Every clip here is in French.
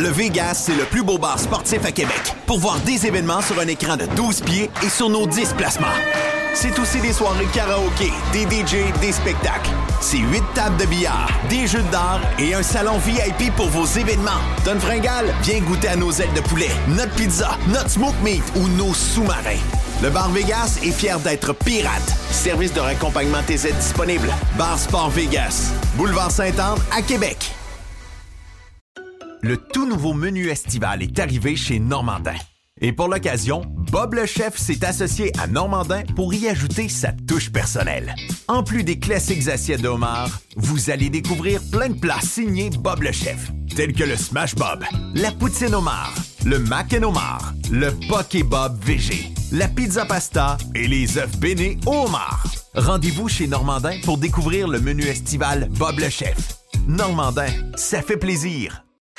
Le Vegas, c'est le plus beau bar sportif à Québec. Pour voir des événements sur un écran de 12 pieds et sur nos 10 placements. C'est aussi des soirées karaoké, des DJ, des spectacles. C'est 8 tables de billard, des jeux d'art et un salon VIP pour vos événements. T'as une fringale? Viens goûter à nos ailes de poulet, notre pizza, notre smoke meat ou nos sous-marins. Le Bar Vegas est fier d'être pirate. Service de raccompagnement TZ disponible. Bar Sport Vegas. Boulevard Sainte-Anne à Québec. Le tout nouveau menu estival est arrivé chez Normandin. Et pour l'occasion, Bob le chef s'est associé à Normandin pour y ajouter sa touche personnelle. En plus des classiques assiettes de homard, vous allez découvrir plein de plats signés Bob le chef, tels que le Smash Bob, la poutine homard, le mac and homard, le poké Bob VG, la pizza pasta et les œufs bénis au homard. Rendez-vous chez Normandin pour découvrir le menu estival Bob le chef. Normandin, ça fait plaisir.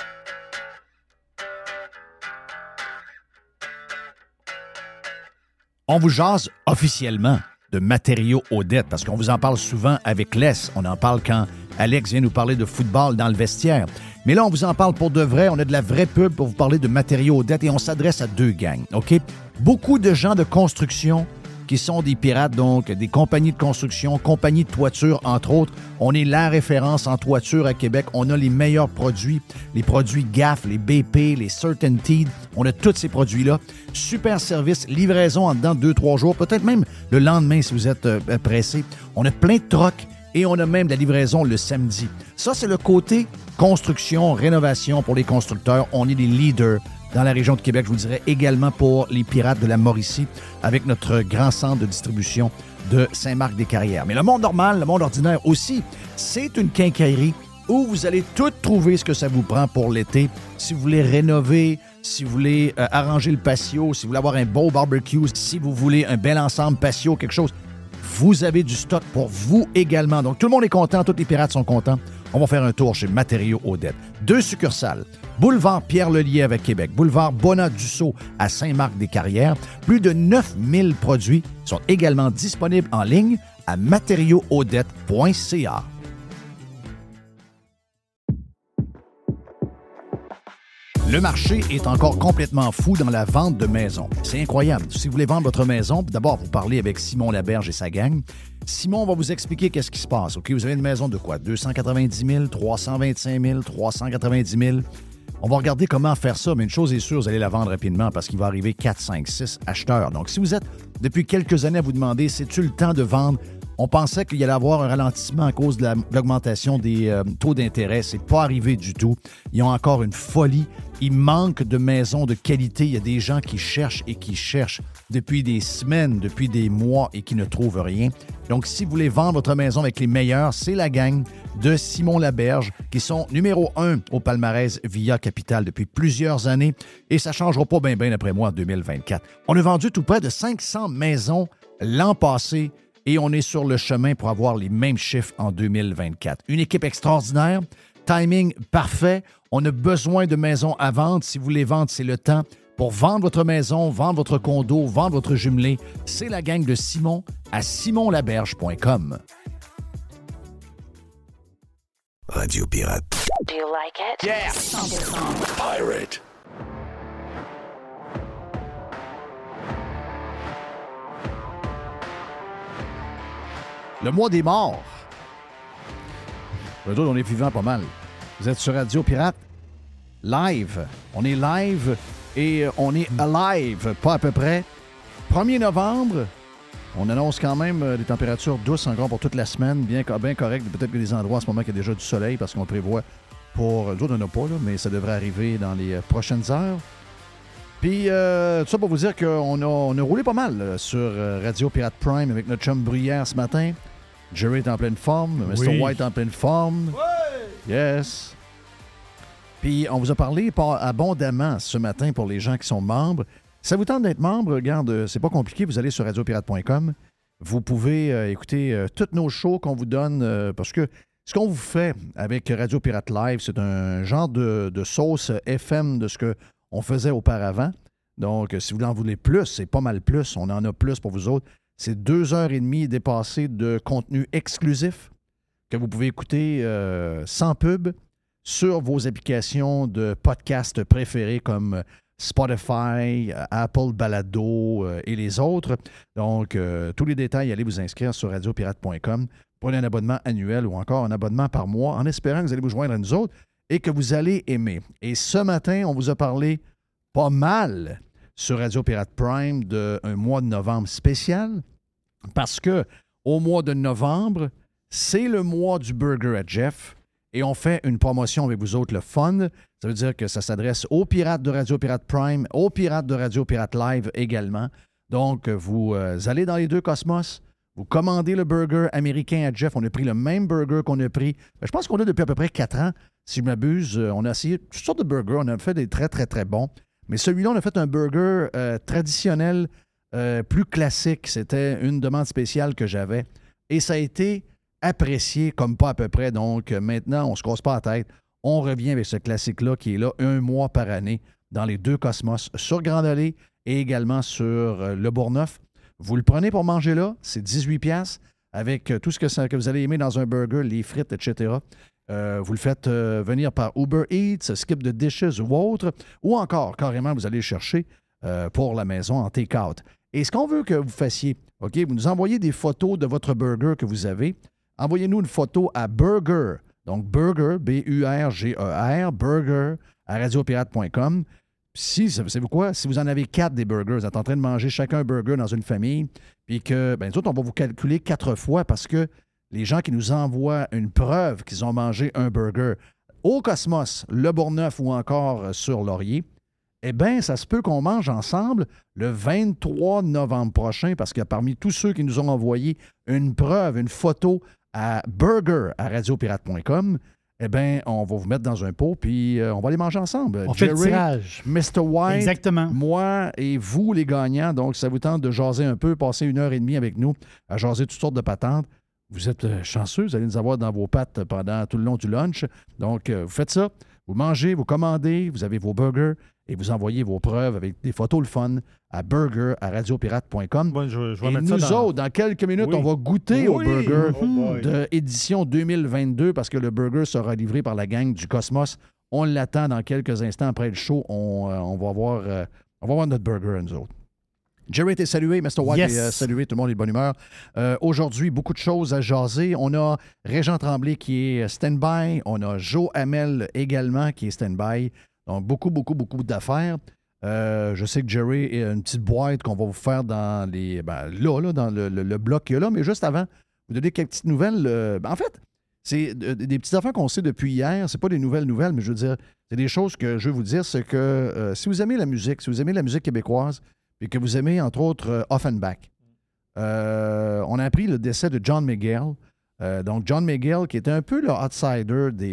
On vous jase officiellement de Matériaux Odette, parce qu'on vous en parle souvent avec Les. On en parle quand Alex vient nous parler de football dans le vestiaire. Mais là, on vous en parle pour de vrai. On a de la vraie pub pour vous parler de Matériaux Odette et on s'adresse à deux gangs, OK? Beaucoup de gens de construction qui sont des pirates, donc des compagnies de construction, compagnies de toiture, entre autres. On est la référence en toiture à Québec. On a les meilleurs produits, les produits GAF, les BP, les CertainTeed. On a tous ces produits-là. Super service, livraison en dedans de 2-3 jours, peut-être même le lendemain si vous êtes pressé. On a plein de trocs et on a même de la livraison le samedi. Ça, c'est le côté construction, rénovation pour les constructeurs. On est des leaders dans la région de Québec, je vous dirais également pour les pirates de la Mauricie, avec notre grand centre de distribution de Saint-Marc-des-Carrières. Mais le monde normal, le monde ordinaire aussi, c'est une quincaillerie où vous allez tout trouver ce que ça vous prend pour l'été. Si vous voulez rénover, si vous voulez arranger le patio, si vous voulez avoir un beau barbecue, si vous voulez un bel ensemble patio, quelque chose, vous avez du stock pour vous également. Donc, tout le monde est content, tous les pirates sont contents. On va faire un tour chez Matériaux Odette. 2 succursales. Boulevard Pierre-Lelièvre à Québec. Boulevard Bonat-Dussault à Saint-Marc-des-Carrières. Plus de 9000 produits sont également disponibles en ligne à matériauxaudette.ca. Le marché est encore complètement fou dans la vente de maisons. C'est incroyable. Si vous voulez vendre votre maison, d'abord, vous parlez avec Simon Laberge et sa gang. Simon va vous expliquer qu'est-ce qui se passe. OK, vous avez une maison de quoi? 290 000, 325 000, 390 000. On va regarder comment faire ça, mais une chose est sûre, vous allez la vendre rapidement parce qu'il va arriver 4, 5, 6 acheteurs. Donc, si vous êtes depuis quelques années à vous demander, c'est-tu le temps de vendre? On pensait qu'il y allait avoir un ralentissement à cause de l'augmentation des taux d'intérêt. C'est pas arrivé du tout. Ils ont encore une folie. Il manque de maisons de qualité. Il y a des gens qui cherchent et qui cherchent depuis des semaines, depuis des mois et qui ne trouvent rien. Donc, si vous voulez vendre votre maison avec les meilleurs, c'est la gang de Simon Laberge qui sont numéro 1 au palmarès Via Capital depuis plusieurs années. Et ça ne changera pas bien après moi en 2024. On a vendu tout près de 500 maisons l'an passé. Et on est sur le chemin pour avoir les mêmes chiffres en 2024. Une équipe extraordinaire, timing parfait. On a besoin de maisons à vendre. Si vous voulez vendre, c'est le temps. Pour vendre votre maison, vendre votre condo, vendre votre jumelé, c'est la gang de Simon à simonlaberge.com. Radio Pirate. Do you like it? Yeah! 100%. Pirate. Le mois des morts. Nous autres, on est vivants pas mal. Vous êtes sur Radio Pirate. Live. On est live et on est alive, pas à peu près. 1er novembre, on annonce quand même des températures douces encore pour toute la semaine, bien correctes. Peut-être que des endroits en ce moment qu'il y a déjà du soleil parce qu'on prévoit pour... Nous autres, on n'en a pas, là, mais ça devrait arriver dans les prochaines heures. Puis, tout ça pour vous dire qu'on a roulé pas mal là, sur Radio Pirate Prime avec notre chum Bruyère ce matin. Jerry est en pleine forme. Mr. White en pleine forme. Oui! Yes! Puis, on vous a parlé abondamment ce matin pour les gens qui sont membres. Si ça vous tente d'être membre, regarde, c'est pas compliqué. Vous allez sur radiopirate.com. Vous pouvez écouter tous nos shows qu'on vous donne parce que ce qu'on vous fait avec Radio Pirate Live, c'est un genre de sauce FM de ce qu'on faisait auparavant. Donc, si vous en voulez plus, c'est pas mal plus. On en a plus pour vous autres. C'est 2h30 dépassées de contenu exclusif que vous pouvez écouter sans pub sur vos applications de podcast préférées comme Spotify, Apple Balado et les autres. Donc, tous les détails, allez vous inscrire sur radiopirate.com. Prenez un abonnement annuel ou encore un abonnement par mois en espérant que vous allez vous joindre à nous autres et que vous allez aimer. Et ce matin, on vous a parlé pas mal sur Radio Pirate Prime d'un mois de novembre spécial parce que au mois de novembre, c'est le mois du Burger à Jeff et on fait une promotion avec vous autres, le fun. Ça veut dire que ça s'adresse aux pirates de Radio Pirate Prime, aux pirates de Radio Pirate Live également. Donc, vous allez dans les deux cosmos, vous commandez le burger américain à Jeff. On a pris le même burger qu'on a pris, je pense qu'on a depuis à peu près 4 ans, si je m'abuse. On a essayé toutes sortes de burgers, on a fait des très, très, très bons. Mais celui-là, on a fait un burger traditionnel, plus classique. C'était une demande spéciale que j'avais. Et ça a été apprécié comme pas à peu près. Donc, maintenant, on ne se casse pas la tête. On revient avec ce classique-là qui est là 1 mois par année dans les deux cosmos, sur Grande Allée et également sur le Bourgneuf. Vous le prenez pour manger là, c'est 18$ avec tout ce que vous allez aimer dans un burger, les frites, etc. Vous le faites venir par Uber Eats, Skip the Dishes ou autre, ou encore, carrément, vous allez le chercher pour la maison en take-out. Et ce qu'on veut que vous fassiez, OK, vous nous envoyez des photos de votre burger que vous avez. Envoyez-nous une photo à Burger, donc Burger, B-U-R-G-E-R, Burger, à radiopirate.com. Si, savez-vous quoi? Si vous en avez 4 des burgers, vous êtes en train de manger chacun un burger dans une famille, puis que, nous autres, on va vous calculer 4 fois parce que les gens qui nous envoient une preuve qu'ils ont mangé un burger au Cosmos, le Bourgneuf ou encore sur Laurier, eh bien, ça se peut qu'on mange ensemble le 23 novembre prochain parce que parmi tous ceux qui nous ont envoyé une preuve, une photo à burger à radiopirate.com, eh bien, on va vous mettre dans un pot puis on va aller manger ensemble. On fait le tirage. Mr. White, exactement. Moi et vous, les gagnants. Donc, ça vous tente de jaser un peu, passer 1h30 avec nous à jaser toutes sortes de patentes. Vous êtes chanceux, vous allez nous avoir dans vos pattes pendant tout le long du lunch. Donc, vous faites ça, vous mangez, vous commandez, vous avez vos burgers et vous envoyez vos preuves avec des photos le fun à burger@radiopirate.com. Bon, je vais et mettre nous ça autres, dans quelques minutes, on va goûter au burger de édition 2022 parce que le burger sera livré par la gang du Cosmos. On l'attend dans quelques instants après le show. On va avoir notre burger, nous autres. Jerry était salué, Mr. White est salué, tout le monde est de bonne humeur. Aujourd'hui, beaucoup de choses à jaser. On a Régent Tremblay qui est stand-by. On a Joe Hamel également qui est stand-by. Donc, beaucoup d'affaires. Je sais que Jerry a une petite boîte qu'on va vous faire dans les dans le bloc qu'il y a là. Mais juste avant, vous donner quelques petites nouvelles. En fait, c'est des petites affaires qu'on sait depuis hier. C'est pas des nouvelles, mais je veux dire, c'est des choses que je veux vous dire. C'est que si vous aimez la musique, québécoise, et que vous aimez, entre autres, Offenbach. On a appris le décès de John Miguel. Donc, John Miguel, qui était un peu le outsider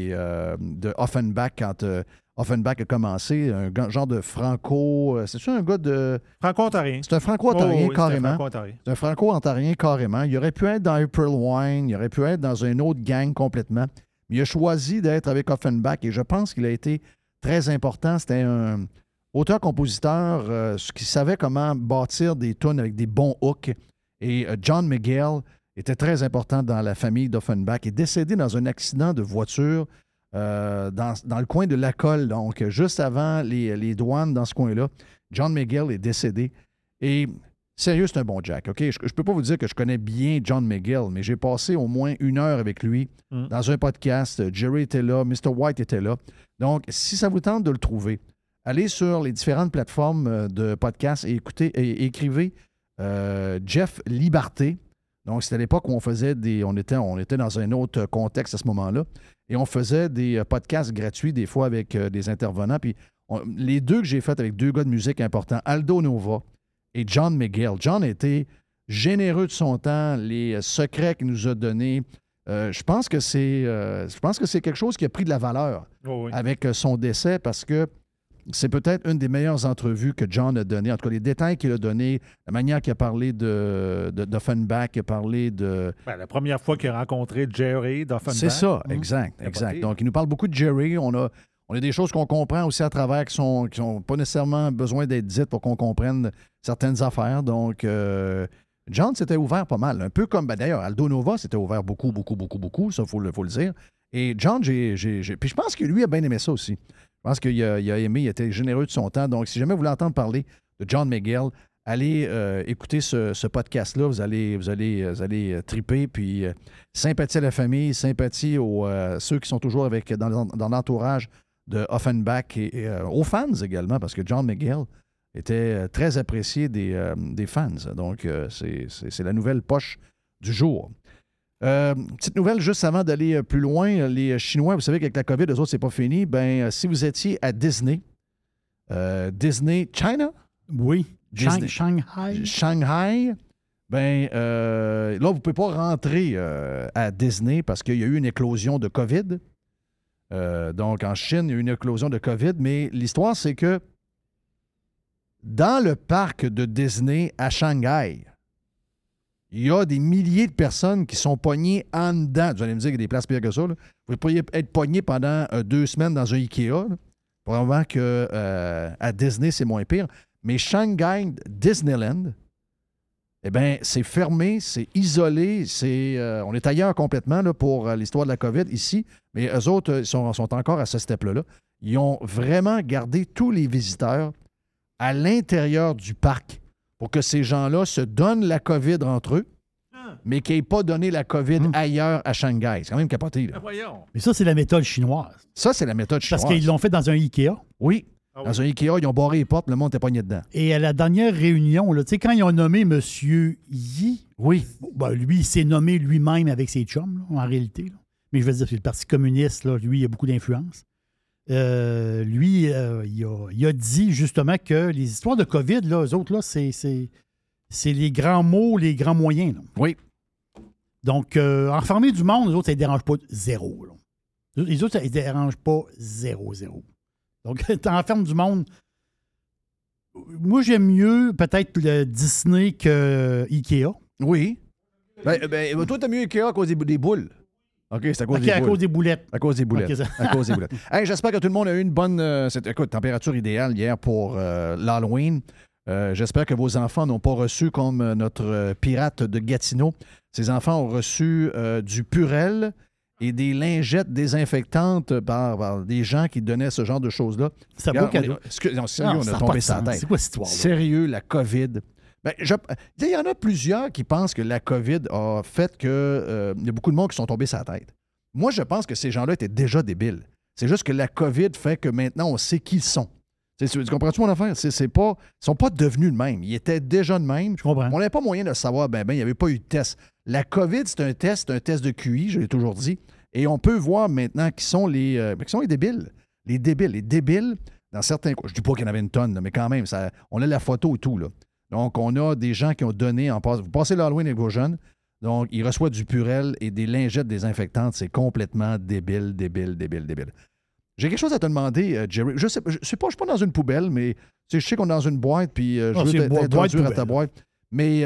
de Offenbach quand Offenbach a commencé, un genre de franco... c'est-tu un gars de... Franco-ontarien. C'est un franco-ontarien, oui, carrément. C'est un franco-ontarien, carrément. Il aurait pu être dans April Wine, il aurait pu être dans une autre gang complètement. Mais il a choisi d'être avec Offenbach et je pense qu'il a été très important. C'était un auteur-compositeur qui savait comment bâtir des tunes avec des bons hooks. Et John Miguel était très important dans la famille d'Offenbach. Il est décédé dans un accident de voiture dans le coin de Lacolle, donc juste avant les douanes dans ce coin-là. John Miguel est décédé. Et sérieux, c'est un bon Jack. OK? Je ne peux pas vous dire que je connais bien John Miguel, mais j'ai passé au moins 1 heure avec lui dans un podcast. Jerry était là, Mr. White était là. Donc, si ça vous tente de le trouver, allez sur les différentes plateformes de podcast et écrivez Jeff Liberté. Donc, c'était à l'époque où on faisait on était dans un autre contexte à ce moment-là. Et on faisait des podcasts gratuits, des fois avec des intervenants. Puis les deux que j'ai faits avec 2 gars de musique importants, Aldo Nova et John Miguel. John était généreux de son temps, les secrets qu'il nous a donnés. Je pense que c'est quelque chose qui a pris de la valeur avec son décès parce que c'est peut-être une des meilleures entrevues que John a données. En tout cas, les détails qu'il a donnés, la manière qu'il a parlé d'Offenbach, qu'il a parlé de... la première fois qu'il a rencontré Jerry d'Offenbach. C'est ça, exact. Donc, il nous parle beaucoup de Jerry. On a des choses qu'on comprend aussi à travers qui n'ont pas nécessairement besoin d'être dites pour qu'on comprenne certaines affaires. Donc, John s'était ouvert pas mal. Un peu comme, d'ailleurs, Aldo Nova s'était ouvert beaucoup. Ça, il faut le dire. Et John, puis je pense que lui a bien aimé ça aussi. Je pense qu'il a aimé, il était généreux de son temps. Donc, si jamais vous voulez entendre parler de John McGill, allez écouter ce podcast-là. Vous allez triper. Puis, sympathie à la famille, sympathie aux ceux qui sont toujours dans l'entourage de Offenbach et aux fans également, parce que John McGill était très apprécié des fans. Donc, c'est la nouvelle poche du jour. Petite nouvelle, juste avant d'aller plus loin, les Chinois, vous savez qu'avec la COVID, eux autres, c'est pas fini. Si vous étiez à Disney, China? Oui. Disney. Shanghai. Là, vous ne pouvez pas rentrer à Disney parce qu'il y a eu une éclosion de COVID. Donc, en Chine, il y a eu une éclosion de COVID. Mais l'histoire, c'est que dans le parc de Disney à Shanghai, il y a des milliers de personnes qui sont pognées en dedans. Vous allez me dire qu'il y a des places pires que ça. Là. Vous pourriez être pogné pendant 2 semaines dans un Ikea. Là. Probablement qu'à Disney, c'est moins pire. Mais Shanghai Disneyland, eh bien, c'est fermé, c'est isolé. On est ailleurs complètement là, pour l'histoire de la COVID ici. Mais eux autres sont encore à ce step-là. Ils ont vraiment gardé tous les visiteurs à l'intérieur du parc pour que ces gens-là se donnent la COVID entre eux, mais qu'ils n'aient pas donné la COVID ailleurs à Shanghai. C'est quand même capoté. Là. Voyons. Mais ça, c'est la méthode chinoise. Ça, c'est la méthode chinoise. Parce qu'ils l'ont fait dans un Ikea. Oui. Dans un Ikea, ils ont barré les portes, le monde était pogné dedans. Et à la dernière réunion, là, quand ils ont nommé M. Yi, oui. Lui, il s'est nommé lui-même avec ses chums, là, en réalité. Là. Mais je veux dire, c'est le Parti communiste, là, lui, il a beaucoup d'influence. Il a dit justement que les histoires de COVID, là, eux autres, là, c'est les grands mots, les grands moyens. Là. Oui. Donc, enfermer du monde, les autres, ça ne dérange pas zéro. Là. Les autres, ça ne dérange pas zéro. Donc, tu enfermes du monde. Moi, j'aime mieux peut-être le Disney que Ikea. Oui. Toi, t'as mieux Ikea à cause des boules. OK, c'est à cause des boules. À cause des boulettes. À cause des boulettes. Okay, à cause des boulettes. Hey, j'espère que tout le monde a eu une bonne température idéale hier pour l'Halloween. J'espère que vos enfants n'ont pas reçu, comme notre pirate de Gatineau, ces enfants ont reçu du Purel et des lingettes désinfectantes par des gens qui donnaient ce genre de choses-là. C'est un beau cadeau. Sérieux, on a tombé sa tête. C'est quoi cette histoire-là? Sérieux, la COVID. Il y en a plusieurs qui pensent que la COVID a fait que il y a beaucoup de monde qui sont tombés sa tête. Moi, je pense que ces gens-là étaient déjà débiles. C'est juste que la COVID fait que maintenant, on sait qui ils sont. Tu comprends-tu mon affaire? Ils ne sont pas devenus de même. Ils étaient déjà de même. Je comprends. On n'avait pas moyen de savoir, il n'y avait pas eu de test. La COVID, c'est un test de QI, je l'ai toujours dit. Et on peut voir maintenant qui sont les débiles. Les débiles, dans certains cas. Je ne dis pas qu'il y en avait une tonne, là, mais quand même, on a la photo et tout. Là. Donc, on a des gens qui ont donné vous passez l'Halloween avec vos jeunes. Donc, ils reçoivent du Purel et des lingettes désinfectantes. C'est complètement débile. J'ai quelque chose à te demander, Jerry. Je ne suis pas dans une poubelle, mais je sais qu'on est dans une boîte, puis je veux t'introduire à ta boîte. Mais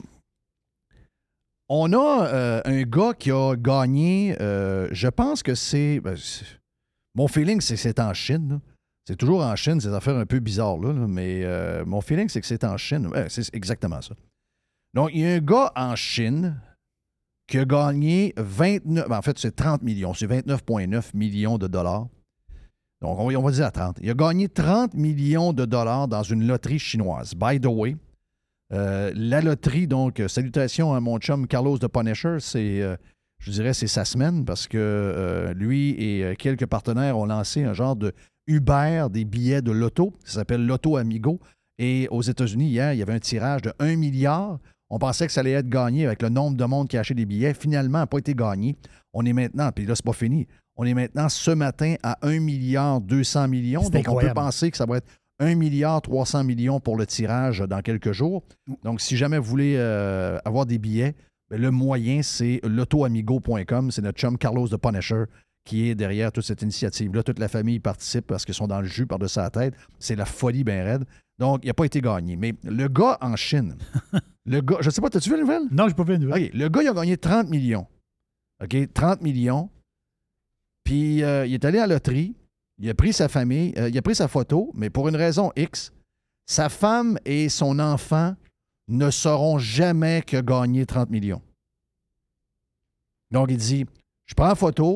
on a un gars qui a gagné, je pense que mon feeling, c'est que c'est en Chine. Là. C'est toujours en Chine, ces affaires un peu bizarres, là, mais mon feeling, c'est que c'est en Chine. Ouais, c'est exactement ça. Donc, il y a un gars en Chine qui a gagné 30 millions. C'est 29,9 millions de dollars. Donc, on va dire à 30. Il a gagné 30 millions de dollars dans une loterie chinoise. By the way, la loterie, donc, salutations à mon chum Carlos de Punisher, je dirais, c'est sa semaine parce que lui et quelques partenaires ont lancé un genre de Uber des billets de loto. Ça s'appelle Loto Amigo. Et aux États-Unis, hier, il y avait un tirage de 1 milliard. On pensait que ça allait être gagné avec le nombre de monde qui a acheté des billets. Finalement, ça n'a pas été gagné. On est maintenant, puis là, c'est pas fini. On est maintenant ce matin à 1 milliard 200 millions. C'est donc, incroyable. On peut penser que ça va être 1 milliard 300 millions pour le tirage dans quelques jours. Donc, si jamais vous voulez avoir des billets, le moyen, c'est lotoamigo.com. C'est notre chum Carlos de Punisher qui est derrière toute cette initiative-là. Toute la famille participe parce qu'ils sont dans le jus par-dessus la tête. C'est la folie bien raide. Donc, il n'a pas été gagné. Mais le gars en Chine, je ne sais pas, t'as-tu vu la nouvelle? Non, je n'ai pas vu la nouvelle. OK, le gars, il a gagné 30 millions. OK, 30 millions. Puis, il est allé à la loterie. Il a pris sa famille. Il a pris sa photo. Mais pour une raison X, sa femme et son enfant ne sauront jamais qu'il a gagné 30 millions. Donc, il dit, je prends la photo,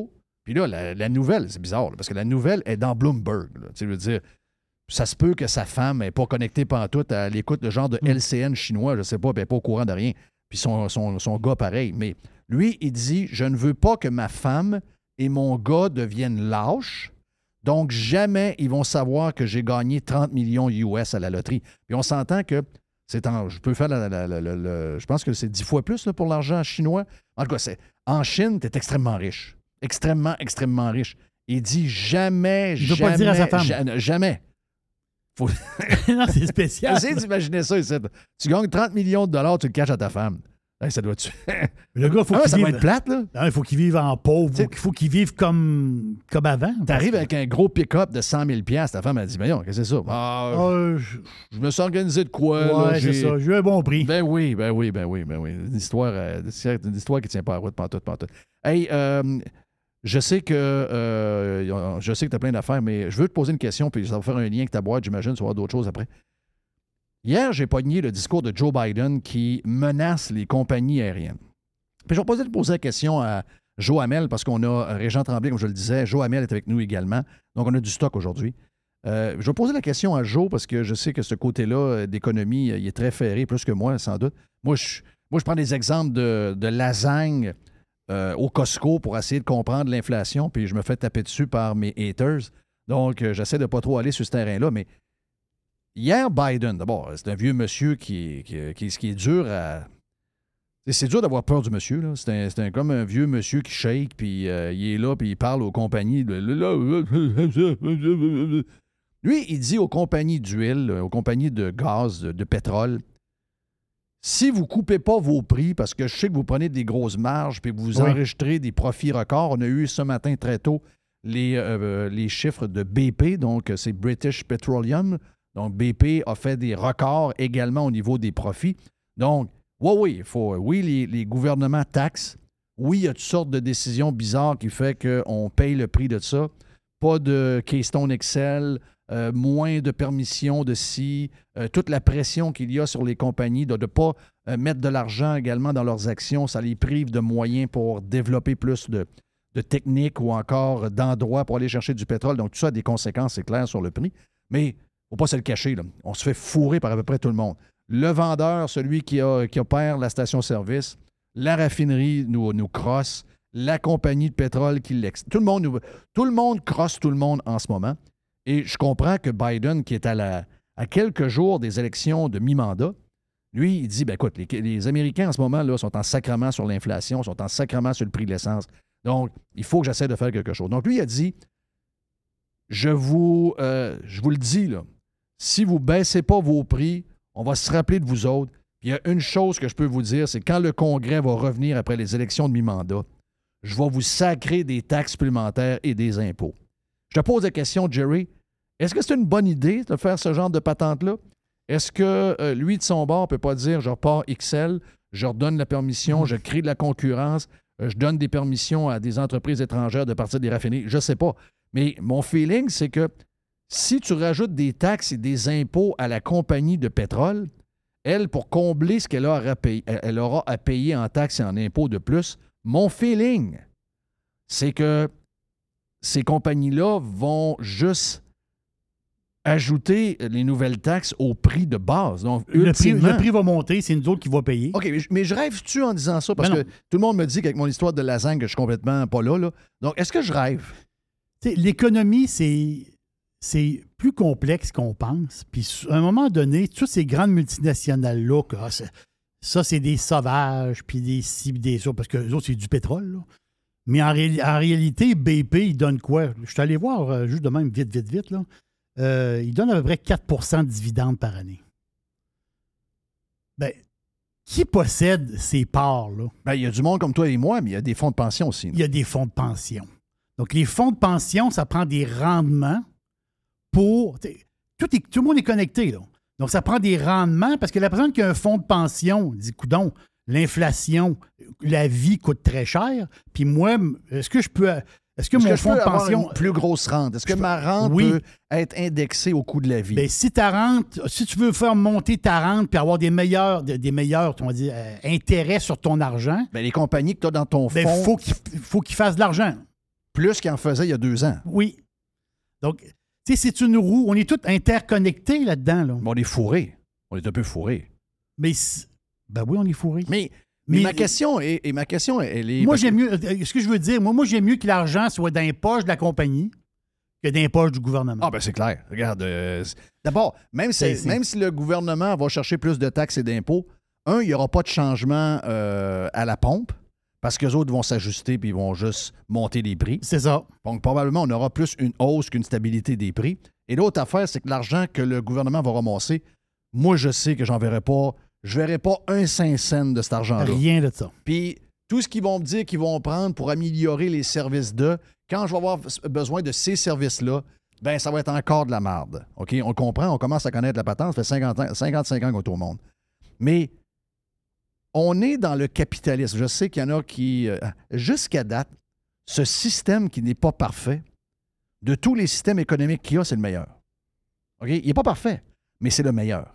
Puis là, la nouvelle, c'est bizarre, là, parce que la nouvelle est dans Bloomberg. Là. Tu sais, je veux dire, ça se peut que sa femme n'est pas connectée pantoute, elle écoute le genre de LCN chinois, je sais pas, puis elle n'est pas au courant de rien. Puis son gars, pareil. Mais lui, il dit, je ne veux pas que ma femme et mon gars deviennent lâches. Donc, jamais ils vont savoir que j'ai gagné 30 millions US à la loterie. Puis on s'entend que je peux faire je pense que c'est 10 fois plus là, pour l'argent chinois. En tout cas, en Chine, tu es extrêmement riche. Extrêmement, extrêmement riche. Il dit jamais, il ne veut pas le dire à sa femme. Jamais. Non, c'est spécial. Essayez d'imaginer ça ici. Tu gagnes 30 millions de dollars, tu le caches à ta femme. Hey, ça doit tuer. Le gars, faut qu'il ça vive... va être plate, là. Non, il faut qu'il vive en pauvre. Il faut qu'il vive comme avant. T'arrives avec un gros pick-up de 100 000 $. Ta femme a dit, mais non, qu'est-ce que c'est ça? Je me suis organisé de quoi? Ouais, là, c'est ça. J'ai eu un bon prix. Ben oui. Une histoire qui tient pas à route, pantoute. Hey, je sais que tu as plein d'affaires, mais je veux te poser une question, puis ça va faire un lien avec ta boîte, j'imagine, tu vas avoir d'autres choses après. Hier, j'ai pogné le discours de Joe Biden qui menace les compagnies aériennes. Puis je vais poser la question à Joe Hamel, parce qu'on a Régent Tremblay, comme je le disais. Joe Hamel est avec nous également. Donc, on a du stock aujourd'hui. Je vais poser la question à Joe, parce que je sais que ce côté-là d'économie, il est très ferré, plus que moi, sans doute. Moi, je prends des exemples de lasagne au Costco pour essayer de comprendre l'inflation, puis je me fais taper dessus par mes haters. Donc, j'essaie de ne pas trop aller sur ce terrain-là, mais hier, Biden, d'abord, c'est un vieux monsieur qui est dur à... C'est dur d'avoir peur du monsieur, là. C'est comme un vieux monsieur qui shake, puis il est là, puis il parle aux compagnies. Lui, il dit aux compagnies d'huile, aux compagnies de gaz, de pétrole, si vous ne coupez pas vos prix, parce que je sais que vous prenez des grosses marges, puis vous enregistrez des profits records, on a eu ce matin très tôt les chiffres de BP, donc c'est British Petroleum. Donc, BP a fait des records également au niveau des profits. Donc, les gouvernements taxent. Oui, il y a toutes sortes de décisions bizarres qui font qu'on paye le prix de ça. Pas de Keystone Excel, moins de permissions de toute la pression qu'il y a sur les compagnies de ne pas mettre de l'argent également dans leurs actions. Ça les prive de moyens pour développer plus de techniques ou encore d'endroits pour aller chercher du pétrole. Donc, tout ça a des conséquences, c'est clair, sur le prix. Mais il ne faut pas se le cacher, là. On se fait fourrer par à peu près tout le monde. Le vendeur, celui qui opère la station-service, la raffinerie nous crosse, la compagnie de pétrole qui l'ex... Tout le monde crosse tout le monde en ce moment. Et je comprends que Biden, qui est à quelques jours des élections de mi-mandat, lui, il dit, écoute, les Américains en ce moment là, sont en sacrement sur l'inflation, sont en sacrement sur le prix de l'essence. Donc, il faut que j'essaie de faire quelque chose. Donc, lui, il a dit, je vous le dis, là, si vous ne baissez pas vos prix, on va se rappeler de vous autres. Puis il y a une chose que je peux vous dire, c'est quand le Congrès va revenir après les élections de mi-mandat, je vais vous sacrer des taxes supplémentaires et des impôts. Je te pose la question, Jerry, est-ce que c'est une bonne idée de faire ce genre de patente-là? Est-ce que lui, de son bord, ne peut pas dire, je repars XL, je redonne la permission, je crée de la concurrence, je donne des permissions à des entreprises étrangères de partir des raffineries? Je ne sais pas. Mais mon feeling, c'est que si tu rajoutes des taxes et des impôts à la compagnie de pétrole, elle, pour combler ce qu'elle aura à payer en taxes et en impôts de plus, mon feeling, c'est que ces compagnies-là vont juste ajouter les nouvelles taxes au prix de base. Donc, le prix va monter, c'est nous autres qui va payer. OK, mais je rêve-tu en disant ça? Parce que tout le monde me dit qu'avec mon histoire de lasagne, que je suis complètement pas là. Donc, est-ce que je rêve? T'sais, l'économie, c'est plus complexe qu'on pense. Puis, à un moment donné, toutes ces grandes multinationales-là, ça, c'est des sauvages, puis des ci, des ça, parce que les autres, c'est du pétrole, là. Mais en réalité, BP, ils donnent quoi? Je suis allé voir juste de même, vite, là. Ils donnent à peu près 4 % de dividendes par année. Ben, qui possède ces parts-là? Ben, il y a du monde comme toi et moi, mais il y a des fonds de pension aussi. Il y a des fonds de pension. Donc, les fonds de pension, ça prend des rendements pour... Tout le monde est connecté, là. Donc, ça prend des rendements parce que la personne qui a un fonds de pension dit, coudonc, l'inflation, la vie coûte très cher. Puis moi, est-ce que mon fonds de pension... une plus grosse rente? Est-ce que ma rente peut être indexée au coût de la vie? Bien, si tu veux faire monter ta rente puis avoir des meilleurs on va dire, intérêts sur ton argent... Bien, les compagnies que tu as dans ton fonds... Il faut qu'ils fassent de l'argent. Plus qu'il en faisait il y a 2 ans. Oui. Donc, tu sais, c'est une roue. On est tous interconnectés là-dedans. Là. Mais on est fourrés. On est un peu fourrés. Mais, ben oui, on est fourrés. Mais ma question, elle est... Moi, j'aime mieux... Ce que je veux dire, moi j'aime mieux que l'argent soit dans les poches de la compagnie que dans les poches du gouvernement. Ah, ben c'est clair. Regarde, d'abord, même si le gouvernement va chercher plus de taxes et d'impôts, il n'y aura pas de changement à la pompe parce qu'eux autres vont s'ajuster puis ils vont juste monter les prix. C'est ça. Donc, probablement, on aura plus une hausse qu'une stabilité des prix. Et l'autre affaire, c'est que l'argent que le gouvernement va ramasser, moi, je sais que je verrai pas un 5 cents de cet argent-là. Rien de ça. Puis, tout ce qu'ils vont me dire qu'ils vont prendre pour améliorer les services quand je vais avoir besoin de ces services-là, ben ça va être encore de la merde. OK? On comprend, on commence à connaître la patente, ça fait 55 ans qu'on est au monde. Mais on est dans le capitalisme. Je sais qu'il y en a qui, jusqu'à date, ce système qui n'est pas parfait, de tous les systèmes économiques qu'il y a, c'est le meilleur. OK? Il n'est pas parfait, mais c'est le meilleur.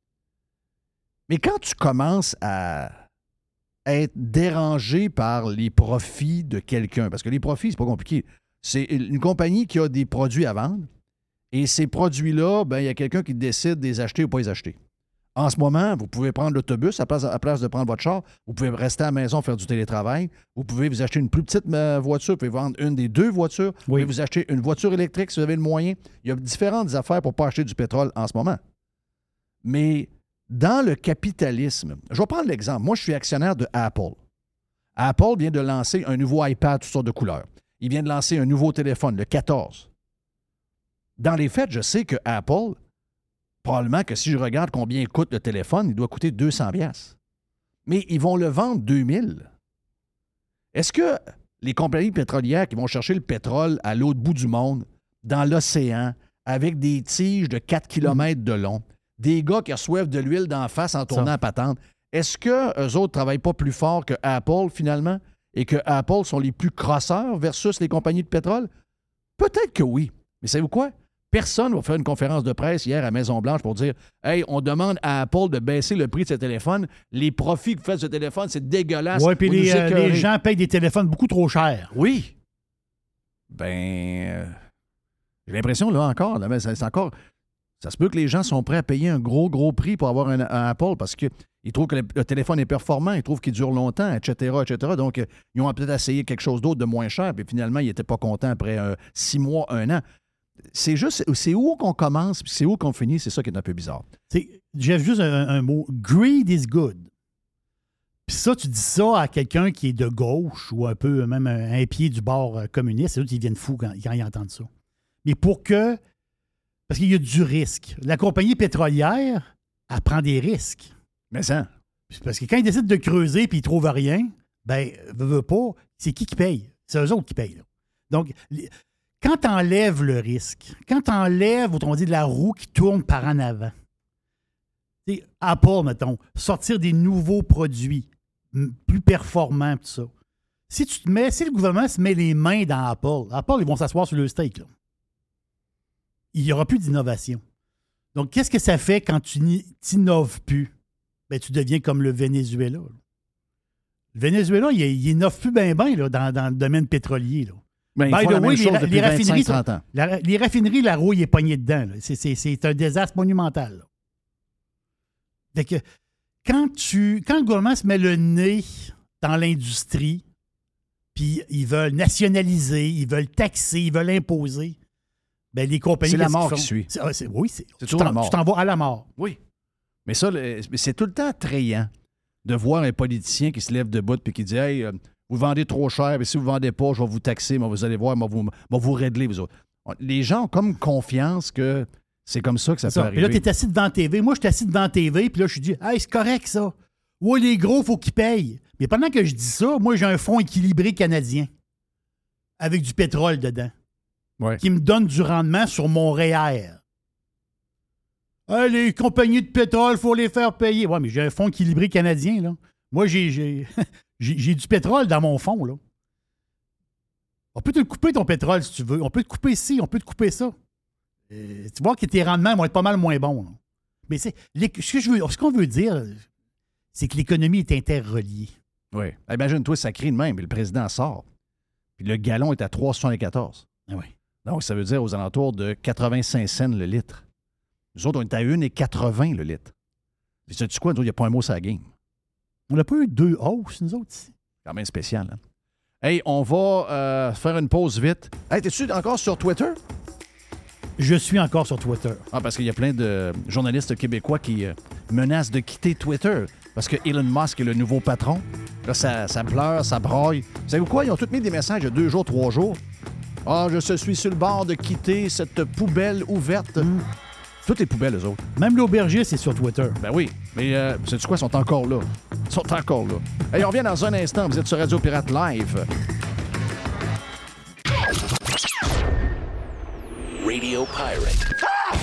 Mais quand tu commences à être dérangé par les profits de quelqu'un, parce que les profits, c'est pas compliqué. C'est une compagnie qui a des produits à vendre, et ces produits-là, ben il y a quelqu'un qui décide de les acheter ou pas les acheter. En ce moment, vous pouvez prendre l'autobus à place de prendre votre char. Vous pouvez rester à la maison, faire du télétravail. Vous pouvez vous acheter une plus petite voiture. Vous pouvez vendre une des 2 voitures. Vous pouvez vous acheter une voiture électrique si vous avez le moyen. Il y a différentes affaires pour ne pas acheter du pétrole en ce moment. Mais dans le capitalisme, je vais prendre l'exemple. Moi, je suis actionnaire de Apple. Apple vient de lancer un nouveau iPad, toutes sortes de couleurs. Il vient de lancer un nouveau téléphone, le 14. Dans les faits, je sais que Apple... Probablement que si je regarde combien coûte le téléphone, il doit coûter 200$. Mais ils vont le vendre 2000. Est-ce que les compagnies pétrolières qui vont chercher le pétrole à l'autre bout du monde, dans l'océan, avec des tiges de 4 km de long, des gars qui reçoivent de l'huile d'en face en tournant à patente, est-ce qu'eux autres ne travaillent pas plus fort que Apple, finalement, et que Apple sont les plus crosseurs versus les compagnies de pétrole? Peut-être que oui. Mais savez-vous quoi? Personne va faire une conférence de presse hier à Maison-Blanche pour dire « Hey, on demande à Apple de baisser le prix de ce téléphone. Les profits que vous faites de ce téléphone, c'est dégueulasse. » Oui, puis les gens payent des téléphones beaucoup trop chers. Oui. Ben, j'ai l'impression, là, encore, là, mais c'est encore... Ça se peut que les gens sont prêts à payer un gros prix pour avoir un Apple parce qu'ils trouvent que le téléphone est performant, ils trouvent qu'il dure longtemps, etc. Donc, ils ont peut-être essayé quelque chose d'autre de moins cher, puis finalement, ils n'étaient pas contents après 6 mois, 1 an. C'est juste, c'est où qu'on commence, puis c'est où qu'on finit, c'est ça qui est un peu bizarre. J'ai juste un mot. Greed is good. Puis ça, tu dis ça à quelqu'un qui est de gauche ou un peu, même un pied du bord communiste, c'est eux qui viennent fous quand ils entendent ça. Mais parce qu'il y a du risque. La compagnie pétrolière, elle prend des risques. Mais ça. Parce que quand ils décident de creuser et ils ne trouvent rien, ben, veut pas, c'est qui paye? C'est eux autres qui payent. Là. Donc, quand tu enlèves le risque, quand tu enlèves, autrement dit, de la roue qui tourne par en avant, Apple, mettons, sortir des nouveaux produits plus performants, tout ça. Si le gouvernement se met les mains dans Apple, ils vont s'asseoir sur le steak. Là. Il n'y aura plus d'innovation. Donc, qu'est-ce que ça fait quand tu n'innoves plus? Ben, tu deviens comme le Venezuela. Là. Le Venezuela, il innove plus bien dans le domaine pétrolier. Là. Ben, ils font la même chose depuis 25-30 ans. Les raffineries, la rouille est pognée dedans. Là. C'est un désastre monumental. Là. Fait que, quand le gouvernement se met le nez dans l'industrie, puis ils veulent nationaliser, ils veulent taxer, ils veulent imposer, ben les compagnies... C'est la mort qui suit. Oui, c'est toujours la mort. Tu t'en vas à la mort. Oui. Mais ça, c'est tout le temps attrayant de voir un politicien qui se lève debout et qui dit « Hey, vous vendez trop cher, mais si vous ne vendez pas, je vais vous taxer, mais vous allez voir, je vais vous régler, vous autres. » Les gens ont comme confiance que c'est comme ça que ça peut arriver. Puis là, tu es assis devant la TV. Moi, je suis assis devant la TV, puis là, je dis « Hey, c'est correct, ça. Oui, les gros, il faut qu'ils payent. » Mais pendant que je dis ça, moi, j'ai un fonds équilibré canadien avec du pétrole dedans. Ouais. Qui me donne du rendement sur mon REER. Les compagnies de pétrole, il faut les faire payer. Oui, mais j'ai un fonds équilibré canadien, là. Moi, j'ai du pétrole dans mon fonds, là. On peut te couper ton pétrole, si tu veux. On peut te couper ci, on peut te couper ça. Tu vois que tes rendements vont être pas mal moins bons, là. Mais ce qu'on veut dire, c'est que l'économie est interreliée. Oui. Imagine-toi, ça crie de même, et le président sort. Puis le gallon est à 3,74. Ah oui. Donc, ça veut dire aux alentours de 85 cents le litre. Nous autres, on est à 1,80 le litre. Puis sais-tu quoi? Nous autres, il n'y a pas un mot sur la game. On n'a pas eu 2 hausses, nous autres, ici. Quand même spécial, hein? Hey, on va faire une pause vite. Hey, t'es-tu encore sur Twitter? Je suis encore sur Twitter. Ah, parce qu'il y a plein de journalistes québécois qui menacent de quitter Twitter parce que Elon Musk est le nouveau patron. Là, ça pleure, ça braille. Vous savez quoi? Ils ont tous mis des messages de 2 jours, 3 jours. Ah, je suis sur le bord de quitter cette poubelle ouverte. Toutes les poubelles, eux autres. Même l'aubergiste c'est sur Twitter. Ben oui. Mais sais-tu quoi? Ils sont encore là. Ils sont encore là. Hey, on revient dans un instant. Vous êtes sur Radio Pirate Live. Radio Pirate.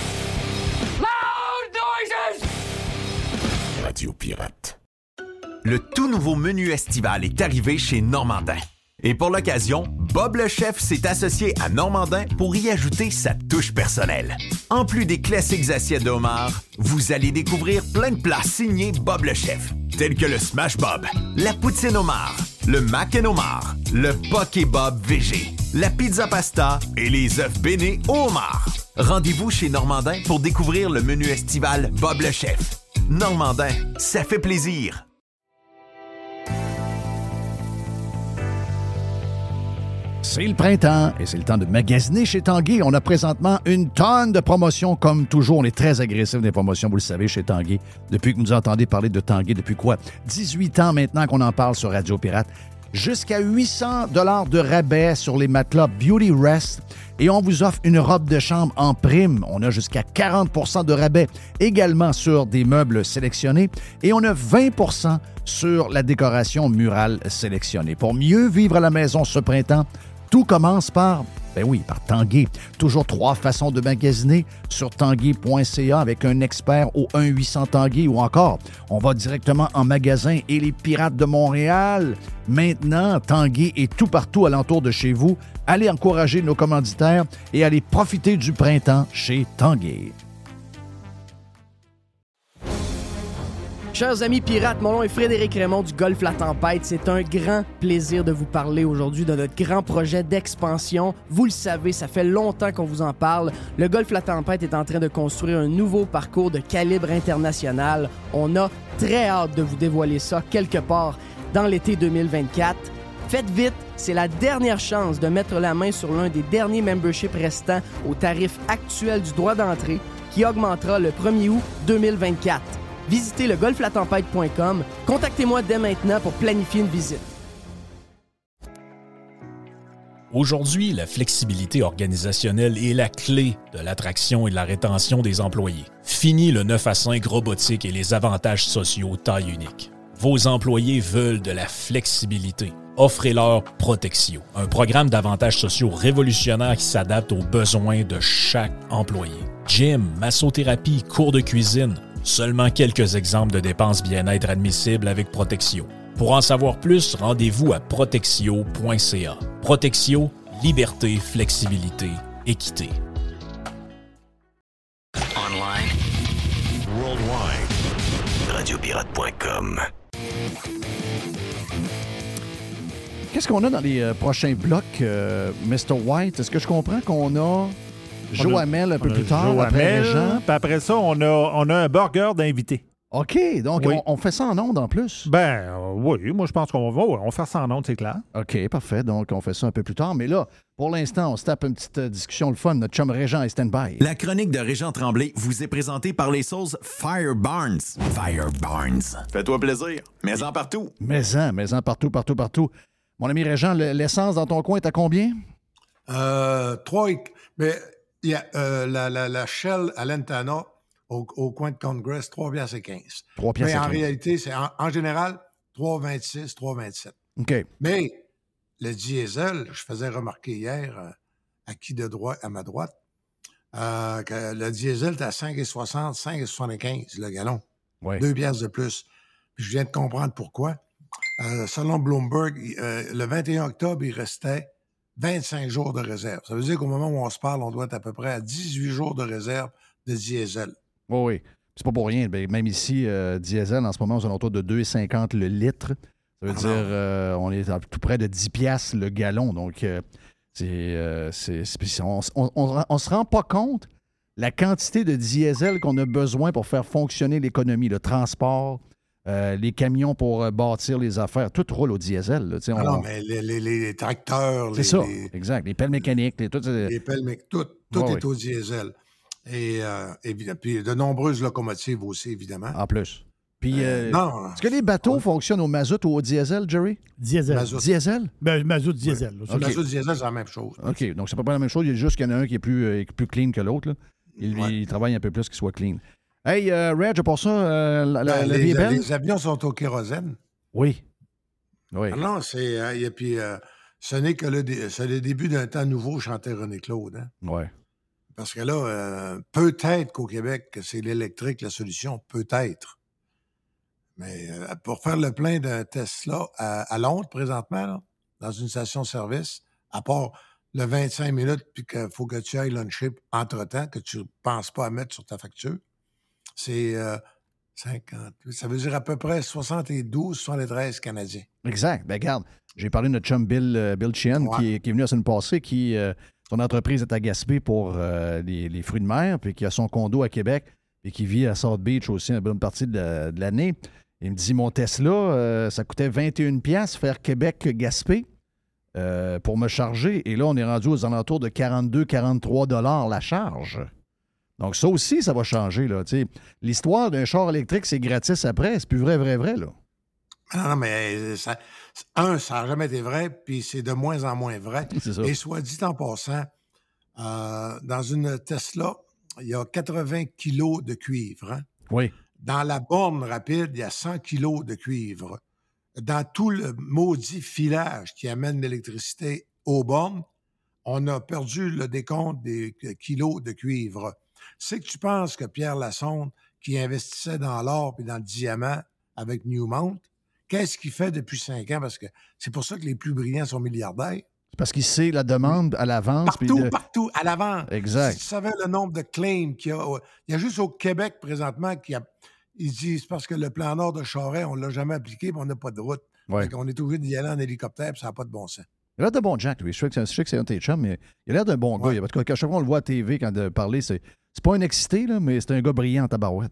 Loud noises! Radio Pirate. Le tout nouveau menu estival est arrivé chez Normandin. Et pour l'occasion, Bob le chef s'est associé à Normandin pour y ajouter sa touche personnelle. En plus des classiques assiettes de homard, vous allez découvrir plein de plats signés Bob le chef, tels que le Smash Bob, la poutine homard, le mac and homard, le Poké Bob VG, la pizza pasta et les œufs bénis au homard. Rendez-vous chez Normandin pour découvrir le menu estival Bob le chef. Normandin, ça fait plaisir. C'est le printemps et c'est le temps de magasiner chez Tanguay. On a présentement une tonne de promotions comme toujours. On est très agressif des promotions, vous le savez, chez Tanguay. Depuis que vous nous entendez parler de Tanguay, depuis quoi? 18 ans maintenant qu'on en parle sur Radio Pirate. Jusqu'à 800 $ de rabais sur les matelas Beauty Rest. Et on vous offre une robe de chambre en prime. On a jusqu'à 40 % de rabais également sur des meubles sélectionnés. Et on a 20 % sur la décoration murale sélectionnée. Pour mieux vivre à la maison ce printemps, tout commence par, par Tanguay. Toujours 3 façons de magasiner sur tanguay.ca avec un expert au 1-800-TANGUAY ou encore, on va directement en magasin et les Pirates de Montréal. Maintenant, Tanguay est tout partout alentour de chez vous. Allez encourager nos commanditaires et allez profiter du printemps chez Tanguay. Chers amis pirates, mon nom est Frédéric Raymond du Golfe La Tempête. C'est un grand plaisir de vous parler aujourd'hui de notre grand projet d'expansion. Vous le savez, ça fait longtemps qu'on vous en parle. Le Golfe La Tempête est en train de construire un nouveau parcours de calibre international. On a très hâte de vous dévoiler ça quelque part dans l'été 2024. Faites vite, c'est la dernière chance de mettre la main sur l'un des derniers memberships restants au tarif actuel du droit d'entrée qui augmentera le 1er août 2024. Visitez le golflatempête.com. Contactez-moi dès maintenant pour planifier une visite. Aujourd'hui, la flexibilité organisationnelle est la clé de l'attraction et de la rétention des employés. Fini le 9 à 5 robotique et les avantages sociaux taille unique. Vos employés veulent de la flexibilité. Offrez-leur Protexio, un programme d'avantages sociaux révolutionnaire qui s'adapte aux besoins de chaque employé. Gym, massothérapie, cours de cuisine, seulement quelques exemples de dépenses bien-être admissibles avec Protexio. Pour en savoir plus, rendez-vous à protexio.ca. Protexio, liberté, flexibilité, équité. Online. Worldwide. Radiopirate.com. Qu'est-ce qu'on a dans les prochains blocs, Mr. White? Est-ce que je comprends qu'on a Joamel un peu plus tard, après Jean? Puis après ça, on a un burger d'invité. OK, donc oui. on fait ça en ondes en plus? Oui, moi je pense qu'on va faire ça en ondes, c'est clair. OK, parfait. Donc on fait ça un peu plus tard. Mais là, pour l'instant, on se tape une petite discussion le fun. Notre chum Régent est stand-by. La chronique de Régent Tremblay vous est présentée par les sauces Fire Barnes. Fire Barnes. Fais-toi plaisir. Mets-en partout. Mets-en partout, partout, partout. Mon ami Régent, l'essence dans ton coin est à combien? 3. Mais il y a la Shell à Lantana, au coin de Congress, 3,15 $. Mais en réalité, c'est en général 3,26, 3,27. OK. Mais le diesel, je faisais remarquer hier à ma droite, que le diesel est à 5,60, 5,75 le gallon. Ouais. 2 piastres de plus. Puis je viens de comprendre pourquoi. Selon Bloomberg, le 21 octobre, il restait 25 jours de réserve. Ça veut dire qu'au moment où on se parle, on doit être à peu près à 18 jours de réserve de diesel. Oui. C'est pas pour rien. Même ici, diesel, en ce moment, on est autour de 2,50 le litre. Ça veut dire on est à tout près de 10 piastres le gallon. Donc, on se rend pas compte la quantité de diesel qu'on a besoin pour faire fonctionner l'économie, le transport, les camions pour bâtir les affaires. Tout roule au diesel. Là, non, mais les tracteurs... C'est ça, exact. Les pelles mécaniques. Les pelles mécaniques, tout est au diesel. Et puis de nombreuses locomotives aussi, évidemment. En plus. Puis, est-ce que les bateaux fonctionnent au mazout ou au diesel, Jerry? Diesel. Diesel? Ben, mazout, diesel. Okay. Mazout, diesel, c'est la même chose. OK, donc c'est pas la même chose. Il y a juste qu'il y en a un qui est plus clean que l'autre. Il travaille un peu plus qu'il soit clean. Hey, Reg, pour ça, la vie est belle? Les avions sont au kérosène. Oui. Non, et puis, ce n'est que le début d'un temps nouveau, chantait René Claude. Hein? Oui. Parce que là, peut-être qu'au Québec, que c'est l'électrique la solution, peut-être. Mais pour faire le plein d'un Tesla à Londres, présentement, là, dans une station-service, à part le 25 minutes puis qu'il faut que tu ailles luncher entre-temps, que tu ne penses pas à mettre sur ta facture, c'est 50. Ça veut dire à peu près 72, 73 Canadiens. Exact. Ben regarde, j'ai parlé de notre chum Bill Sheehan qui est venu la semaine passée, son entreprise est à Gaspé pour les fruits de mer, puis qui a son condo à Québec, et qui vit à South Beach aussi une bonne partie de l'année. Il me dit, mon Tesla, ça coûtait 21 $ faire Québec-Gaspé pour me charger. Et là, on est rendu aux alentours de 42-43 $ la charge. Donc, ça aussi, ça va changer. Là, l'histoire d'un char électrique, c'est gratis après. C'est plus vrai, là. Non, mais ça n'a jamais été vrai, puis c'est de moins en moins vrai. C'est ça. Et soit dit en passant, dans une Tesla, il y a 80 kilos de cuivre. Hein? Oui. Dans la borne rapide, il y a 100 kilos de cuivre. Dans tout le maudit filage qui amène l'électricité aux bornes, on a perdu le décompte des kilos de cuivre. C'est que tu penses que Pierre Lassonde, qui investissait dans l'or et dans le diamant avec Newmont, qu'est-ce qu'il fait depuis 5 ans? Parce que c'est pour ça que les plus brillants sont milliardaires. Parce qu'il sait la demande à l'avance. Partout, à l'avance. Exact. Si tu savais le nombre de claims qu'il y a. Il y a juste au Québec, présentement, ils disent parce que le plan Nord de Charest, on ne l'a jamais appliqué, puis on n'a pas de route. Ouais. On est obligé d'y aller en hélicoptère, puis ça n'a pas de bon sens. Il a l'air de bon Jack, lui. Je sais que c'est un de tes chums, mais il a l'air d'un bon gars. Parce qu'à chaque fois qu'on le voit à TV, quand il parle, c'est pas un excité, là, mais c'est un gars brillant en tabarouette.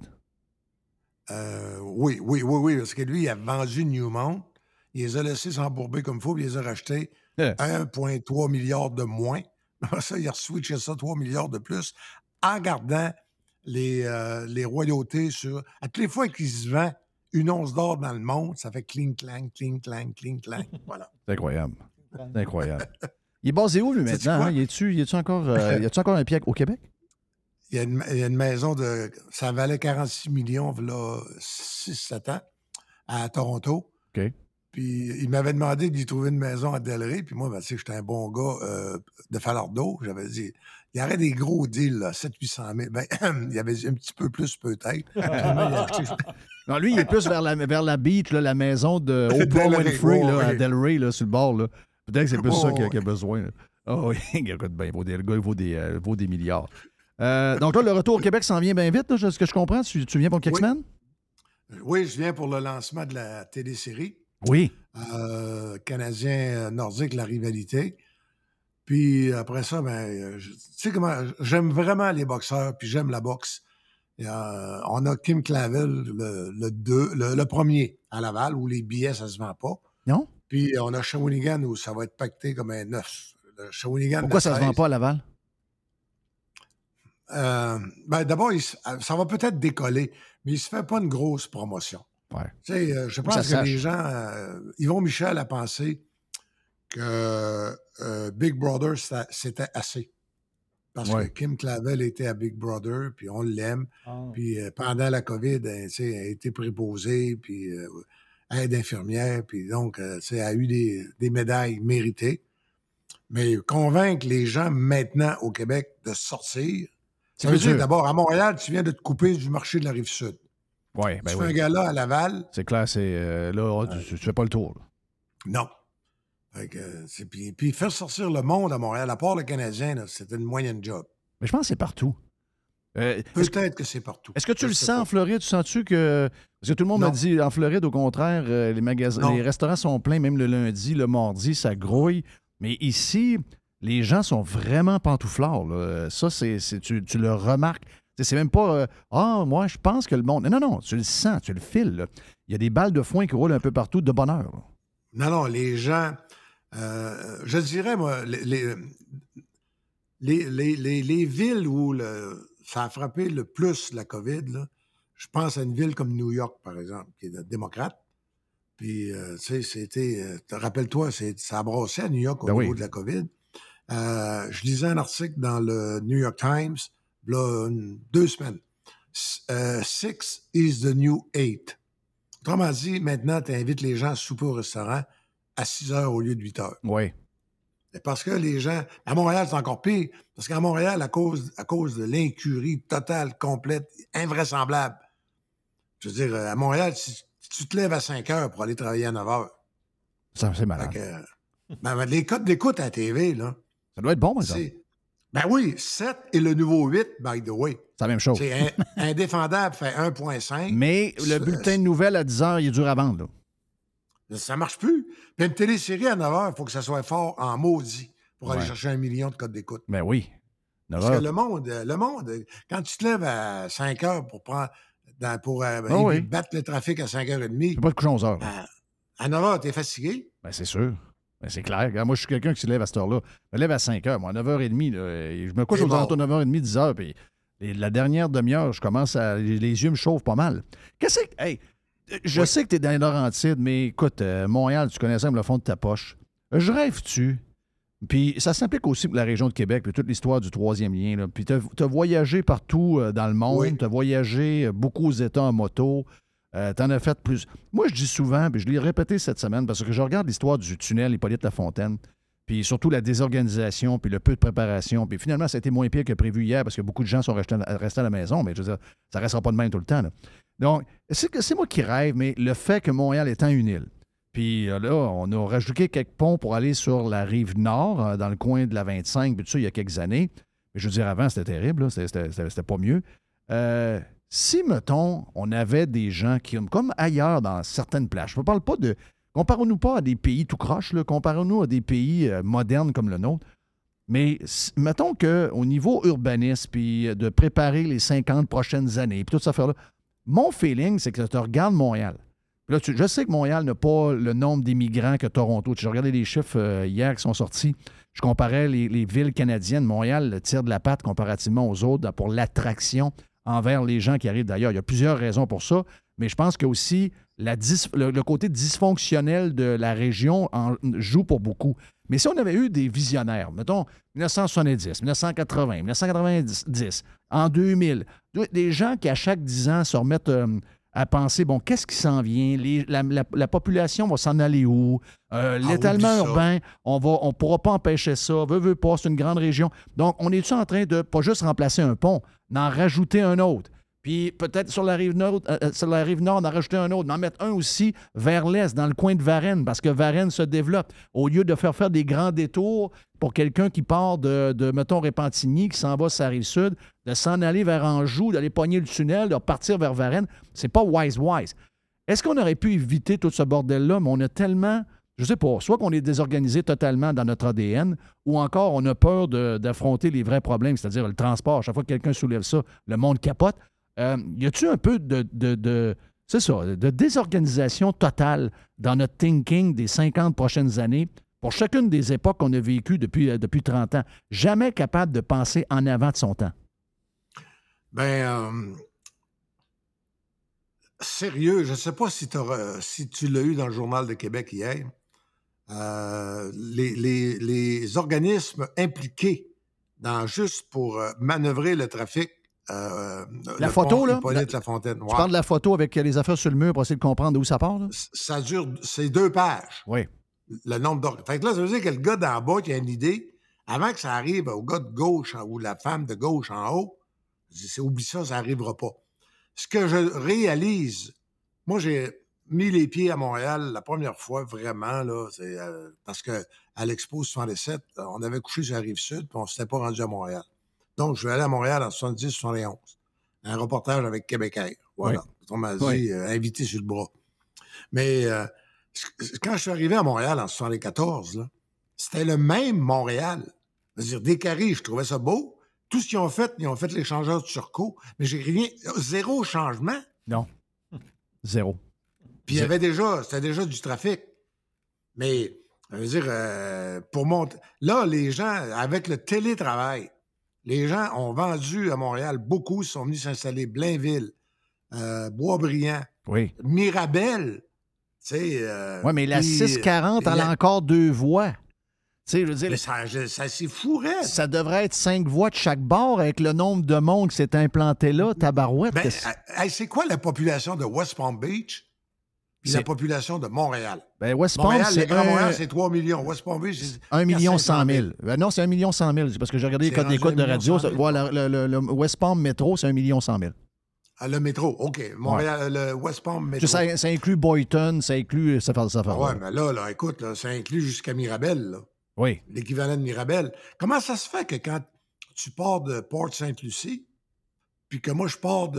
Oui, parce que lui, il a vendu Newmont, il les a laissés s'embourber comme il faut, puis il les a rachetés 1,3 milliard de moins. Après ça, il a switché ça 3 milliards de plus en gardant les royautés sur... À toutes les fois qu'il se vend une once d'or dans le monde, ça fait cling-clang, cling-clang, cling-clang. Voilà. C'est incroyable. C'est incroyable. Il est basé où, lui, maintenant? Hein? Y a-tu encore un pied au Québec? Il y a une maison de... Ça valait 46 millions, là, 6-7 ans, à Toronto. OK. Puis il m'avait demandé d'y trouver une maison à Delray. Puis moi, tu sais, j'étais un bon gars de Falardeau. J'avais dit, il y aurait des gros deals, 700-800 000. Ben, il y avait un petit peu plus, peut-être. Non, lui, il est plus vers la beach, là, la maison de Oprah Winfrey, à Delray, là, sur le bord. Là. Peut-être que c'est plus ça qu'il a besoin. Oh oui, écoute bien, le gars, il vaut des milliards. Donc là, le retour au Québec s'en vient bien vite, là, ce que je comprends. Tu viens pour quelques semaines? Oui, je viens pour le lancement de la télésérie. Oui. Canadien-Nordique, la rivalité. Puis après ça, tu sais comment, j'aime vraiment les boxeurs, puis j'aime la boxe. On a Kim Clavel, le premier à Laval, où les billets, ça se vend pas. Non? Puis on a Shawinigan, où ça va être pacté comme un œuf. Pourquoi ça se vend pas à Laval? D'abord, ça va peut-être décoller, mais il se fait pas une grosse promotion. Ouais. Tu sais, je pense que les gens... Yvon Michel a pensé que Big Brother, c'était assez. Parce que Kim Clavel était à Big Brother, puis on l'aime. Puis pendant la COVID, elle a été préposée, puis aide infirmière, puis donc, elle a eu des médailles méritées. Mais convaincre les gens maintenant au Québec de sortir, ça veut dire d'abord, à Montréal, tu viens de te couper du marché de la Rive-Sud. Ouais, tu fais un gala à Laval. C'est clair, tu fais pas le tour. Là. Non. Puis faire sortir le monde à Montréal, à part le Canadien, c'était une moyenne job. Mais je pense que c'est partout. Peut-être que c'est partout. Est-ce que tu Je le sais sens pas. en Floride? Tu sens-tu que... Parce que tout le monde Non. m'a dit, en Floride, au contraire, Non. les restaurants sont pleins, même le lundi, le mardi, ça grouille. Mais ici, les gens sont vraiment pantouflards. Là. Ça, tu le remarques. C'est même pas moi, je pense que le monde. Non, tu le sens, tu le files. Là. Il y a des balles de foin qui roulent un peu partout de bonne heure. Non, les gens. Je dirais, moi, les villes où ça a frappé le plus la COVID, là, je pense à une ville comme New York, par exemple, qui est démocrate. Puis, tu sais, c'était. Rappelle-toi, ça a brassé à New York au niveau de la COVID. Je lisais un article dans le New York Times, là, 2 semaines. 6 is the new 8. Autrement dit, maintenant, tu invites les gens à souper au restaurant à 6 heures au lieu de 8 heures. Oui. Parce que les gens... À Montréal, c'est encore pire. Parce qu'à Montréal, à cause de l'incurie totale, complète, invraisemblable, je veux dire, à Montréal, si tu te lèves à 5 heures pour aller travailler à 9 heures... Ça, c'est malade. Les codes d'écoute à la TV, là... Ça doit être bon, par exemple. Ben oui, 7 et le nouveau 8, by the way. C'est la même chose. C'est indéfendable, fait 1,5. Mais le bulletin de nouvelles à 10 heures, il est dur à vendre. Là. Ça marche plus. Puis une télésérie à 9 heures, il faut que ça soit fort en maudit pour aller chercher 1 million de codes d'écoute. Ben oui. 9 Parce heures. que le monde, quand tu te lèves à 5 heures pour prendre battre le trafic à 5h30, C'est pas de coucher 11 heures. À 9 heures, t'es fatigué. Ben c'est sûr. Ben, c'est clair. Regarde, moi, je suis quelqu'un qui se lève à cette heure-là. Je me lève à 5 heures. Moi, à 9h30, là, je me couche aux alentours de 9h30, 10 heures. Puis la dernière demi-heure, je commence à. Les yeux me chauffent pas mal. Qu'est-ce que. Hey, je sais que tu es dans les Laurentides, mais écoute, Montréal, tu connais ça comme le fond de ta poche. Je rêve-tu? Puis ça s'implique aussi pour la région de Québec, puis toute l'histoire du troisième lien. Là. Puis tu as voyagé partout dans le monde, tu as voyagé beaucoup aux États en moto. T'en as fait plus. Moi, je dis souvent, puis je l'ai répété cette semaine, parce que je regarde l'histoire du tunnel Hippolyte-Lafontaine, puis surtout la désorganisation, puis le peu de préparation. Puis finalement, ça a été moins pire que prévu hier, parce que beaucoup de gens sont restés à la maison, mais je veux dire, ça ne restera pas de même tout le temps. Là. Donc, c'est moi qui rêve, mais le fait que Montréal étant une île, puis là, on a rajouté quelques ponts pour aller sur la rive nord, dans le coin de la 25, puis tout ça, il y a quelques années. Mais je veux dire, avant, c'était terrible, là, c'était pas mieux. Si, mettons, on avait des gens qui, comme ailleurs dans certaines plages, je ne parle pas de... Comparons-nous pas à des pays tout croche, là, comparons-nous à des pays modernes comme le nôtre, mais mettons qu'au niveau urbanisme, puis de préparer les 50 prochaines années, puis toute cette affaire-là, mon feeling, c'est que tu regardes Montréal. Là, je sais que Montréal n'a pas le nombre d'immigrants que Toronto. J'ai regardé les chiffres hier qui sont sortis. Je comparais les villes canadiennes. Montréal tire de la patte comparativement aux autres pour l'attraction envers les gens qui arrivent d'ailleurs. Il y a plusieurs raisons pour ça, mais je pense que aussi le côté dysfonctionnel de la région joue pour beaucoup. Mais si on avait eu des visionnaires, mettons 1970, 1980, 1990, en 2000, des gens qui à chaque 10 ans se remettent à penser, bon, qu'est-ce qui s'en vient? La population va s'en aller où? L'étalement urbain, on ne pourra pas empêcher ça. Veut pas, c'est une grande région. Donc, on est-tu en train de pas juste remplacer un pont, d'en rajouter un autre? Puis peut-être sur la rive nord, d'en rajouter un autre, d'en mettre un aussi vers l'est, dans le coin de Varennes, parce que Varennes se développe. Au lieu de faire des grands détours pour quelqu'un qui part de mettons, Repentigny, qui s'en va sur la rive sud, de s'en aller vers Anjou, d'aller pogner le tunnel, de repartir vers Varennes, c'est pas wise. Est-ce qu'on aurait pu éviter tout ce bordel-là, mais on a tellement... Je sais pas, soit qu'on est désorganisé totalement dans notre ADN, ou encore on a peur d'affronter les vrais problèmes, c'est-à-dire le transport. À chaque fois que quelqu'un soulève ça, le monde capote. Y a-tu un peu de désorganisation totale dans notre thinking des 50 prochaines années pour chacune des époques qu'on a vécues depuis 30 ans? Jamais capable de penser en avant de son temps. Sérieux, je ne sais pas si tu l'as eu dans le Journal de Québec hier. Les organismes impliqués juste pour manœuvrer le trafic. La photo, là? Hippolyte-Lafontaine. Tu parles de la photo avec les affaires sur le mur pour essayer de comprendre d'où ça part, là? Ça dure, c'est 2 pages. Oui. Le nombre d'organismes. Fait que là, ça veut dire que le gars d'en bas qui a une idée, avant que ça arrive au gars de gauche ou la femme de gauche en haut, oublie ça, ça n'arrivera pas. Ce que je réalise, moi, j'ai mis les pieds à Montréal la première fois, vraiment, là, c'est parce qu'à l'Expo 67, on avait couché sur la Rive-Sud, puis on ne s'était pas rendu à Montréal. Donc, je suis allé à Montréal en 70-71. Un reportage avec Québécois. Voilà. On m'a dit invité sur le bras. Mais quand je suis arrivé à Montréal en 74, là, c'était le même Montréal. C'est-à-dire, Descaries, je trouvais ça beau. Tout ce qu'ils ont fait l'échangeur de Turcot. Mais j'ai zéro changement. Non. Zéro. Puis c'était déjà du trafic. Mais, je veux dire, pour monter... Là, les gens, avec le télétravail, les gens ont vendu à Montréal beaucoup, ils sont venus s'installer Blainville, Boisbriand, Mirabel. Oui, mais la 640, elle a encore 2 voies. Je veux dire, mais ça c'est fou, raide. Ça devrait être 5 voies de chaque bord avec le nombre de monde qui s'est implanté là, tabarouette. Ben, c'est quoi la population de West Palm Beach et la population de Montréal? Ben, West Palm, Montréal, c'est 3 millions. West Palm Beach, c'est 1 100 000. Non, c'est 1 100 000. C'est parce que j'ai regardé les codes d'écoute de radio. Le West Palm Métro, c'est 1 100 000. Ah, le métro, OK. Montréal, le West Palm Métro. Ça inclut Boynton, ça inclut... Ça fait. Ouais, mais là, écoute, là, ça inclut jusqu'à Mirabel, là. Oui. L'équivalent de Mirabel. Comment ça se fait que quand tu pars de Port-Sainte-Lucie, puis que moi, je pars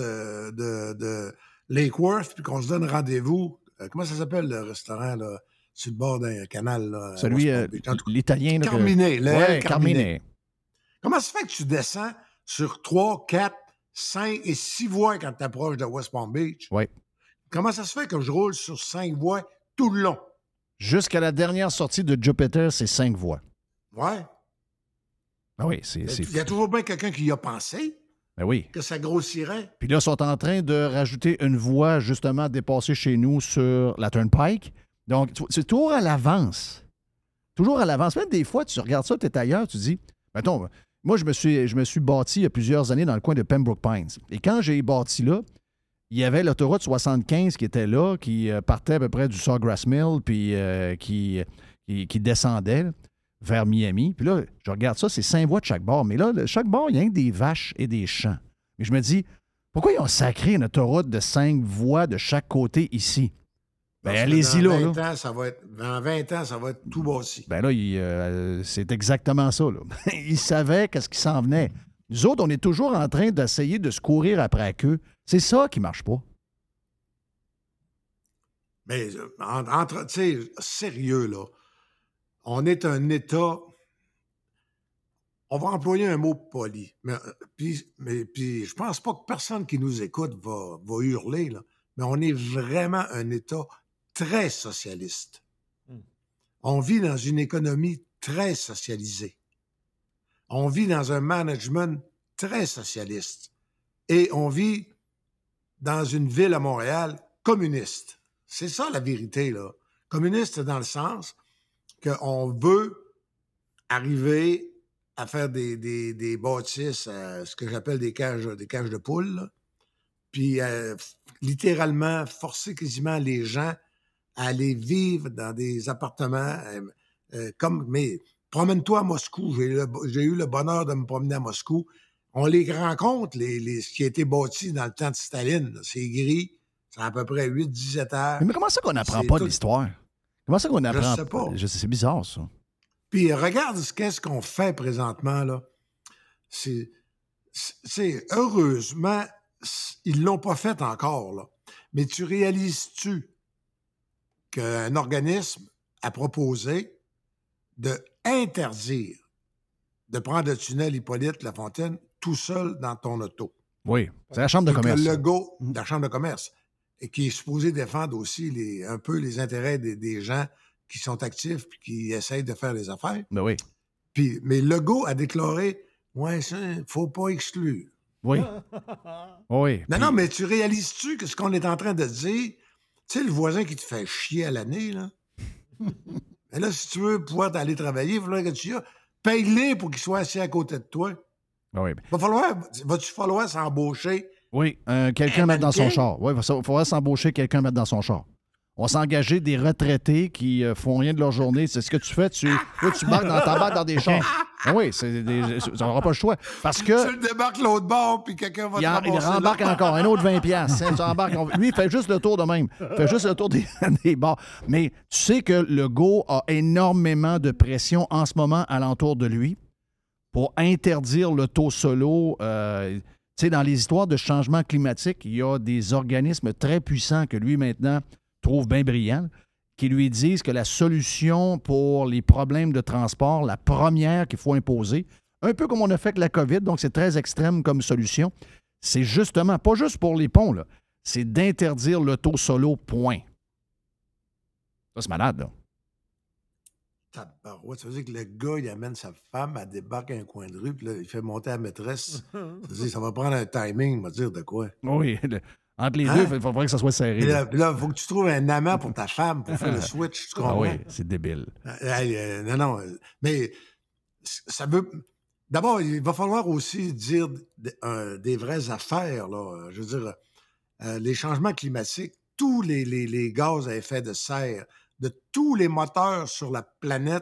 de Lake Worth, puis qu'on se donne rendez-vous, comment ça s'appelle, le restaurant, là, sur le bord d'un canal, là? Celui, l'italien... Carminé. Carminé. Comment ça se fait que tu descends sur 3, 4, 5 et 6 voies quand tu approches de West Palm Beach? Oui. Comment ça se fait que je roule sur 5 voies tout le long? Jusqu'à la dernière sortie de Jupiter, c'est 5 voies. Ouais. Ben oui, c'est il y a toujours bien quelqu'un qui y a pensé. Ben oui. Que ça grossirait. Puis là, ils sont en train de rajouter une voie, justement, dépassée chez nous sur la Turnpike. Donc, c'est toujours à l'avance. Toujours à l'avance. Même des fois, tu regardes ça, tu es ailleurs, tu dis, mettons, moi, je me suis bâti il y a plusieurs années dans le coin de Pembroke Pines. Et quand j'ai bâti là, il y avait l'autoroute 75 qui était là, qui partait à peu près du Sawgrass Mill, puis qui descendait vers Miami. Puis là, je regarde ça, c'est 5 voies de chaque bord. Mais là, chaque bord, il y a des vaches et des champs. Mais je me dis, pourquoi ils ont sacré une autoroute de 5 voies de chaque côté ici? Ben, allez-y là. Dans 20 ans, ça va être tout bâti. Ben là, c'est exactement ça. Là. Ils savaient qu'est-ce qui s'en venait. Nous autres, on est toujours en train d'essayer de se courir après la queue. C'est ça qui marche pas. Mais, tu sais, sérieux, là, on est un État... On va employer un mot poli. Mais je pense pas que personne qui nous écoute va hurler, là. Mais on est vraiment un État très socialiste. On vit dans une économie très socialisée. On vit dans un management très socialiste. Et on vit dans une ville à Montréal communiste. C'est ça la vérité, là. Communiste dans le sens qu'on veut arriver à faire des bâtisses, ce que j'appelle des cages de poules, là. Puis littéralement forcer quasiment les gens à aller vivre dans des appartements mais promène-toi à Moscou. J'ai eu le bonheur de me promener à Moscou. On les rencontre, ce qui a été bâti dans le temps de Staline. Là. C'est gris, c'est à peu près 8-10 étages. Mais comment ça qu'on n'apprend pas de l'histoire? Comment ça qu'on apprend? Je sais pas. C'est bizarre, ça. Puis regarde qu'est-ce qu'on fait présentement, là. C'est heureusement, ils l'ont pas fait encore, là. Mais tu réalises-tu qu'un organisme a proposé de interdire de prendre le tunnel Hippolyte-Lafontaine tout seul dans ton auto? Oui, c'est la Chambre de commerce. Le logo de la Chambre de commerce, et qui est supposé défendre aussi un peu les intérêts des gens qui sont actifs et qui essayent de faire des affaires. Ben oui. Mais Legault a déclaré, ouais, ça, faut pas exclure. Oui. Oui. Non, mais tu réalises-tu que ce qu'on est en train de dire, tu sais, le voisin qui te fait chier à l'année, là? Mais là, si tu veux pouvoir aller travailler, il faudrait que tu y ailles. Paye-les pour qu'ils soient assis à côté de toi. Oui. Va-tu falloir s'embaucher? Oui, quelqu'un mettre dans son char. Oui, il faudra s'embaucher quelqu'un mettre dans son char. On va s'engager des retraités qui font rien de leur journée. C'est ce que tu fais. Tu t'embarques dans des chars. Ah oui, ça n'aura pas le choix. Parce que. Tu le débarques l'autre bord, puis quelqu'un va te ramasser. Il rembarque encore un autre 20$. Lui, il fait juste le tour de même. Il fait juste le tour des bars. Mais tu sais que Legault a énormément de pression en ce moment alentour de lui pour interdire l'auto solo. Tu sais, dans les histoires de changement climatique, il y a des organismes très puissants que lui, maintenant, trouve bien brillants, qui lui disent que la solution pour les problèmes de transport, la première qu'il faut imposer, un peu comme on a fait avec la COVID, donc c'est très extrême comme solution, c'est justement, pas juste pour les ponts, là, c'est d'interdire l'auto solo, point. Ça, c'est malade, là. Tabarouette, ça veut dire que le gars, il amène sa femme, elle débarque à un coin de rue, puis là, il fait monter la maîtresse. Ça veut dire, ça va prendre un timing, va dire de quoi. Oui, entre les Hein? deux, il faudrait que ça soit serré. Puis là, il faut que tu trouves un amant pour ta femme pour faire le switch. Tu comprends? Ah oui, c'est débile. Non, mais ça veut. D'abord, il va falloir aussi dire des vraies affaires, là. Je veux dire, les changements climatiques, tous les gaz à effet de serre, de tous les moteurs sur la planète,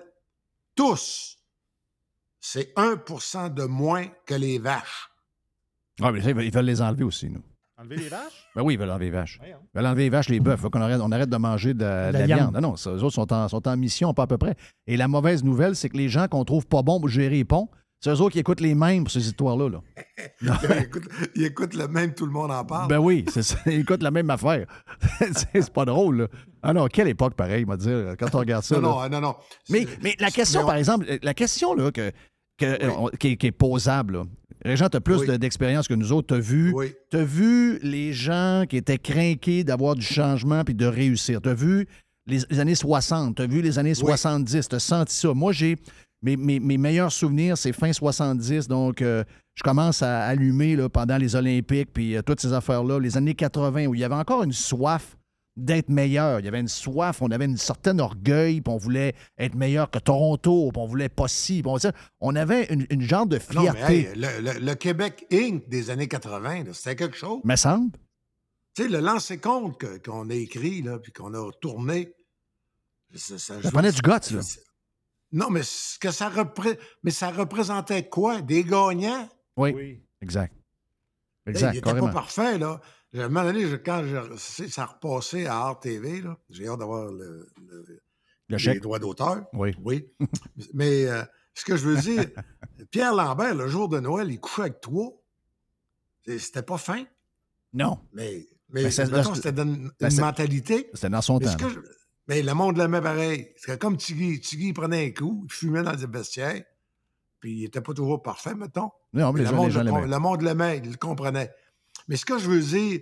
tous, c'est 1% de moins que les vaches. Ah, mais ça, ils veulent les enlever aussi, nous. Enlever les vaches? Ben oui, ils veulent enlever les vaches. Voyons. Ils veulent enlever les vaches, les bœufs. Il faut qu'on arrête de manger de la viande. Non, non, eux autres sont en mission, pas à peu près. Et la mauvaise nouvelle, c'est que les gens qu'on trouve pas bons pour gérer les ponts, c'est eux autres qui écoutent les mêmes pour ces histoires-là. Là. Ils écoutent le même, tout le monde en parle. Ben oui, c'est ça. Ils écoutent la même affaire. c'est pas drôle, là. Ah non, quelle époque, pareil, on va dire, quand on regarde ça. Non. Mais la question, par exemple, la question là, qui est posable, là. Régent, tu as plus d'expérience que nous autres. Tu as vu les gens qui étaient crainqués d'avoir du changement puis de réussir. Tu as vu les années 60, tu as vu les années 70, tu as senti ça. Moi, j'ai mes meilleurs souvenirs, c'est fin 70, donc je commence à allumer là, pendant les Olympiques puis toutes ces affaires-là. Les années 80, où il y avait encore une soif d'être meilleur. Il y avait une soif, on avait une certaine orgueil, puis on voulait être meilleur que Toronto, puis on voulait pas ci. On avait une genre de fierté. Non, mais le Québec Inc. des années 80, là, c'était quelque chose. Me semble. Tu sais, le lancer-compte qu'on a écrit, là, puis qu'on a tourné, Ça prenait du guts, là. Non, mais ça représentait quoi? Des gagnants? Oui. Exact. Il n'était pas parfait, là. À un moment donné, quand ça a repassé à Art TV, là, j'ai hâte d'avoir les droits d'auteur. Oui. Mais ce que je veux dire, Pierre Lambert, le jour de Noël, il couchait avec toi. C'était pas fin. Non. Mais mettons, c'était une mentalité. C'était dans son temps. Mais le monde l'aimait pareil. C'était comme Tiggy. Tiggy, il prenait un coup, il fumait dans le vestiaire, puis il était pas toujours parfait, mettons. Non, mais les gens l'aimaient. Le monde l'aimait, il le comprenait. Mais ce que je veux dire,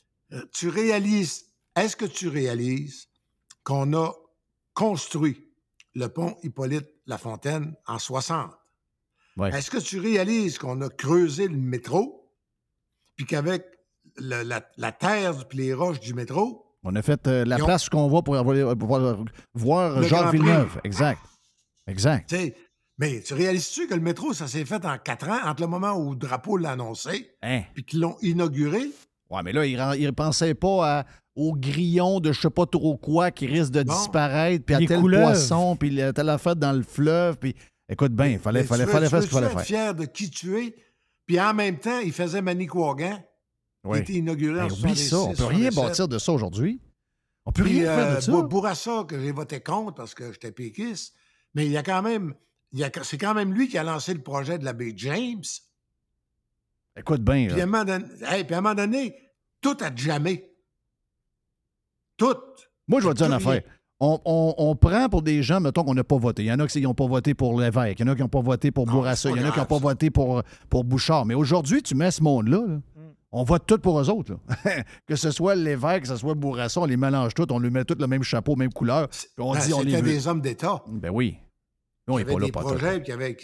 est-ce que tu réalises qu'on a construit le pont Hippolyte-Lafontaine en 60? Ouais. Est-ce que tu réalises qu'on a creusé le métro, puis qu'avec la terre et les roches du métro, on a fait la place qu'on va pour voir Jacques Villeneuve. Exact. T'sais, mais tu réalises-tu que le métro, ça s'est fait en 4 ans, entre le moment où le drapeau l'a annoncé, puis qu'ils l'ont inauguré? Oui, mais là, il ne pensait pas au grillon de je ne sais pas trop quoi qui risque de disparaître, puis à tel poisson, puis telle affaire dans le fleuve, puis écoute bien, il fallait faire ce qu'il fallait faire. Fier de qui tu es, puis en même temps, il faisait Manicouagan. Oui. Il était inauguré en 66. On ne peut rien bâtir de ça aujourd'hui. On peut rien faire de ça. Bourassa, que j'ai voté contre parce que j'étais péquiste, mais il y a quand même... c'est quand même lui qui a lancé le projet de la baie James. Écoute bien. Puis à un moment donné, tout a jamais. Tout. Moi, je vais te dire une affaire. On prend pour des gens, mettons, qu'on n'a pas voté. Il y en a qui n'ont pas voté pour Lévesque. Il y en a qui n'ont pas voté pour Bourassa. Il y en a qui n'ont pas voté pour Bouchard. Mais aujourd'hui, tu mets ce monde-là, là, on vote tout pour eux autres. Là. Que ce soit Lévesque, que ce soit Bourassa, on les mélange tous, on lui met tous le même chapeau, même couleur. On dit, on c'était des hommes d'État. Ben oui. On il y avait des projets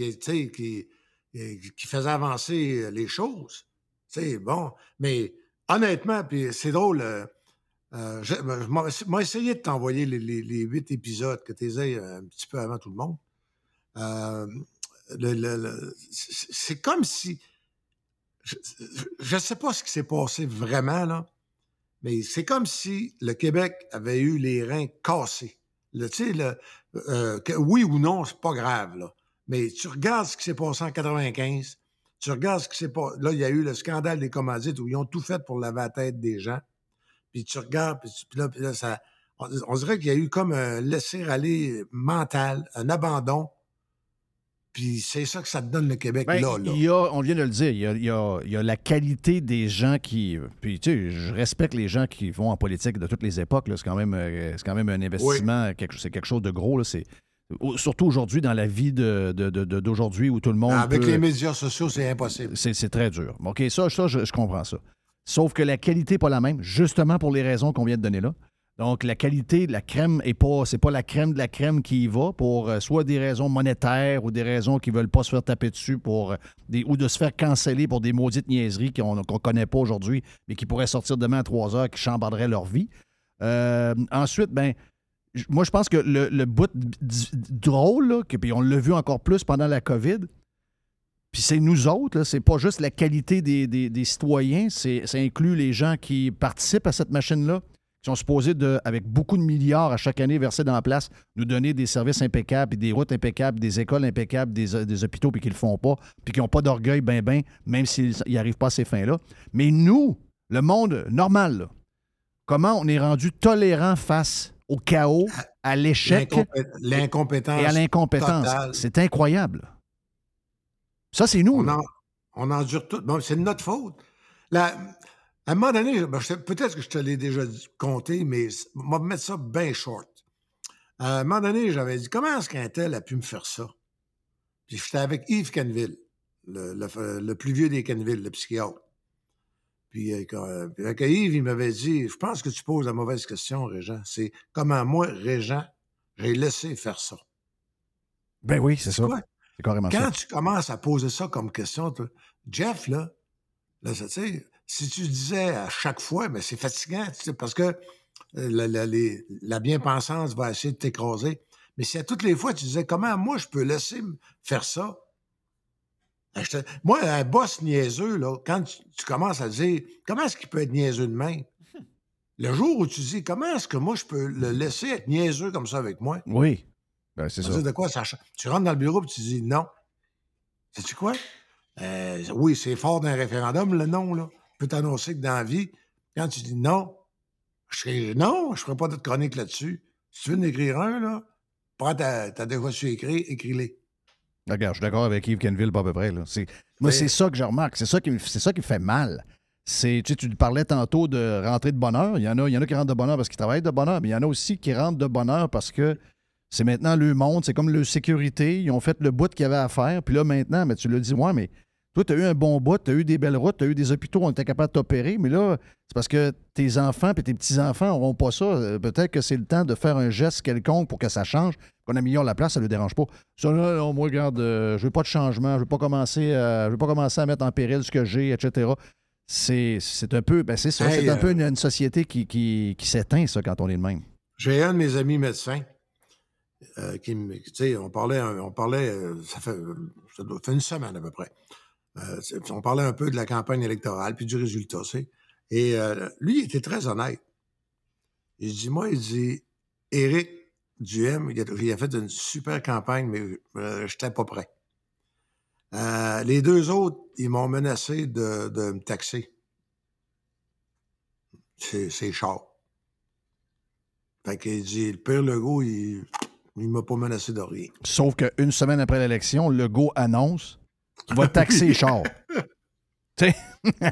qui faisaient avancer les choses. Bon, mais honnêtement, puis c'est drôle, je m'ai essayé de t'envoyer les 8 épisodes que tu aies un petit peu avant tout le monde. C'est comme si... Je ne sais pas ce qui s'est passé vraiment, là, mais c'est comme si le Québec avait eu les reins cassés. Oui ou non, c'est pas grave, là. Mais tu regardes ce qui s'est passé en 95, tu regardes ce qui s'est passé... Là, il y a eu le scandale des commandites où ils ont tout fait pour laver la tête des gens. Puis tu regardes, puis là ça... On dirait qu'il y a eu comme un laisser-aller mental, un abandon. Puis c'est ça que ça te donne le Québec, Ben, là. on vient de le dire, il y a la qualité des gens qui... Puis, tu sais, je respecte les gens qui vont en politique de toutes les époques. Là. C'est quand même un investissement, c'est quelque chose de gros. Là. Surtout aujourd'hui, dans la vie d'aujourd'hui, où tout le monde Avec les médias sociaux, c'est impossible. C'est très dur. OK, ça je comprends ça. Sauf que la qualité n'est pas la même, justement pour les raisons qu'on vient de donner là. Donc, la qualité de la crème c'est pas la crème de la crème qui y va pour soit des raisons monétaires ou des raisons qui veulent pas se faire taper dessus ou de se faire canceller pour des maudites niaiseries qu'on connaît pas aujourd'hui, mais qui pourraient sortir demain à 3 heures, qui chambarderaient leur vie. Ensuite, moi, je pense que le bout drôle, là, puis on l'a vu encore plus pendant la COVID, puis c'est nous autres, là, c'est pas juste la qualité des citoyens, ça inclut les gens qui participent à cette machine-là, qui sont supposés, avec beaucoup de milliards à chaque année versés dans la place, nous donner des services impeccables, puis des routes impeccables, des écoles impeccables, des hôpitaux, puis qu'ils le font pas, puis qui n'ont pas d'orgueil, même s'ils n'y arrivent pas à ces fins-là. Mais nous, le monde normal, là, comment on est rendu tolérant face au chaos, à l'échec l'incompétence et à l'incompétence. totale. C'est incroyable. Ça, c'est nous. On endure tout. Bon, c'est de notre faute. À un moment donné, peut-être que je te l'ai déjà compté, mais on va me mettre ça bien short. À un moment donné, j'avais dit, comment est-ce qu'un tel a pu me faire ça? Puis j'étais avec Yves Canville, le plus vieux des Canville, le psychiatre. Puis avec Yves, il m'avait dit, je pense que tu poses la mauvaise question, Régent. C'est comment moi, Régent, j'ai laissé faire ça. Ben oui, c'est ça. Ouais. C'est carrément ça. Quand tu commences à poser ça comme question, toi, Jeff, là tu sais, si tu disais à chaque fois, mais c'est fatigant, tu sais, parce que la bien-pensance va essayer de t'écraser. Mais si à toutes les fois, tu disais, comment moi, je peux laisser faire ça? Moi, un boss niaiseux, là, quand tu commences à dire, comment est-ce qu'il peut être niaiseux de même? Le jour où tu dis, comment est-ce que moi, je peux le laisser être niaiseux comme ça avec moi? Oui, c'est ça. De quoi ça. Tu rentres dans le bureau et tu dis, non. Sais-tu quoi? Oui, c'est fort d'un référendum, le non, là. Je peux t'annoncer que dans la vie, quand tu dis non, je ne ferai pas de chronique là-dessus. Si tu veux en écrire un, là, prends t'as déjà su écrire, écris-les. Regarde, je suis d'accord avec Yves Canville, pas à peu près. Là. Moi, c'est ça que je remarque. C'est ça qui me fait mal. Tu parlais tantôt de rentrer de bonne heure. Il y en a qui rentrent de bonne heure parce qu'ils travaillent de bonne heure, mais il y en a aussi qui rentrent de bonne heure parce que c'est maintenant le monde, c'est comme le sécurité. Ils ont fait le bout qu'il y avait à faire. Puis là, maintenant, tu le dis, ouais, mais toi, tu as eu un bon bout, tu as eu des belles routes, tu as eu des hôpitaux, on était capable de t'opérer, mais là, c'est parce que tes enfants et tes petits-enfants n'auront pas ça. Peut-être que c'est le temps de faire un geste quelconque pour que ça change, qu'on améliore la place, ça ne le dérange pas. Ça, là, non, moi, regarde, je veux pas de changement, je veux pas commencer à mettre en péril ce que j'ai, etc. C'est un peu, c'est ça, c'est un peu une société qui s'éteint, ça, quand on est de même. J'ai un de mes amis médecins qui me, tu sais, on parlait, ça fait une semaine à peu près. On parlait un peu de la campagne électorale puis du résultat, tu sais. Et lui, il était très honnête. Il dit, Éric Duhem, il a fait une super campagne, mais je n'étais pas prêt. Les deux autres, ils m'ont menacé de me taxer. C'est char. Fait qu'il dit, le pire Legault, il m'a pas menacé de rien. Sauf qu'une semaine après l'élection, Legault annonce qu'il va taxer les chars. Tu sais?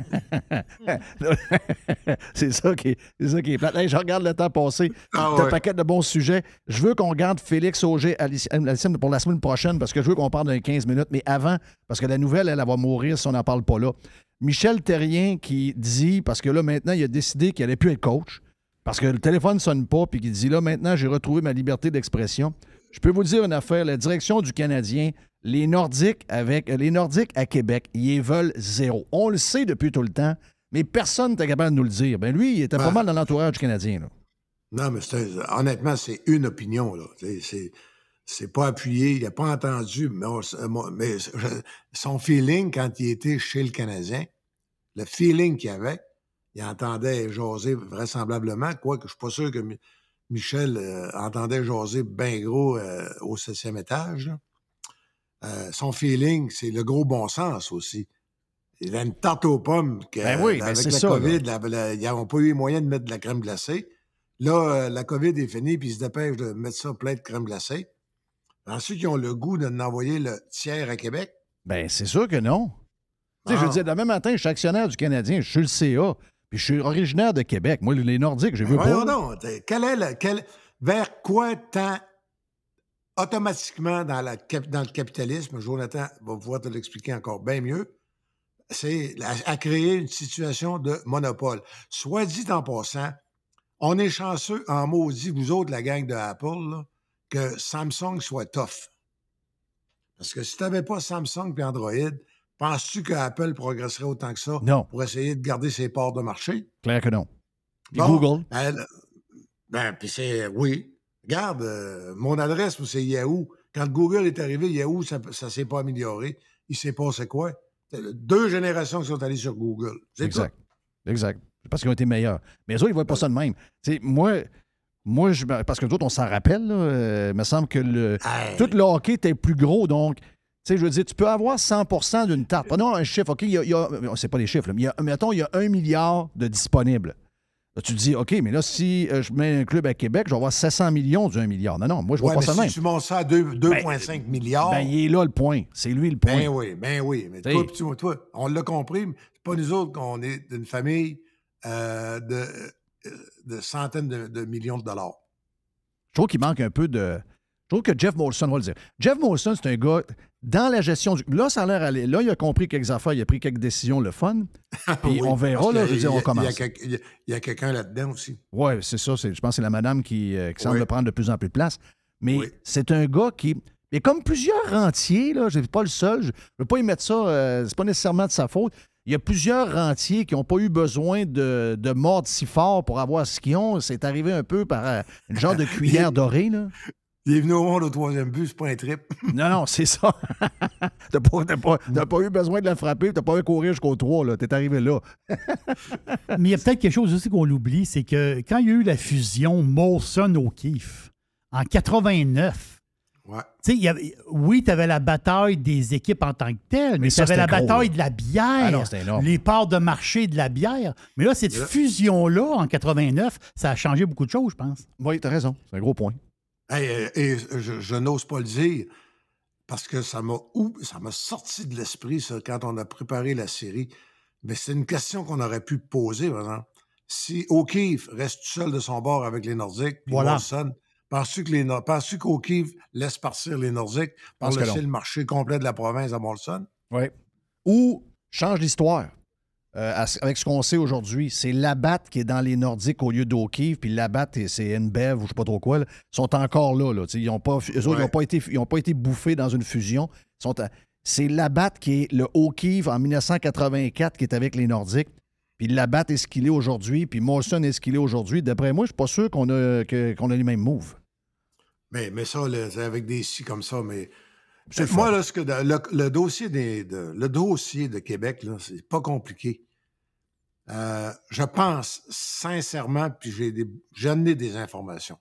c'est ça qui est plate. Hey, je regarde le temps passer. T'as un paquet de bons sujets. Je veux qu'on regarde Félix Auger pour la semaine prochaine parce que je veux qu'on parle dans 15 minutes. Mais avant, parce que la nouvelle, elle va mourir si on n'en parle pas là. Michel Therrien qui dit, parce que là, maintenant, il a décidé qu'il n'allait plus être coach parce que le téléphone ne sonne pas puis qu'il dit, là, maintenant, j'ai retrouvé ma liberté d'expression. Je peux vous dire une affaire. La direction du Canadien, les Nordiques à Québec, ils veulent zéro. On le sait depuis tout le temps, mais personne n'était capable de nous le dire. Ben lui, il était pas mal dans l'entourage du Canadien. Là. Non, mais honnêtement, c'est une opinion. Là. C'est pas appuyé, il n'a pas entendu, mais son feeling quand il était chez le Canadien, le feeling qu'il avait, il entendait jaser vraisemblablement, quoique je suis pas sûr que Michel entendait jaser bien gros au 7e étage. Son feeling, c'est le gros bon sens aussi. Il a une tarte aux pommes avec la COVID, ils n'ont pas eu moyen de mettre de la crème glacée. Là, la COVID est finie, puis ils se dépêchent de mettre ça plein de crème glacée. Penses-tu qu'ils ont le goût de nous envoyer le tiers à Québec? Ben, c'est sûr que non. Tu sais, je veux dire, demain matin, je suis actionnaire du Canadien, je suis le CA, puis je suis originaire de Québec. Moi, les Nordiques, je veux pas. Voyons donc, vers quoi tend automatiquement dans le capitalisme, Jonathan va pouvoir te l'expliquer encore bien mieux, c'est à créer une situation de monopole. Soit dit en passant, on est chanceux en maudit, vous autres, la gang de Apple, là, que Samsung soit tough. Parce que si tu n'avais pas Samsung et Android, penses-tu que Apple progresserait autant que ça pour essayer de garder ses parts de marché? Clair que non. Puis bon, Google? Puis c'est... Oui. Regarde, mon adresse, c'est Yahoo. Quand Google est arrivé, Yahoo, ça ne s'est pas amélioré. Il s'est passé quoi? 2 générations qui sont allées sur Google. C'est exact. Tout. Exact. Parce qu'ils ont été meilleurs. Mais eux autres, ils ne voient pas ça de même. T'sais, moi parce que nous autres, on s'en rappelle, là, il me semble que tout le hockey était plus gros, donc... Tu sais, je veux dire, tu peux avoir 100% d'une tarte. Prenons un chiffre, OK, c'est pas les chiffres, là, mais mettons, il y a 1 milliard de disponibles. Là, tu te dis, OK, mais là, si je mets un club à Québec, je vais avoir 700 millions du 1 milliard. Non, moi, je vois pas ça de même. Si tu montes ça à 2,5 milliards... Ben, il est là, le point. C'est lui, le point. Ben oui. Mais toi, on l'a compris, mais c'est pas nous autres qu'on est d'une famille de centaines de millions de dollars. Je trouve qu'il manque un peu de... Je trouve que Jeff Molson, on va le dire. Jeff Molson, c'est un gars, dans la gestion du... Là, ça a l'air aller. Là, il a compris quelques affaires, il a pris quelques décisions, le fun. Puis on verra, là, je veux dire, on commence. Il y a quelqu'un là-dedans aussi. Oui, c'est ça. Je pense que c'est la madame qui semble prendre de plus en plus de place. Mais c'est un gars qui... Il y a comme plusieurs rentiers, là. Je ne suis pas le seul. Je ne veux pas y mettre ça. C'est pas nécessairement de sa faute. Il y a plusieurs rentiers qui n'ont pas eu besoin de mordre si fort pour avoir ce qu'ils ont. C'est arrivé un peu par une genre de cuillère dorée, là. Il est venu au monde au 3e but, c'est pas un trip. Non, c'est ça. T'as pas eu besoin de la frapper, t'as pas eu courir jusqu'au 3, là. T'es arrivé là. Mais il y a peut-être quelque chose aussi qu'on l'oublie, c'est que quand il y a eu la fusion Molson-O'Keefe, en 89, oui, tu avais la bataille des équipes en tant que telle, mais tu avais la bataille de la bière, ah non, c'était énorme. Les parts de marché de la bière. Mais là, cette fusion-là, en 89, ça a changé beaucoup de choses, je pense. Oui, tu as raison. C'est un gros point. Et je n'ose pas le dire parce que ça m'a sorti de l'esprit, ça, quand on a préparé la série. Mais c'est une question qu'on aurait pu poser, par exemple. Si O'Keefe reste seul de son bord avec les Nordiques, puis Molson, penses-tu qu'O'Keefe laisse partir les Nordiques pour laisser le marché complet de la province à Molson? Oui. Ou change l'histoire. Avec ce qu'on sait aujourd'hui, c'est Labatt qui est dans les Nordiques au lieu d'O'Keefe, puis Labatt, c'est NBEV ou je ne sais pas trop quoi, là, sont encore là. Ils n'ont pas, été bouffés dans une fusion. C'est Labatt qui est le O'Keefe en 1984 qui est avec les Nordiques. Puis Labatt est ce qu'il est aujourd'hui, puis Molson est ce qu'il est aujourd'hui. D'après moi, je ne suis pas sûr qu'on a les mêmes moves. Mais ça, c'est avec des si comme ça, mais... Moi, là, le dossier de Québec, là, c'est pas compliqué. Je pense sincèrement, puis j'en ai des informations.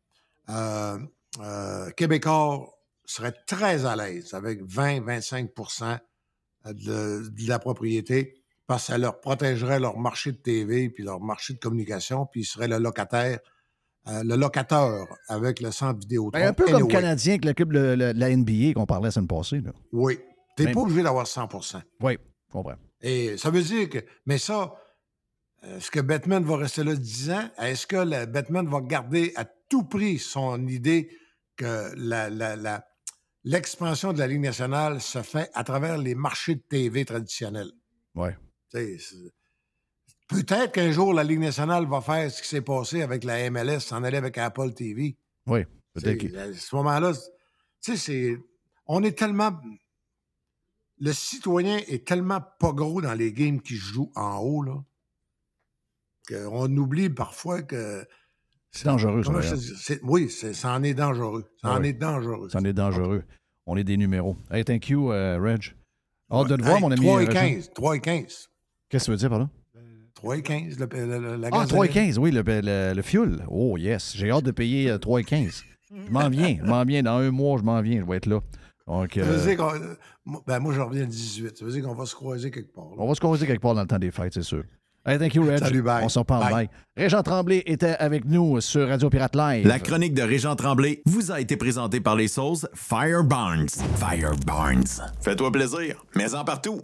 Québécois seraient très à l'aise avec 20-25% de la propriété parce que ça leur protégerait leur marché de TV puis leur marché de communication, puis ils seraient le locateur avec le centre Vidéotron. Un peu comme Canadien avec le club de la NBA qu'on parlait la semaine passée. Là. Oui. Tu n'es pas obligé d'avoir 100%. Oui, je comprends. Et ça veut dire que... Mais ça, est-ce que Bettman va rester là 10 ans? Est-ce que Bettman va garder à tout prix son idée que l'expansion de la Ligue nationale se fait à travers les marchés de TV traditionnels? Oui. Peut-être qu'un jour, la Ligue nationale va faire ce qui s'est passé avec la MLS, s'en aller avec Apple TV. Oui, peut-être. À ce moment-là, tu sais, on est tellement... Le citoyen est tellement pas gros dans les games qui se jouent en haut, là, qu'on oublie parfois que... C'est dangereux, ça. Oui, ça en est dangereux. Ça en est dangereux. Ça en est dangereux. On est des numéros. Hey, thank you, Reg. Hâte de te voir, mon ami. 3,15. 3,15. Qu'est-ce que tu veux dire par là? 3,15, la gasoline. 3,15, oui, le fuel. Oh, yes. J'ai hâte de payer 3,15. Je m'en viens. Dans un mois, je m'en viens. Je vais être là. Donc, ça veut dire moi, je reviens le 18. Ça veut dire qu'on va se croiser quelque part. Là. On va se croiser quelque part dans le temps des fêtes, c'est sûr. Hey, thank you, Reg. Salut, bye. On s'en parle, bye. Régent Tremblay était avec nous sur Radio Pirate Live. La chronique de Régent Tremblay vous a été présentée par les sauces Fire Barnes. Fire Barnes. Fais-toi plaisir, mets-en partout.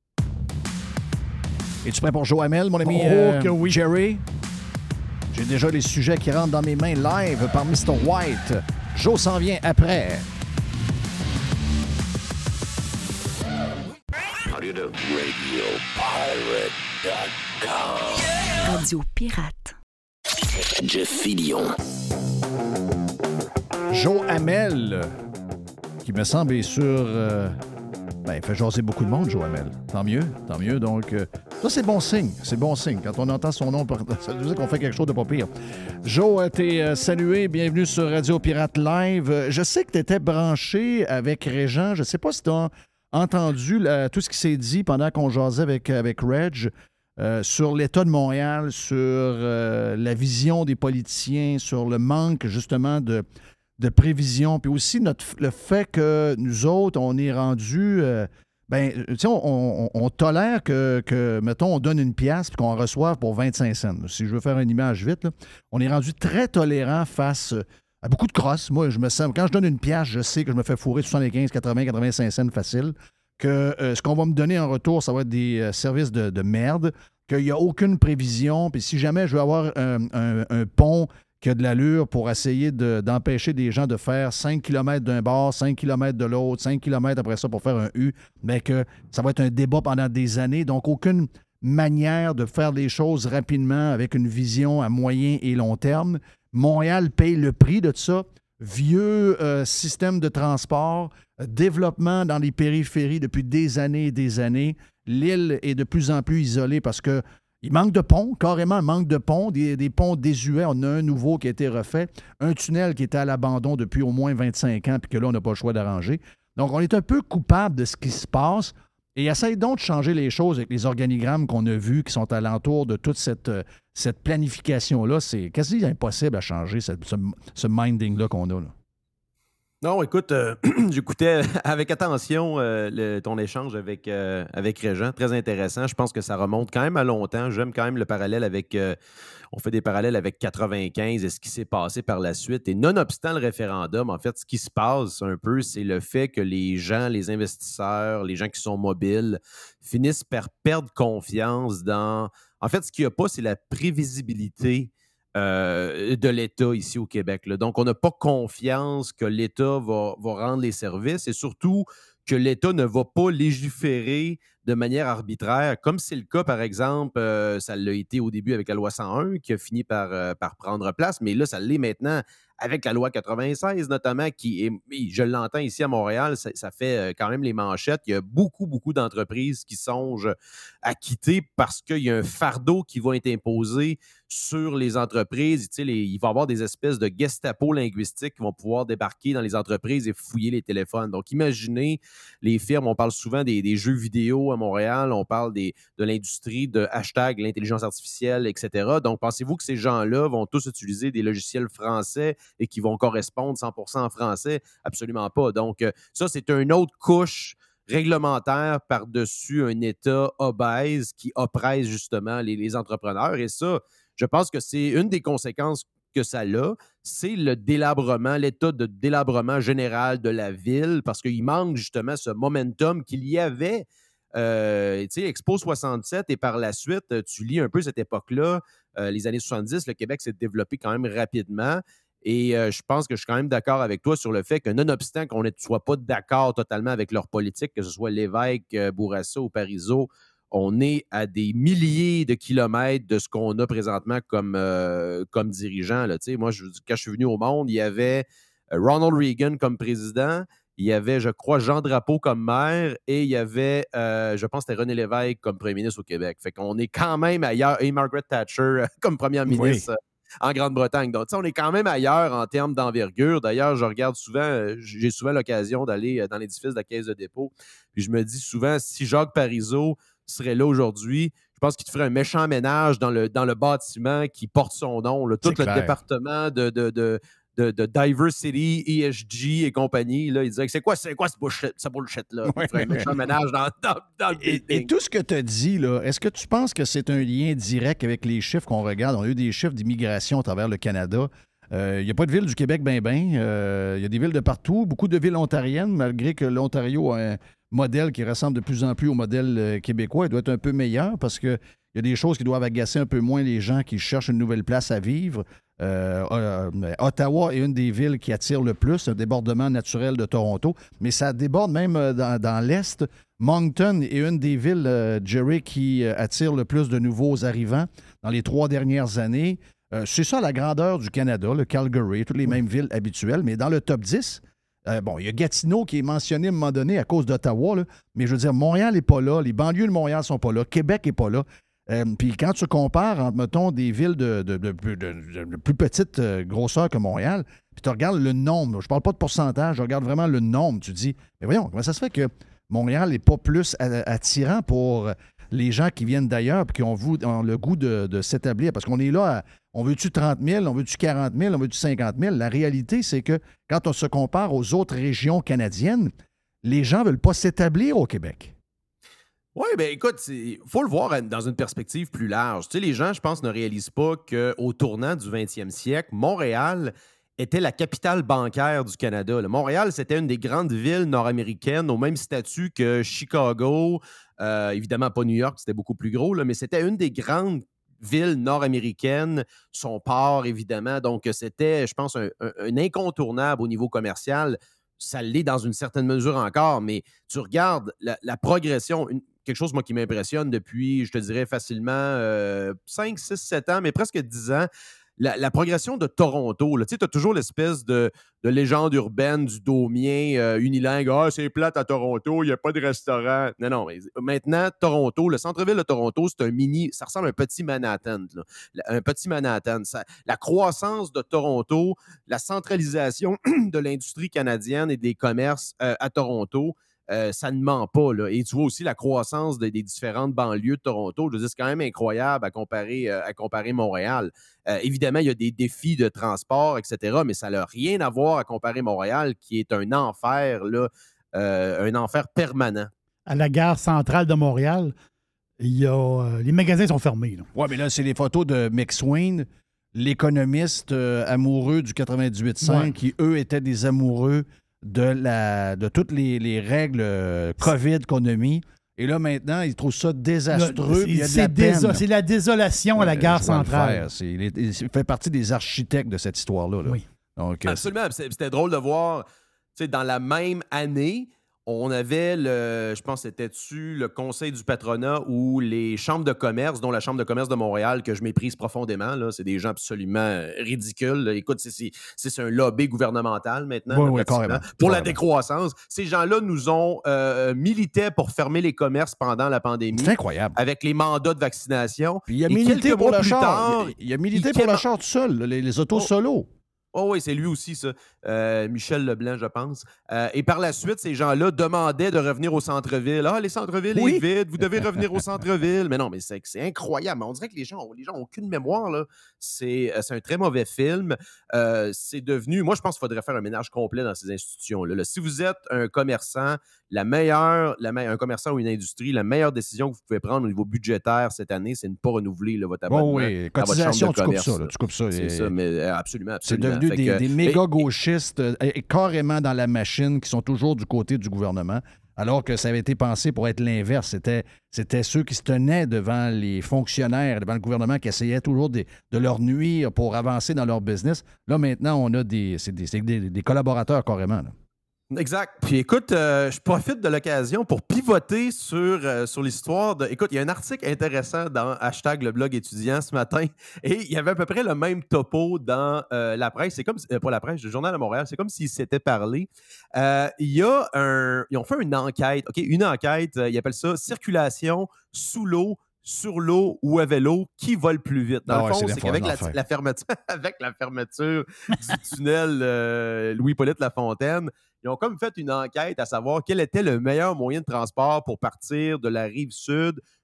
Es-tu prêt pour Joe Hamel, mon ami que oui. Jerry? J'ai déjà les sujets qui rentrent dans mes mains live par Mr. White. Joe s'en vient après. Radio Pirate. Jeff Fillion. Joe Hamel, qui me semble est sur... il fait jaser beaucoup de monde, Joe Hamel. Tant mieux. Donc, ça, c'est bon signe. C'est bon signe. Quand on entend son nom, ça veut dire qu'on fait quelque chose de pas pire. Joe, t'es salué. Bienvenue sur Radio Pirate Live. Je sais que tu étais branché avec Régent. Je sais pas si tu as entendu tout ce qui s'est dit pendant qu'on jasait avec Reg sur l'État de Montréal, sur la vision des politiciens, sur le manque, justement, de prévision, puis aussi le fait que nous autres, on est rendu... on tolère que, mettons, on donne une pièce puis qu'on en reçoive pour 25 cents. Si je veux faire une image vite, là, on est rendu très tolérant face à beaucoup de crosses. Moi, je me sens... Quand je donne une pièce, je sais que je me fais fourrer 75, 80, 85 cents facile, que ce qu'on va me donner en retour, ça va être des services de merde, qu'il n'y a aucune prévision, puis si jamais je veux avoir un pont qui a de l'allure pour essayer d'empêcher des gens de faire 5 km d'un bord, 5 km de l'autre, 5 km après ça pour faire un U, mais que ça va être un débat pendant des années. Donc, aucune manière de faire les choses rapidement avec une vision à moyen et long terme. Montréal paye le prix de ça. Vieux système de transport, développement dans les périphéries depuis des années et des années. L'île est de plus en plus isolée parce que il manque de ponts, carrément, manque de ponts, des ponts désuets. On a un nouveau qui a été refait, un tunnel qui était à l'abandon depuis au moins 25 ans puis que là, on n'a pas le choix d'arranger. Donc, on est un peu coupable de ce qui se passe et essaye donc de changer les choses avec les organigrammes qu'on a vus qui sont alentour de toute cette planification-là. C'est quasi impossible à changer, ce minding-là qu'on a, là. Non, écoute, j'écoutais avec attention ton échange avec Régent. Très intéressant. Je pense que ça remonte quand même à longtemps. J'aime quand même le parallèle avec... on fait des parallèles avec 95 et ce qui s'est passé par la suite. Et nonobstant le référendum, en fait, ce qui se passe un peu, c'est le fait que les gens, les investisseurs, les gens qui sont mobiles, finissent par perdre confiance dans... En fait, ce qu'il n'y a pas, c'est la prévisibilité de l'État ici au Québec, là. Donc, on n'a pas confiance que l'État va rendre les services et surtout que l'État ne va pas légiférer de manière arbitraire, comme c'est le cas, par exemple, ça l'a été au début avec la loi 101 qui a fini par prendre place, mais là, ça l'est maintenant avec la loi 96 notamment, qui est, je l'entends ici à Montréal, ça fait quand même les manchettes. Il y a beaucoup, beaucoup d'entreprises qui songent à quitter parce qu'il y a un fardeau qui va être imposé sur les entreprises. Tu sais, il va y avoir des espèces de Gestapo linguistiques qui vont pouvoir débarquer dans les entreprises et fouiller les téléphones. Donc, imaginez les firmes, on parle souvent des jeux vidéo à Montréal, on parle de l'industrie de hashtag, l'intelligence artificielle, etc. Donc, pensez-vous que ces gens-là vont tous utiliser des logiciels français et qui vont correspondre 100% en français? Absolument pas. Donc, ça, c'est une autre couche réglementaire par-dessus un État obèse qui oppresse justement les entrepreneurs. Et ça, je pense que c'est une des conséquences que ça a, c'est le délabrement, l'état de délabrement général de la ville, parce qu'il manque justement ce momentum qu'il y avait. Tu sais, Expo 67 et par la suite, tu lis un peu cette époque-là, les années 70, le Québec s'est développé quand même rapidement. Et je pense que je suis quand même d'accord avec toi sur le fait que, nonobstant qu'on ne soit pas d'accord totalement avec leur politique, que ce soit Lévesque, Bourassa ou Parizeau, on est à des milliers de kilomètres de ce qu'on a présentement comme dirigeant. Là. Moi, quand je suis venu au monde, il y avait Ronald Reagan comme président, il y avait, je crois, Jean Drapeau comme maire et il y avait, je pense que c'était René Lévesque comme premier ministre au Québec. Fait qu'on est quand même ailleurs, et Margaret Thatcher comme première ministre. Oui. En Grande-Bretagne. Donc, on est quand même ailleurs en termes d'envergure. D'ailleurs, je regarde souvent, j'ai souvent l'occasion d'aller dans l'édifice de la Caisse de dépôt. Puis je me dis souvent, si Jacques Parizeau serait là aujourd'hui, je pense qu'il te ferait un méchant ménage dans le bâtiment qui porte son nom. Là, tout le département de de Diversity, ESG et compagnie. Là, il disait c'est quoi ce bullshit-là? Il ferait un méchant ménage dans le Et building. tout ce que tu as dit, là, est-ce que tu penses que c'est un lien direct avec les chiffres qu'on regarde? On a eu des chiffres d'immigration à travers le Canada. Il n'y a pas de ville du Québec il y a des villes de partout, beaucoup de villes ontariennes, malgré que l'Ontario a un modèle qui ressemble de plus en plus au modèle québécois. Il doit être un peu meilleur parce qu'il y a des choses qui doivent agacer un peu moins les gens qui cherchent une nouvelle place à vivre. Ottawa est une des villes qui attire le plus, un débordement naturel de Toronto, mais ça déborde même dans l'Est. Moncton est une des villes, Jerry, qui attire le plus de nouveaux arrivants dans les 3 dernières années. C'est ça la grandeur du Canada, le Calgary, toutes les mêmes villes habituelles, mais dans le top 10, il y a Gatineau qui est mentionné à un moment donné à cause d'Ottawa, là, mais je veux dire, Montréal n'est pas là, les banlieues de Montréal ne sont pas là, Québec n'est pas là. Puis quand tu compares entre, mettons, des villes de plus petite grosseur que Montréal, puis tu regardes le nombre, je parle pas de pourcentage, je regarde vraiment le nombre, tu dis, mais voyons, comment ça se fait que Montréal n'est pas plus attirant pour les gens qui viennent d'ailleurs et qui ont le goût de s'établir? Parce qu'on est là, on veut-tu 30 000, on veut-tu 40 000, on veut-tu 50 000? La réalité, c'est que quand on se compare aux autres régions canadiennes, les gens ne veulent pas s'établir au Québec. Oui, bien écoute, il faut le voir dans une perspective plus large. Tu sais, les gens, je pense, ne réalisent pas qu'au tournant du 20e siècle, Montréal était la capitale bancaire du Canada. Là. Montréal, c'était une des grandes villes nord-américaines au même statut que Chicago. Évidemment, pas New York, c'était beaucoup plus gros, là, mais c'était une des grandes villes nord-américaines, son port, évidemment. Donc, c'était, je pense, un incontournable au niveau commercial. Ça l'est dans une certaine mesure encore, mais tu regardes la progression, quelque chose, moi, qui m'impressionne depuis, je te dirais, facilement 5, 6, 7 ans, mais presque 10 ans. La progression de Toronto, tu sais, as toujours l'espèce de légende urbaine du Daumien unilingue. Ah, c'est plate à Toronto, il n'y a pas de restaurant. Non, mais maintenant, Toronto, le centre-ville de Toronto, c'est ça ressemble à un petit Manhattan. Là. Un petit Manhattan. La croissance de Toronto, la centralisation de l'industrie canadienne et des commerces à Toronto, ça ne ment pas. Là. Et tu vois aussi la croissance des différentes banlieues de Toronto. Je veux dire, c'est quand même incroyable à comparer Montréal. Évidemment, il y a des défis de transport, etc., mais ça n'a rien à voir à comparer Montréal, qui est un enfer, là, un enfer permanent. À la gare centrale de Montréal, les magasins sont fermés. Oui, mais là, c'est les photos de Mick Swain, l'économiste amoureux du 98.5, qui, eux, étaient des amoureux de toutes les règles COVID qu'on a mis. Et là, maintenant, ils trouvent ça désastreux. C'est la désolation à la gare centrale. Il fait partie des architectes de cette histoire-là. Là. Oui. Donc, absolument. C'était drôle de voir, tu sais, dans la même année, on avait je pense que c'était-tu le Conseil du patronat ou les chambres de commerce, dont la Chambre de commerce de Montréal, que je méprise profondément. Là. C'est des gens absolument ridicules. Là. Écoute, c'est un lobby gouvernemental maintenant. Oui, carrément. Pour la décroissance. Ces gens-là nous ont milité pour fermer les commerces pendant la pandémie. C'est incroyable. Avec les mandats de vaccination. Puis il a milité pour le char. Il a milité pour le char tout seul, les autos solo. Oh oui, c'est lui aussi, ça. Michel Leblanc, je pense. Et par la suite, ces gens-là demandaient de revenir au centre-ville. Ah, les centres-villes sont vides, vous devez revenir au centre-ville. Mais non, mais c'est incroyable. On dirait que les gens n'ont aucune mémoire. Là. C'est un très mauvais film. C'est devenu... Moi, je pense qu'il faudrait faire un ménage complet dans ces institutions-là. Là. Si vous êtes un commerçant, un commerçant ou une industrie, la meilleure décision que vous pouvez prendre au niveau budgétaire cette année, c'est de ne pas renouveler là, votre abonnement. Oui, cotisation, tu coupes ça. Là. Tu coupes ça. C'est ça, mais absolument. C'est devenu des méga gauchistes carrément dans la machine qui sont toujours du côté du gouvernement, alors que ça avait été pensé pour être l'inverse. C'était ceux qui se tenaient devant les fonctionnaires, devant le gouvernement, qui essayaient toujours de leur nuire pour avancer dans leur business. Là, maintenant, on a des collaborateurs carrément. Là. Exact. Puis écoute, je profite de l'occasion pour pivoter sur l'histoire de... Écoute, il y a un article intéressant dans #le blog étudiant ce matin et il y avait à peu près le même topo dans la presse. C'est comme... pas la presse, le Journal de Montréal. C'est comme s'ils s'étaient parlé. Ils ont fait une enquête. OK, une enquête, ils appellent ça « Circulation sous l'eau, sur l'eau ou à vélo, qui vole plus vite? » Dans le fond, c'est qu'avec la fermeture du tunnel Louis-Hippolyte Lafontaine, ils ont comme fait une enquête à savoir quel était le meilleur moyen de transport pour partir de la rive sud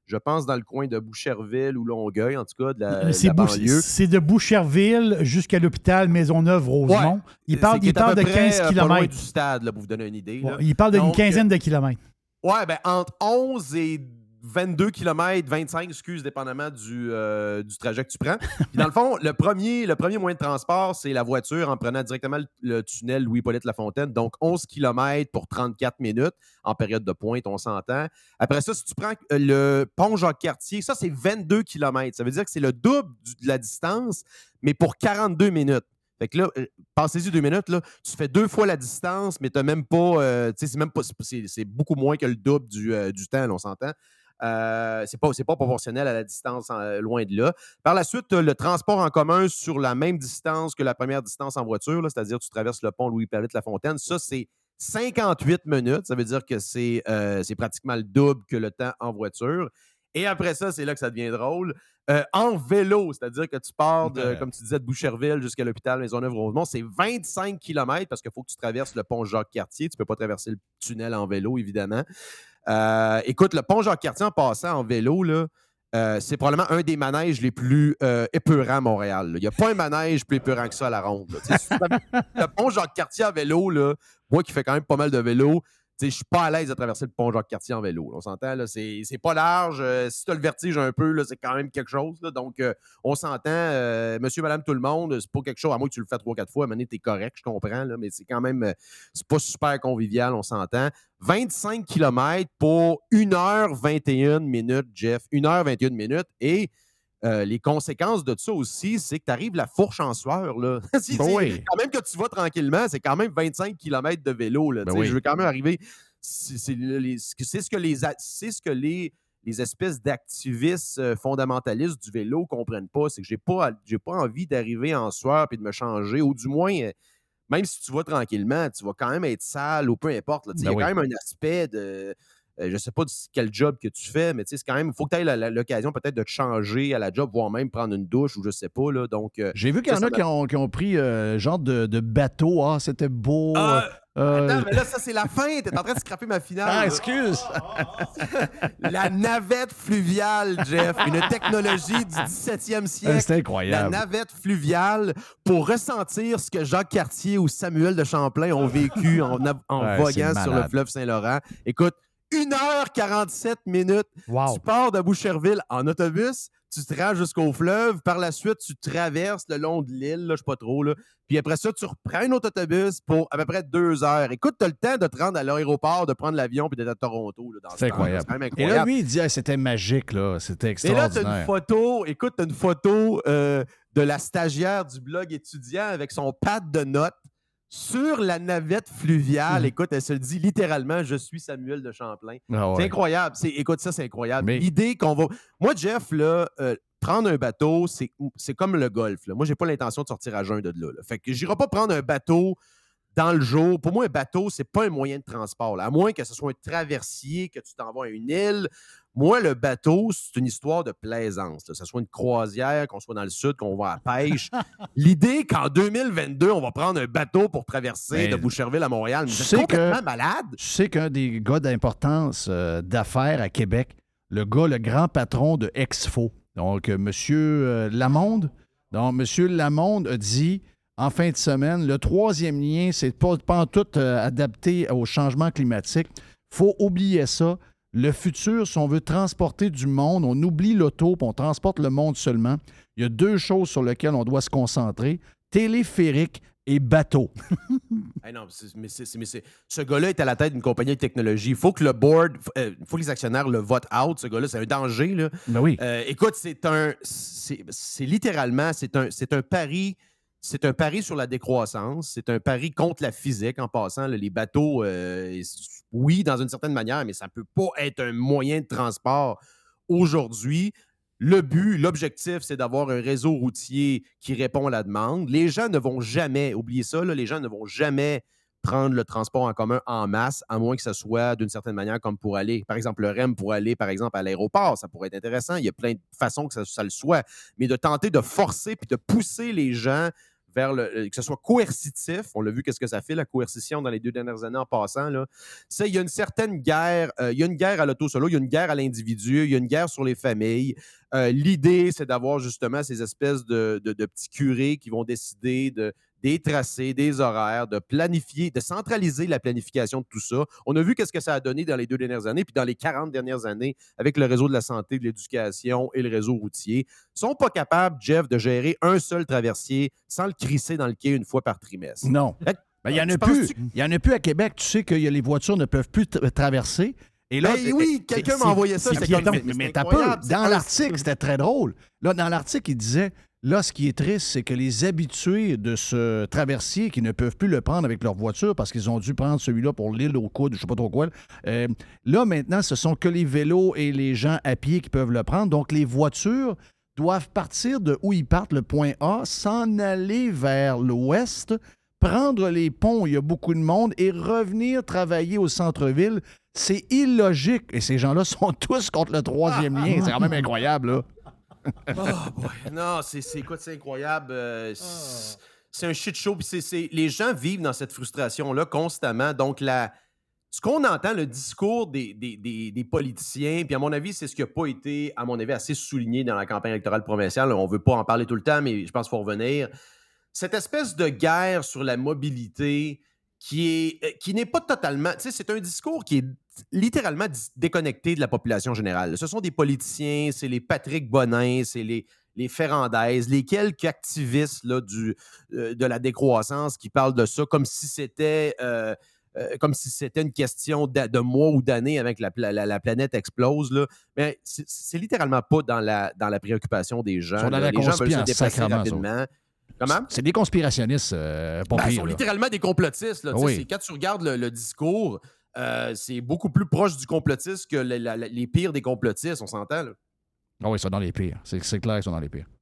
je pense dans le coin de Boucherville ou Longueuil, en tout cas, de la banlieue. C'est de Boucherville jusqu'à l'hôpital Maisonneuve-Rosemont. Ouais. Il parle de 15 Pas loin km. du stade, là, pour vous donner une idée. Là. Il parle d'une quinzaine de kilomètres. Ouais, ben entre 11 et 22 km, 25, dépendamment du trajet que tu prends. Puis dans le fond, le premier moyen de transport, c'est la voiture en prenant directement le tunnel Louis-Hippolyte Lafontaine. Donc 11 km pour 34 minutes en période de pointe, on s'entend. Après ça, si tu prends le pont Jacques-Cartier, ça, c'est 22 km. Ça veut dire que c'est le double de la distance, mais pour 42 minutes. Fait que là, passez-y 2 minutes, là, tu fais 2 fois la distance, mais tu n'as même pas, c'est beaucoup moins que le double du temps, là, on s'entend. C'est pas proportionnel à la distance loin de là. Par la suite, le transport en commun sur la même distance que la première distance en voiture, là, c'est-à-dire tu traverses le pont Louis-Hippolyte Lafontaine, ça, c'est 58 minutes. Ça veut dire que c'est pratiquement le double que le temps en voiture. Et après ça, c'est là que ça devient drôle. En vélo, c'est-à-dire que tu pars, comme tu disais, de Boucherville jusqu'à l'hôpital Maisonneuve-Rosemont, c'est 25 km parce qu'il faut que tu traverses le pont Jacques-Cartier. Tu ne peux pas traverser le tunnel en vélo, évidemment. Écoute, le pont Jacques-Cartier, en passant en vélo, là, c'est probablement un des manèges les plus épeurants à Montréal. Il n'y a pas un manège plus épeurant que ça à la ronde. Le pont Jacques-Cartier en vélo, là, moi qui fais quand même pas mal de vélo, je ne suis pas à l'aise de traverser le pont Jacques-Cartier en vélo. Là. On s'entend, là, c'est pas large. Si tu as le vertige un peu, là, c'est quand même quelque chose. Là. Donc, on s'entend, monsieur, madame, tout le monde, c'est pas quelque chose, à moins que tu le fasses 3-4 fois, à un moment donné, t'es correct, je comprends, là, mais c'est quand même, c'est pas super convivial, on s'entend. 25 km pour 1h21 minutes, Jeff. 1h21 minutes. Et les conséquences de ça aussi, c'est que tu arrives la fourche en sueur. Là. Quand même que tu vas tranquillement, c'est quand même 25 km de vélo. Là, je veux quand même arriver. C'est ce que les espèces d'activistes fondamentalistes du vélo ne comprennent pas. C'est que j'ai pas envie d'arriver en sueur et de me changer. Ou du moins, même si tu vas tranquillement, tu vas quand même être sale ou peu importe. Il y a quand même un aspect de... je ne sais pas quel job que tu fais, mais c'est quand même, il faut que tu aies l'occasion peut-être de te changer à la job, voire même prendre une douche ou je ne sais pas. Là, donc, j'ai vu qu'il y en a qui ont pris genre de bateau. Ah, c'était beau. Attends, mais là, ça, c'est la fin. Tu es en train de scraper ma finale. Ah, excuse. La navette fluviale, Jeff. Une technologie du 17e siècle. C'est incroyable. La navette fluviale pour ressentir ce que Jacques Cartier ou Samuel de Champlain ont vécu en voguant sur le fleuve Saint-Laurent. Écoute, 1h47 minutes. Wow. Tu pars de Boucherville en autobus, tu te rends jusqu'au fleuve. Par la suite, tu traverses le long de l'île, là, je ne sais pas trop. Là. Puis après ça, tu reprends un autre autobus pour à peu près 2 heures. Écoute, tu as le temps de te rendre à l'aéroport, de prendre l'avion puis d'être à Toronto. Là, c'est incroyable. C'est incroyable. Et là, lui, il dit c'était magique, là. C'était extraordinaire. Et là, tu as une photo de la stagiaire du blog étudiant avec son pad de notes sur la navette fluviale. Écoute, elle se dit littéralement « Je suis Samuel de Champlain ». C'est incroyable. Écoute, ça, c'est incroyable. Mais... L'idée qu'on va... Moi, Jeff, là, prendre un bateau, c'est comme le golf. Là. Moi, j'ai pas l'intention de sortir à jeun de là. Fait que j'irai pas prendre un bateau dans le jour. Pour moi, un bateau, c'est pas un moyen de transport. Là. À moins que ce soit un traversier, que tu t'en vas à une île. Moi, le bateau, c'est une histoire de plaisance. Là. Que ce soit une croisière, qu'on soit dans le sud, qu'on va à la pêche. L'idée qu'en 2022, on va prendre un bateau pour traverser de Boucherville à Montréal, c'est complètement malade. Tu sais qu'un des gars d'importance d'affaires à Québec, le grand patron de Exfo, donc M. Lamonde, a dit en fin de semaine, le 3e lien, c'est pas en tout adapté au changement climatique. Il faut oublier ça. Le futur, si on veut transporter du monde, on oublie l'auto puis on transporte le monde seulement. Il y a 2 choses sur lesquelles on doit se concentrer, téléphérique et bateau. Hey non, ce gars-là est à la tête d'une compagnie de technologie. Il faut que le board, il faut que les actionnaires le votent out. Ce gars-là, c'est un danger. Là. Ben oui. Écoute, c'est littéralement, c'est un pari. C'est un pari sur la décroissance. C'est un pari contre la physique en passant. Là, les bateaux, oui, dans une certaine manière, mais ça ne peut pas être un moyen de transport aujourd'hui. L'objectif, c'est d'avoir un réseau routier qui répond à la demande. Les gens ne vont jamais, oubliez ça, là, les gens ne vont jamais prendre le transport en commun en masse, à moins que ce soit d'une certaine manière comme pour aller, par exemple, le REM pour aller, par exemple, à l'aéroport. Ça pourrait être intéressant. Il y a plein de façons que ça le soit. Mais de tenter de forcer puis de pousser les gens que ce soit coercitif. On l'a vu, qu'est-ce que ça fait, la coercition dans les 2 dernières années en passant. Là. Il y a une certaine guerre. Il y a une guerre à l'auto-solo, il y a une guerre à l'individu, il y a une guerre sur les familles. L'idée, c'est d'avoir justement ces espèces de petits curés qui vont décider des tracés, des horaires, de planifier, de centraliser la planification de tout ça. On a vu qu'est-ce que ça a donné dans les 2 dernières années, puis dans les 40 dernières années, avec le réseau de la santé, de l'éducation et le réseau routier. Ils ne sont pas capables, Jeff, de gérer un seul traversier sans le crisser dans le quai une fois par trimestre. Non. Il n'y en a plus. Il n'y en a plus à Québec. Tu sais que les voitures ne peuvent plus traverser. Et là, oui, quelqu'un m'a envoyé ça. Mais t'as peu. Dans l'article, c'était très drôle. Là, dans l'article, il disait... Là, ce qui est triste, c'est que les habitués de ce traversier qui ne peuvent plus le prendre avec leur voiture parce qu'ils ont dû prendre celui-là pour l'île au coude, je ne sais pas trop quoi. Là, maintenant, ce sont que les vélos et les gens à pied qui peuvent le prendre. Donc, les voitures doivent partir de où ils partent, le point A, s'en aller vers l'ouest, prendre les ponts où il y a beaucoup de monde et revenir travailler au centre-ville. C'est illogique. Et ces gens-là sont tous contre le troisième lien. C'est quand même incroyable, là. Non, c'est incroyable. C'est un shit show. Les gens vivent dans cette frustration-là constamment. Donc, ce qu'on entend, le discours des politiciens, puis à mon avis, c'est ce qui n'a pas été, à mon avis, assez souligné dans la campagne électorale provinciale. On ne veut pas en parler tout le temps, mais je pense qu'il faut revenir. Cette espèce de guerre sur la mobilité qui n'est pas totalement... Tu sais, c'est un discours qui est littéralement déconnecté de la population générale. Ce sont des politiciens, c'est les Patrick Bonin, c'est les Ferrandez, les quelques activistes là, de la décroissance qui parlent de ça comme si c'était une question de mois ou d'années avec la planète explose. Là. Mais c'est littéralement pas dans la préoccupation des gens. Les gens veulent se déplacer rapidement. Comment? C'est des conspirationnistes, pas pire. Ils sont littéralement des complotistes. Là. Oui. Quand tu regardes le discours, c'est beaucoup plus proche du complotiste que les pires des complotistes, on s'entend. Ah oui, ils sont dans les pires. C'est clair qu'ils sont dans les pires.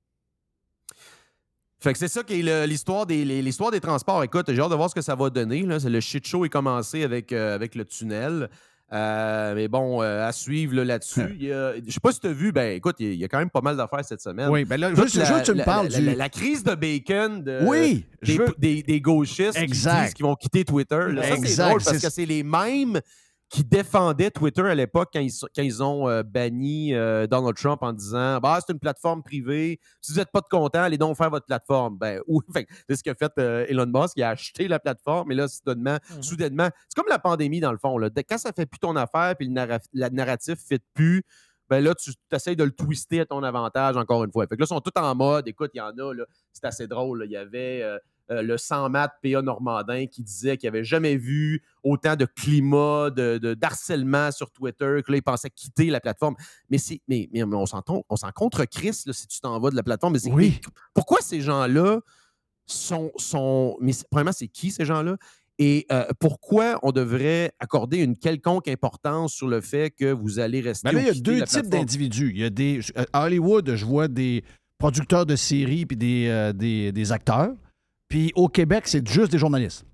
Fait que c'est ça qui est l'histoire des transports. Écoute, j'ai hâte de voir ce que ça va donner. Là. Le shit show est commencé avec le tunnel. Mais bon, à suivre là-dessus. Je sais pas si tu as vu, écoute, il y a quand même pas mal d'affaires cette semaine. Oui, là, je veux que tu me parles la crise de bacon des gauchistes qui vont quitter Twitter. Là. Ça, c'est drôle parce que c'est les mêmes qui défendaient Twitter à l'époque quand ils ont banni Donald Trump en disant c'est une plateforme privée, si vous n'êtes pas content, allez donc faire votre plateforme. C'est ce qu'a fait Elon Musk, il a acheté la plateforme, mais là, soudainement, c'est comme la pandémie dans le fond. Là. Quand ça ne fait plus ton affaire et le narratif ne fit plus, là, tu essaies de le twister à ton avantage encore une fois. Fait que là, ils sont tous en mode, écoute, il y en a, là, c'est assez drôle. Là. Il y avait le 100 maths P.A. Normandin qui disait qu'il n'avait jamais vu autant de climat, d'harcèlement sur Twitter, que là, il pensait quitter la plateforme. Mais on s'en contre-crisse si tu t'en vas de la plateforme. Mais pourquoi ces gens-là sont... Mais premièrement, c'est qui ces gens-là? Et pourquoi on devrait accorder une quelconque importance sur le fait que vous allez rester il y a deux types d'individus. Il y a à Hollywood, je vois des producteurs de séries puis des acteurs. Puis au Québec, c'est juste des journalistes.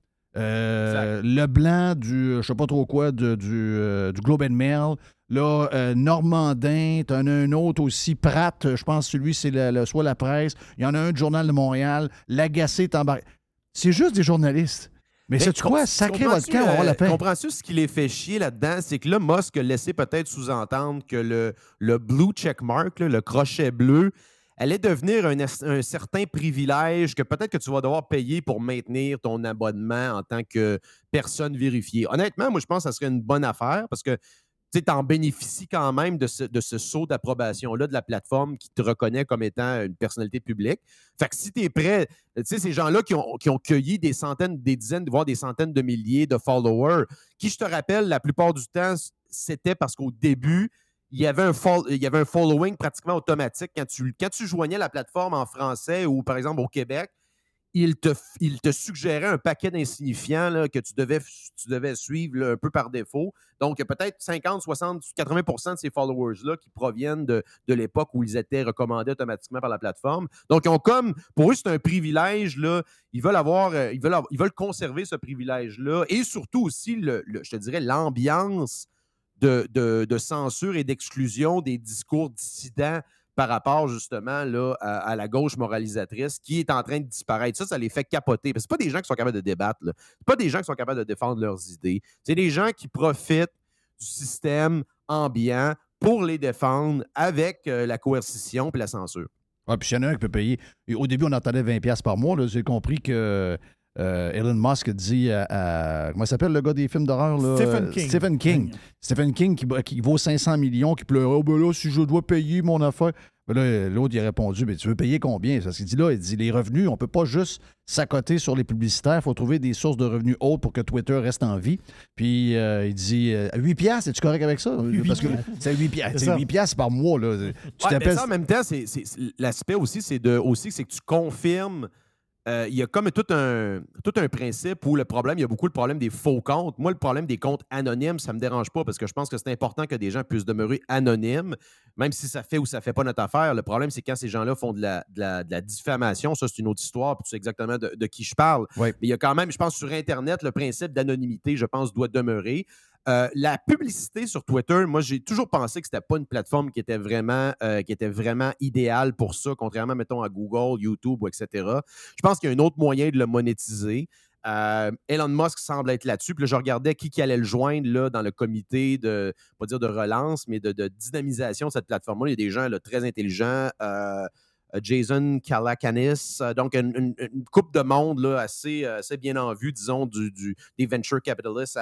Leblanc du, je sais pas trop quoi, du Globe and Mail. Là, Normandin, tu en as un autre aussi, Pratt, je pense que celui, c'est soit la presse. Il y en a un du Journal de Montréal. L'Agacé est embarqué. C'est juste des journalistes. Mais sais-tu quoi? Sacré votre camp, on va avoir la peine. Comprends-tu ce qui les fait chier là-dedans? C'est que là, Musk a laissé peut-être sous-entendre que le blue checkmark, le crochet bleu, allait devenir un certain privilège que peut-être que tu vas devoir payer pour maintenir ton abonnement en tant que personne vérifiée. Honnêtement, moi, je pense que ça serait une bonne affaire parce que tu en bénéficies quand même de ce saut d'approbation-là de la plateforme qui te reconnaît comme étant une personnalité publique. Fait que si tu es prêt, tu sais, ces gens-là qui ont cueilli des centaines, des dizaines, voire des centaines de milliers de followers, qui, je te rappelle, la plupart du temps, c'était parce qu'au début, il y avait un following pratiquement automatique quand tu joignais la plateforme en français ou, par exemple, au Québec, il te suggérait un paquet d'insignifiants là, que tu devais suivre là, un peu par défaut. Donc, il y a peut-être 50, 60, 80% de ces followers-là qui proviennent de l'époque où ils étaient recommandés automatiquement par la plateforme. Donc, ils ont comme, pour eux, c'est un privilège. Là, ils veulent conserver ce privilège-là. Et surtout aussi, je te dirais, l'ambiance de censure et d'exclusion des discours dissidents par rapport justement là, à la gauche moralisatrice qui est en train de disparaître. Ça les fait capoter. Parce que c'est pas des gens qui sont capables de débattre. Là. C'est pas des gens qui sont capables de défendre leurs idées. C'est des gens qui profitent du système ambiant pour les défendre avec la coercition et la censure. Oui, puis il y en a un qui peut payer. Et au début, on entendait 20$ par mois. Là. J'ai compris que Elon Musk dit à comment s'appelle le gars des films d'horreur? Là? Stephen King. Stephen King qui vaut 500 millions, qui pleure. Oh, ben là, si je dois payer mon affaire. Ben là, l'autre, il a répondu, mais tu veux payer combien? Parce qu'il dit là, il dit les revenus, on ne peut pas juste s'accoter sur les publicitaires. Il faut trouver des sources de revenus hautes pour que Twitter reste en vie. Puis il dit 8$, es-tu correct avec ça? Parce que c'est 8$. C'est 8$ par mois. Là. Mais ça, en même temps, l'aspect aussi, c'est que tu confirmes. Il y a comme tout un principe où il y a beaucoup le problème des faux comptes. Moi, le problème des comptes anonymes, ça ne me dérange pas parce que je pense que c'est important que des gens puissent demeurer anonymes, même si ça fait ou ça ne fait pas notre affaire. Le problème, c'est quand ces gens-là font de la diffamation. Ça, c'est une autre histoire, puis tu sais exactement de qui je parle. Oui. Mais il y a quand même, je pense, sur Internet, le principe d'anonymité, je pense, doit demeurer. La publicité sur Twitter, moi, j'ai toujours pensé que c'était pas une plateforme qui était vraiment idéale pour ça, contrairement, mettons, à Google, YouTube, etc. Je pense qu'il y a un autre moyen de le monétiser. Elon Musk semble être là-dessus. Puis là, je regardais qui allait le joindre là, dans le comité de, pas dire de relance, mais de dynamisation de cette plateforme-là. Il y a des gens là, très intelligents. Jason Calacanis, donc une couple de monde là, assez bien en vue, disons, des venture capitalists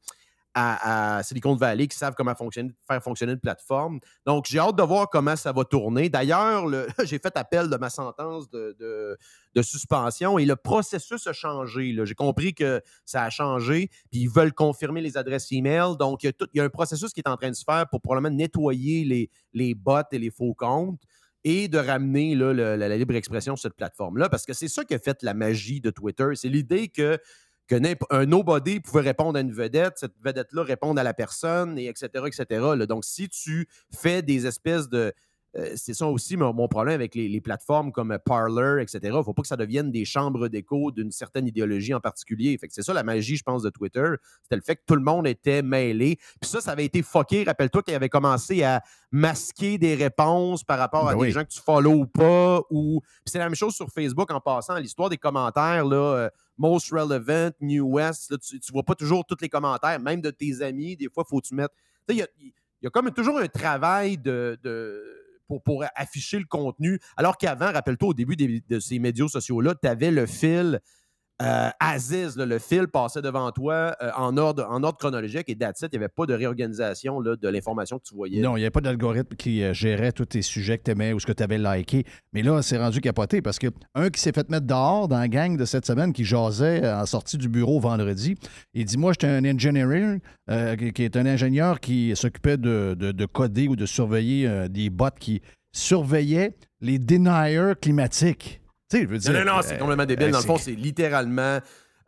à Silicon Valley qui savent comment faire fonctionner une plateforme. Donc, j'ai hâte de voir comment ça va tourner. D'ailleurs, j'ai fait appel de ma sentence de suspension et le processus a changé. Là. J'ai compris que ça a changé, puis ils veulent confirmer les adresses email. Donc, il y a un processus qui est en train de se faire pour probablement nettoyer les bots et les faux comptes et de ramener là, la libre expression sur cette plateforme-là, parce que c'est ça qui a fait la magie de Twitter. C'est l'idée qu'un nobody pouvait répondre à une vedette, cette vedette-là répondre à la personne, et etc., etc. Là. Donc, si tu fais des espèces de... c'est ça aussi mon problème avec les plateformes comme Parler, etc. Il ne faut pas que ça devienne des chambres d'écho d'une certaine idéologie en particulier. Fait que c'est ça la magie, je pense, de Twitter. C'était le fait que tout le monde était mêlé. Puis ça avait été fucké. Rappelle-toi qu'il avait commencé à masquer des réponses par rapport à des gens que tu follow ou pas. Puis c'est la même chose sur Facebook en passant. L'histoire des commentaires, là... Most Relevant, New West, là, tu ne vois pas toujours tous les commentaires, même de tes amis. Des fois, il faut que tu mettes... Il y a comme toujours un travail pour afficher le contenu. Alors qu'avant, rappelle-toi, au début de ces médias sociaux-là, tu avais le fil Aziz, là, le fil passait devant toi en ordre chronologique et that's it, il n'y avait pas de réorganisation là, de l'information que tu voyais. Non, il n'y avait pas d'algorithme qui gérait tous tes sujets que tu aimais ou ce que tu avais liké. Mais là, c'est rendu capoté parce que un qui s'est fait mettre dehors dans la gang de cette semaine qui jasait en sortie du bureau vendredi, il dit « Moi, j'étais un engineer qui est un ingénieur qui s'occupait de coder ou de surveiller des bots qui surveillaient les deniers climatiques. » Tu sais, je veux dire, non, c'est complètement débile. Dans le fond, c'est littéralement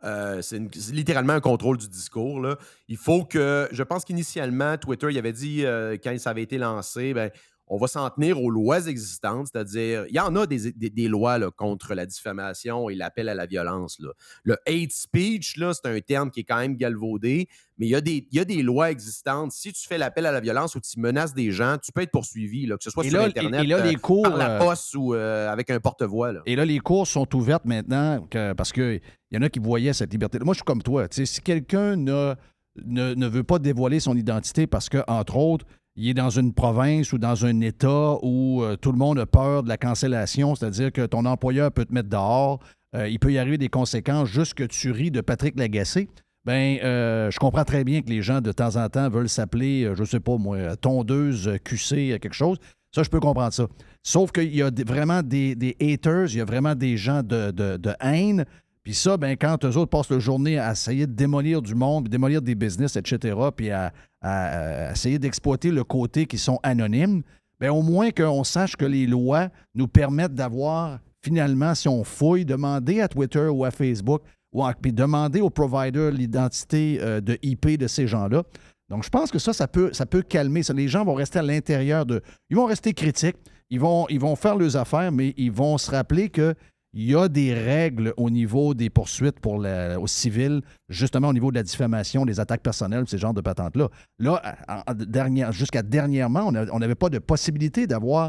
un contrôle du discours. Là. Il faut que... Je pense qu'initialement, Twitter, il avait dit, quand ça avait été lancé, on va s'en tenir aux lois existantes, c'est-à-dire, il y en a des lois là, contre la diffamation et l'appel à la violence. Là. Le hate speech, là, c'est un terme qui est quand même galvaudé, mais il y a des lois existantes. Si tu fais l'appel à la violence ou tu menaces des gens, tu peux être poursuivi, là, que ce soit sur Internet, les cours, par la poste ou avec un porte-voix. Là. Et là, les cours sont ouvertes maintenant parce qu'il y en a qui voyaient cette liberté. Moi, je suis comme toi. Si quelqu'un ne veut pas dévoiler son identité parce que, entre autres, il est dans une province ou dans un État où tout le monde a peur de la cancellation, c'est-à-dire que ton employeur peut te mettre dehors, il peut y arriver des conséquences juste que tu ris de Patrick Lagacé. Je comprends très bien que les gens, de temps en temps, veulent s'appeler, je sais pas moi, tondeuse, QC, quelque chose. Ça, je peux comprendre ça. Sauf qu'il y a vraiment des haters, il y a vraiment des gens de haine. Puis ça, quand eux autres passent la journée à essayer de démolir du monde, démolir des business, etc., puis à essayer d'exploiter le côté qui sont anonymes, au moins qu'on sache que les lois nous permettent d'avoir, finalement, si on fouille, demander à Twitter ou à Facebook, puis demander aux providers l'identité de IP de ces gens-là. Donc, je pense que ça peut calmer ça. Les gens vont rester à l'intérieur ils vont rester critiques, ils vont faire leurs affaires, mais ils vont se rappeler que il y a des règles au niveau des poursuites aux civils, justement au niveau de la diffamation, des attaques personnelles, ces genres de patentes-là. Là, jusqu'à dernièrement, on n'avait pas de possibilité d'avoir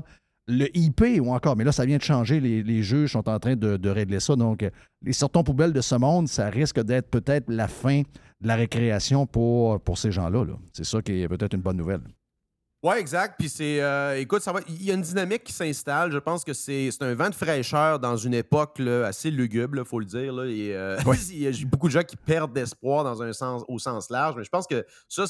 le IP ou encore, mais là, ça vient de changer. Les juges sont en train de régler ça. Donc, les sortons poubelles de ce monde, ça risque d'être peut-être la fin de la récréation pour ces gens-là. Là. C'est ça qui est peut-être une bonne nouvelle. Oui, exact. Puis écoute, il y a une dynamique qui s'installe. Je pense que c'est un vent de fraîcheur dans une époque là, assez lugubre, il faut le dire. Là. Et, il y a beaucoup de gens qui perdent d'espoir au sens large. Mais je pense que ça,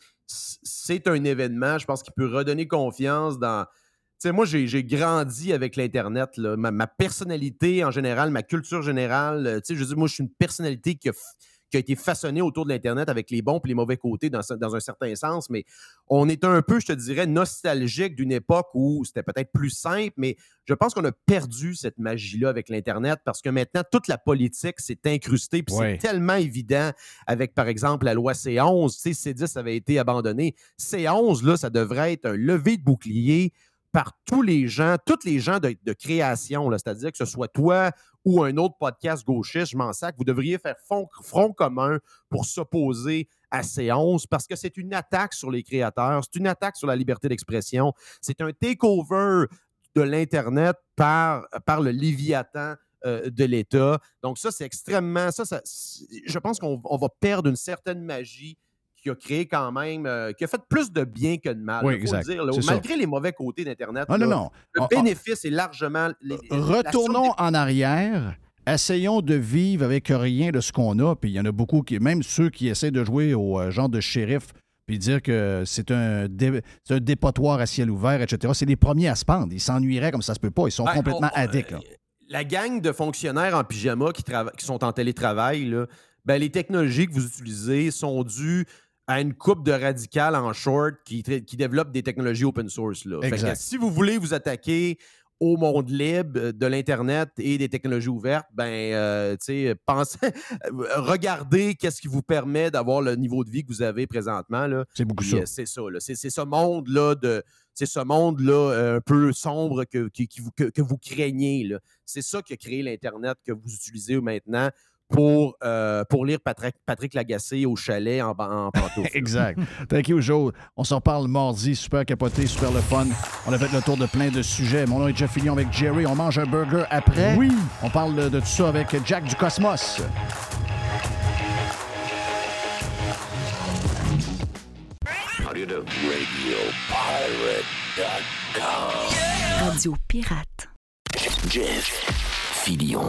c'est un événement, je pense, qui peut redonner confiance dans. Tu sais, moi, j'ai grandi avec l'Internet. Là. Ma personnalité en général, ma culture générale. Tu sais, je veux dire, moi, je suis une personnalité qui a été façonnée autour de l'Internet avec les bons et les mauvais côtés dans un certain sens. Mais on est un peu, je te dirais, nostalgique d'une époque où c'était peut-être plus simple. Mais je pense qu'on a perdu cette magie-là avec l'Internet parce que maintenant, toute la politique s'est incrustée. Puis c'est tellement évident avec, par exemple, la loi C11. Tu sais, C10 avait été abandonné. C11, là, ça devrait être un lever de bouclier par tous les gens de création, là, c'est-à-dire que ce soit toi ou un autre podcast gauchiste, je m'en sac, vous devriez faire front commun pour s'opposer à C11 parce que c'est une attaque sur les créateurs, c'est une attaque sur la liberté d'expression, c'est un takeover de l'Internet par le Léviathan de l'État. Donc ça, c'est extrêmement... je pense qu'on va perdre une certaine magie qui a créé quand même, qui a fait plus de bien que de mal. Oui, faut exact. le dire, là, malgré les mauvais côtés d'Internet, non. Le bénéfice est largement... Retournons en arrière. Essayons de vivre avec rien de ce qu'on a. Puis il y en a beaucoup, même ceux qui essaient de jouer au genre de shérif puis dire que c'est un dépotoir à ciel ouvert, etc. C'est les premiers à se pendre. Ils s'ennuieraient comme ça se peut pas. Ils sont complètement addicts. Là. La gang de fonctionnaires en pyjama qui sont en télétravail, là, ben, les technologies que vous utilisez sont dues à une couple de radicales en short qui développent des technologies open source. Là. Fait que, si vous voulez vous attaquer au monde libre de l'Internet et des technologies ouvertes, regardez qu'est-ce qui vous permet d'avoir le niveau de vie que vous avez présentement. Là. C'est beaucoup ça. C'est ça. Là. C'est ce monde-là un peu sombre que vous craignez. Là. C'est ça qui a créé l'Internet que vous utilisez maintenant pour lire Patrick Lagacé au chalet en pantoufles. Exact. Thank you, Joe. On s'en parle mardi. Super capoté, super le fun. On a fait le tour de plein de sujets. Mon nom est Jeff Fillion avec Jerry. On mange un burger après. Oui. On parle de tout ça avec Jack du Cosmos. Radio Pirate. Jeff Fillion.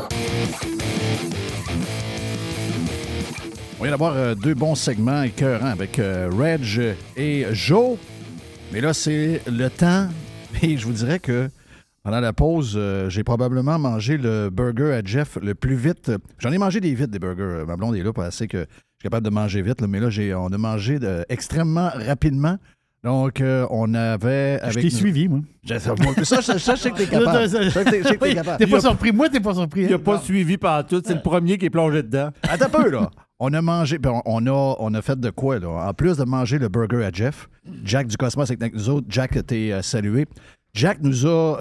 On vient d'avoir deux bons segments écœurants avec Reg et Joe. Mais là, c'est le temps. Et je vous dirais que pendant la pause, j'ai probablement mangé le burger à Jeff le plus vite. J'en ai mangé des burgers. Ma blonde est là pour assez que je suis capable de manger vite. Là, mais là, on a mangé extrêmement rapidement. Donc, on avait... Je t'ai suivi, moi. Ça, je sais que t'es capable. Je sais que t'es capable. T'es pas surpris. Moi, t'es pas surpris. Il n'a pas suivi par tout. C'est le premier qui est plongé dedans. Attends un peu, là. On a mangé... On a fait de quoi, là? En plus de manger le burger à Jeff, Jack du Cosmos avec nous autres. Jack, t'es salué. Jack nous a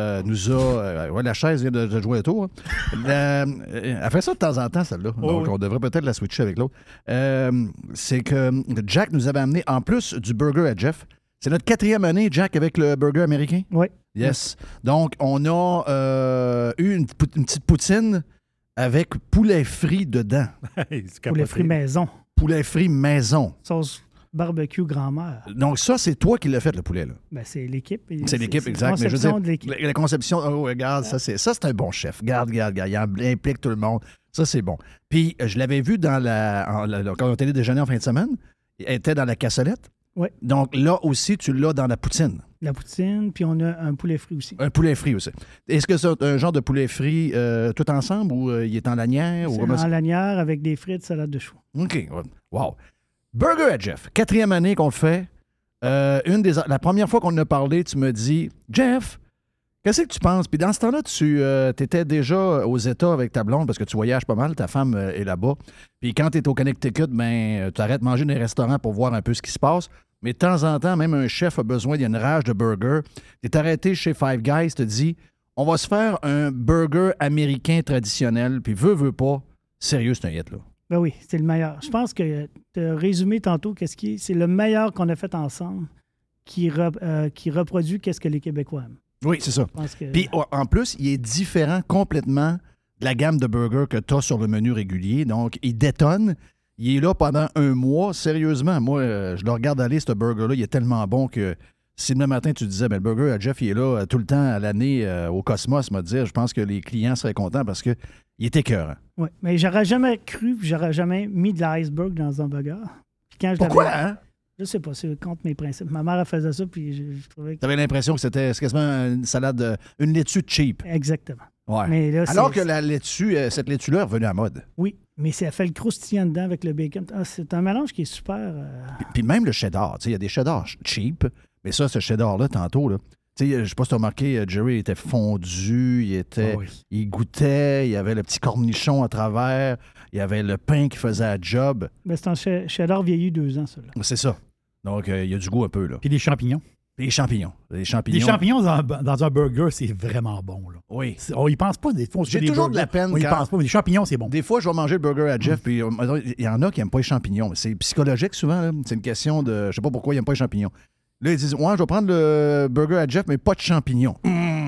la chaise vient de jouer un tour. Elle fait ça de temps en temps, celle-là. Donc, on devrait peut-être la switcher avec l'autre. C'est que Jack nous avait amené, en plus du burger à Jeff, c'est notre 4e année, Jack, avec le burger américain? Oui. Yes. Donc, on a eu une petite poutine avec poulet frit dedans. Poulet frit maison. Poulet frit maison. Sauce barbecue grand-mère. Donc ça, c'est toi qui l'as fait, le poulet, là. Ben, c'est l'équipe. C'est l'équipe, exact. La conception de l'équipe. La conception, regarde, ça, c'est un bon chef. Regarde, il implique tout le monde. Ça, c'est bon. Puis, je l'avais vu quand on était allé déjeuner en fin de semaine. Il était dans la cassolette. Oui. Donc là aussi, tu l'as dans la poutine. La poutine, puis on a un poulet frit aussi. Un poulet frit aussi. Est-ce que c'est un genre de poulet frit tout ensemble ou il est en lanière? C'est en lanière avec des frites, salade de choux. OK. Wow. Burger à Jeff. 4e année qu'on le fait. La première fois qu'on en a parlé, tu me dis, Jeff, qu'est-ce que tu penses? Puis dans ce temps-là, tu étais déjà aux États avec ta blonde parce que tu voyages pas mal, ta femme est là-bas. Puis quand tu es au Connecticut, tu arrêtes de manger dans les restaurants pour voir un peu ce qui se passe. Mais de temps en temps, même un chef a besoin d'une rage de burger. Tu es arrêté chez Five Guys, te dit, on va se faire un burger américain traditionnel. Puis veut pas, sérieux, c'est un hit, là. Ben oui, c'est le meilleur. Je pense que tu as résumé tantôt c'est le meilleur qu'on a fait ensemble qui reproduit qu'est-ce que les Québécois aiment. Oui, c'est ça. Je pense que... Puis en plus, il est différent complètement de la gamme de burgers que tu as sur le menu régulier. Donc, il détonne. Il est là pendant un mois. Sérieusement, moi, je le regarde aller, ce burger-là. Il est tellement bon que si demain matin, tu disais, ben, le burger à Jeff, il est là tout le temps à l'année au Cosmos, m'a dit, je pense que les clients seraient contents parce qu'il est écœurant. Oui, mais j'aurais jamais cru, j'aurais jamais mis de l'iceberg dans un burger. Puis quand Pourquoi, hein? Je sais pas, c'est contre mes principes. Ma mère, elle faisait ça, puis je trouvais que... Tu avais l'impression que c'était quasiment une salade, une laitue cheap. Exactement. Ouais. Mais là, alors que la laitue, cette laitue-là est revenue à mode. Oui, mais ça fait le croustillant dedans avec le bacon. Ah, c'est un mélange qui est super... Puis même le cheddar, tu sais, il y a des cheddars cheap, mais ça, ce cheddar-là, tantôt, là, tu sais, je sais pas si tu as remarqué, Jerry était fondu, il goûtait, il y avait le petit cornichon à travers, il y avait le pain qui faisait la job. Ben, c'est un cheddar vieilli 2 ans, ça. Là. C'est ça. Donc, il y a du goût un peu, là. Puis des champignons. Les champignons. Les champignons dans un burger, c'est vraiment bon. Là. Oui. On y pense pas. Des fois, j'ai toujours de la peine on y pense pas, mais les champignons, c'est bon. Des fois, je vais manger le burger à Jeff, puis il y en a qui n'aiment pas les champignons. C'est psychologique souvent. Là. C'est une question de... Je sais pas pourquoi ils n'aiment pas les champignons. Là, ils disent, ouais, je vais prendre le burger à Jeff, mais pas de champignons.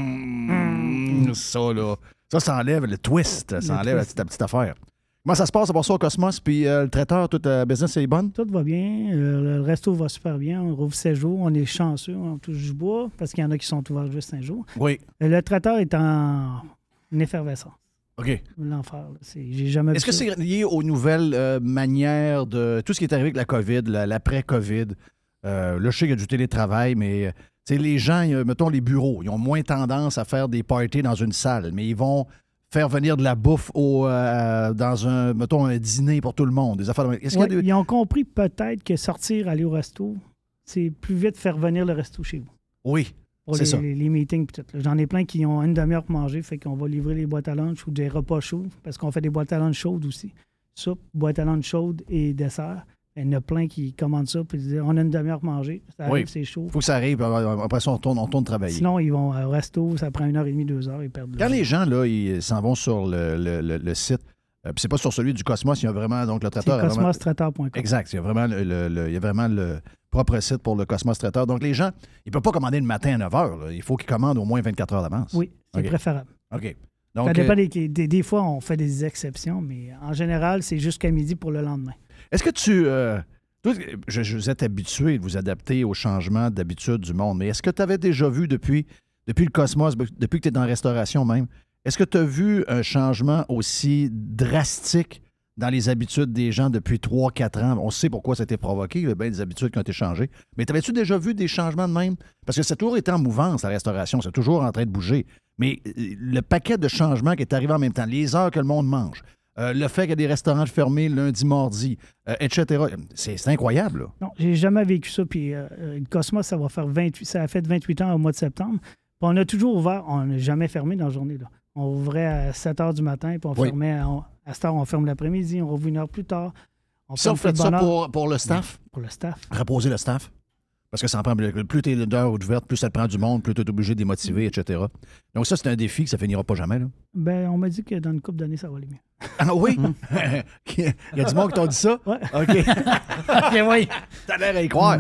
Ça, là. Ça enlève le twist. Ça enlève la petite affaire. Comment ça se passe à part ça au Cosmos, puis le traiteur, toute la business est bonne? Tout va bien. Le resto va super bien. On rouvre 7 jours. On est chanceux. On touche du bois parce qu'il y en a qui sont ouverts juste 5 jours. Oui. Le traiteur est en effervescence. OK. L'enfer. J'ai jamais vu Est-ce que ça. c'est lié aux nouvelles manières de tout ce qui est arrivé avec la COVID, l'après-COVID? Là, je sais qu'il y a du télétravail, mais les gens, mettons les bureaux, ils ont moins tendance à faire des parties dans une salle, mais ils vont faire venir de la bouffe dans un dîner pour tout le monde. Des affaires. Ils ont compris peut-être que sortir, aller au resto, c'est plus vite faire venir le resto chez vous. Oui, pour c'est ça. Les meetings et tout. Là. J'en ai plein qui ont une demi-heure pour manger, fait qu'on va livrer les boîtes à lunch ou des repas chauds, parce qu'on fait des boîtes à lunch chaudes aussi. Soupe, boîte à lunch chaude et dessert. Il y en a plein qui commandent ça puis disent on a une demi-heure pour manger. Ça arrive, c'est chaud. Il faut que ça arrive. Après ça, on tourne travailler. Sinon, ils vont au resto, ça prend 1h30, 2 heures, ils perdent le Quand les gens, là, ils s'en vont sur le site, puis c'est pas sur celui du Cosmos, il y a vraiment, donc le traiteur... C'est cosmostraiteur.com. Exact. Il y a vraiment le propre site pour le Cosmos Traiteur. Donc les gens, ils ne peuvent pas commander le matin à 9 h. Là. Il faut qu'ils commandent au moins 24 heures d'avance. Oui, c'est préférable. OK. Donc, ça dépend des fois, on fait des exceptions, mais en général, c'est jusqu'à midi pour le lendemain. Est-ce que tu... vous êtes habitué de vous adapter aux changements d'habitude du monde, mais est-ce que tu avais déjà vu depuis le Cosmos, depuis que tu es dans la restauration même, est-ce que tu as vu un changement aussi drastique dans les habitudes des gens depuis 3-4 ans? On sait pourquoi ça a été provoqué, il y a bien des habitudes qui ont été changées. Mais t'avais-tu déjà vu des changements de même? Parce que ça a toujours été en mouvance, la restauration, c'est toujours en train de bouger. Mais le paquet de changements qui est arrivé en même temps, les heures que le monde mange, le fait qu'il y a des restaurants fermés lundi, mardi, etc. C'est incroyable. Là. Non, j'ai jamais vécu ça. Puis le Cosmos, ça a fait 28 ans au mois de septembre. Puis on a toujours ouvert, on n'a jamais fermé dans la journée. Là. On ouvrait à 7 h du matin, puis on fermait à cette heure, on ferme l'après-midi, on rouvre 1 heure plus tard. Ça, vous faites ça pour le staff? Pour le staff. Reposer le staff? Parce que ça en prend plus tu es d'heures ouvertes, plus ça te prend du monde, plus tu es obligé de démotiver, etc. Donc ça, c'est un défi que ça finira pas jamais. Là. Ben, on m'a dit que dans une couple d'années, ça va aller mieux. Ah oui? Il y a du monde qui t'ont dit ça? Oui. OK. OK, oui. T'as l'air à y croire.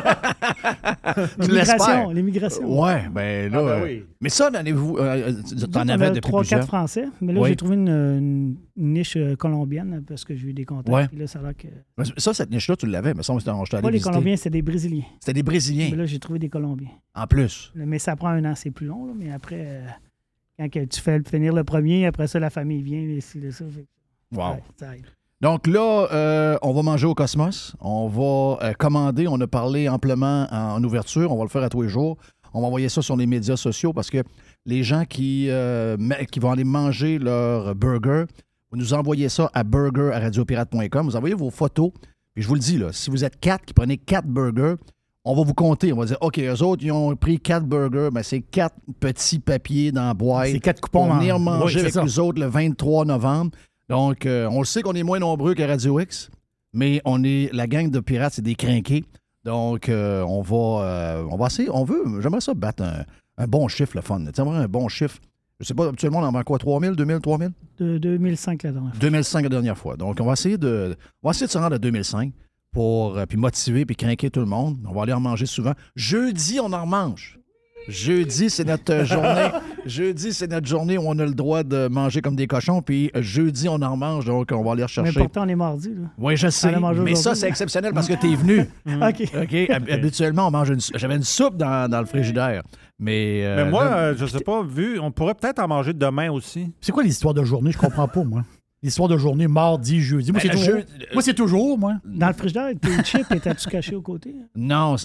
L'immigration. Oui, ben là... oui. Mais ça, t'en avais depuis 3-4 Français, mais là, j'ai trouvé une niche colombienne parce que j'ai eu des contacts. Ouais. Puis là, ça a l'air que... Ça, cette niche-là, tu l'avais, mais ça, je t'allais Pas les visiter. Colombiens, c'était des Brésiliens. C'était des Brésiliens. Mais là, j'ai trouvé des Colombiens. En plus. Mais ça prend 1 an, c'est plus long. Là, mais après, quand tu fais finir le premier, après ça, la famille vient. Ici, ça fait... Wow. Ouais, ça aide. Donc là, on va manger au Cosmos. On va commander. On a parlé amplement en ouverture. On va le faire à tous les jours. On va envoyer ça sur les médias sociaux parce que les gens qui vont aller manger leur burger, vous nous envoyez ça à burger@radiopirate.com. Vous envoyez vos photos. Puis je vous le dis, là, si vous êtes 4 qui prenez 4 burgers, on va vous compter. On va dire, OK, eux autres, ils ont pris 4 burgers. Ben, c'est 4 petits papiers dans la boîte. C'est 4 coupons. Pour venir manger avec nous autres le 23 novembre. Donc, on le sait qu'on est moins nombreux qu'à Radio X, mais la gang de pirates, c'est des crinqués. Donc, on va essayer, j'aimerais ça battre un bon chiffre, le fun. Tu sais, un bon chiffre. Je sais pas, habituellement, on en vend quoi, 3 000, 2 000, 3 000? De 2005 la dernière fois. 2005 la dernière fois. Donc, on va essayer de se rendre à 2005 pour puis motiver puis crinquer tout le monde. On va aller en manger souvent. Jeudi, on en remange. Jeudi, c'est notre journée. Jeudi, c'est notre journée où on a le droit de manger comme des cochons. Puis jeudi, on en mange, donc on va aller rechercher. Mais pourtant, on est mardi. Là. Oui, je sais. Mais ça, c'est exceptionnel parce que t'es venu. OK. Habituellement, on mange j'avais une soupe dans le frigidaire. Mais moi, je sais pas, on pourrait peut-être en manger demain aussi. C'est quoi l'histoire de journée? Je comprends pas, moi. L'histoire de journée, mardi, jeudi. Moi, c'est toujours, moi. Dans le frigidaire, tes chips, étais-tu caché aux côtés? Non.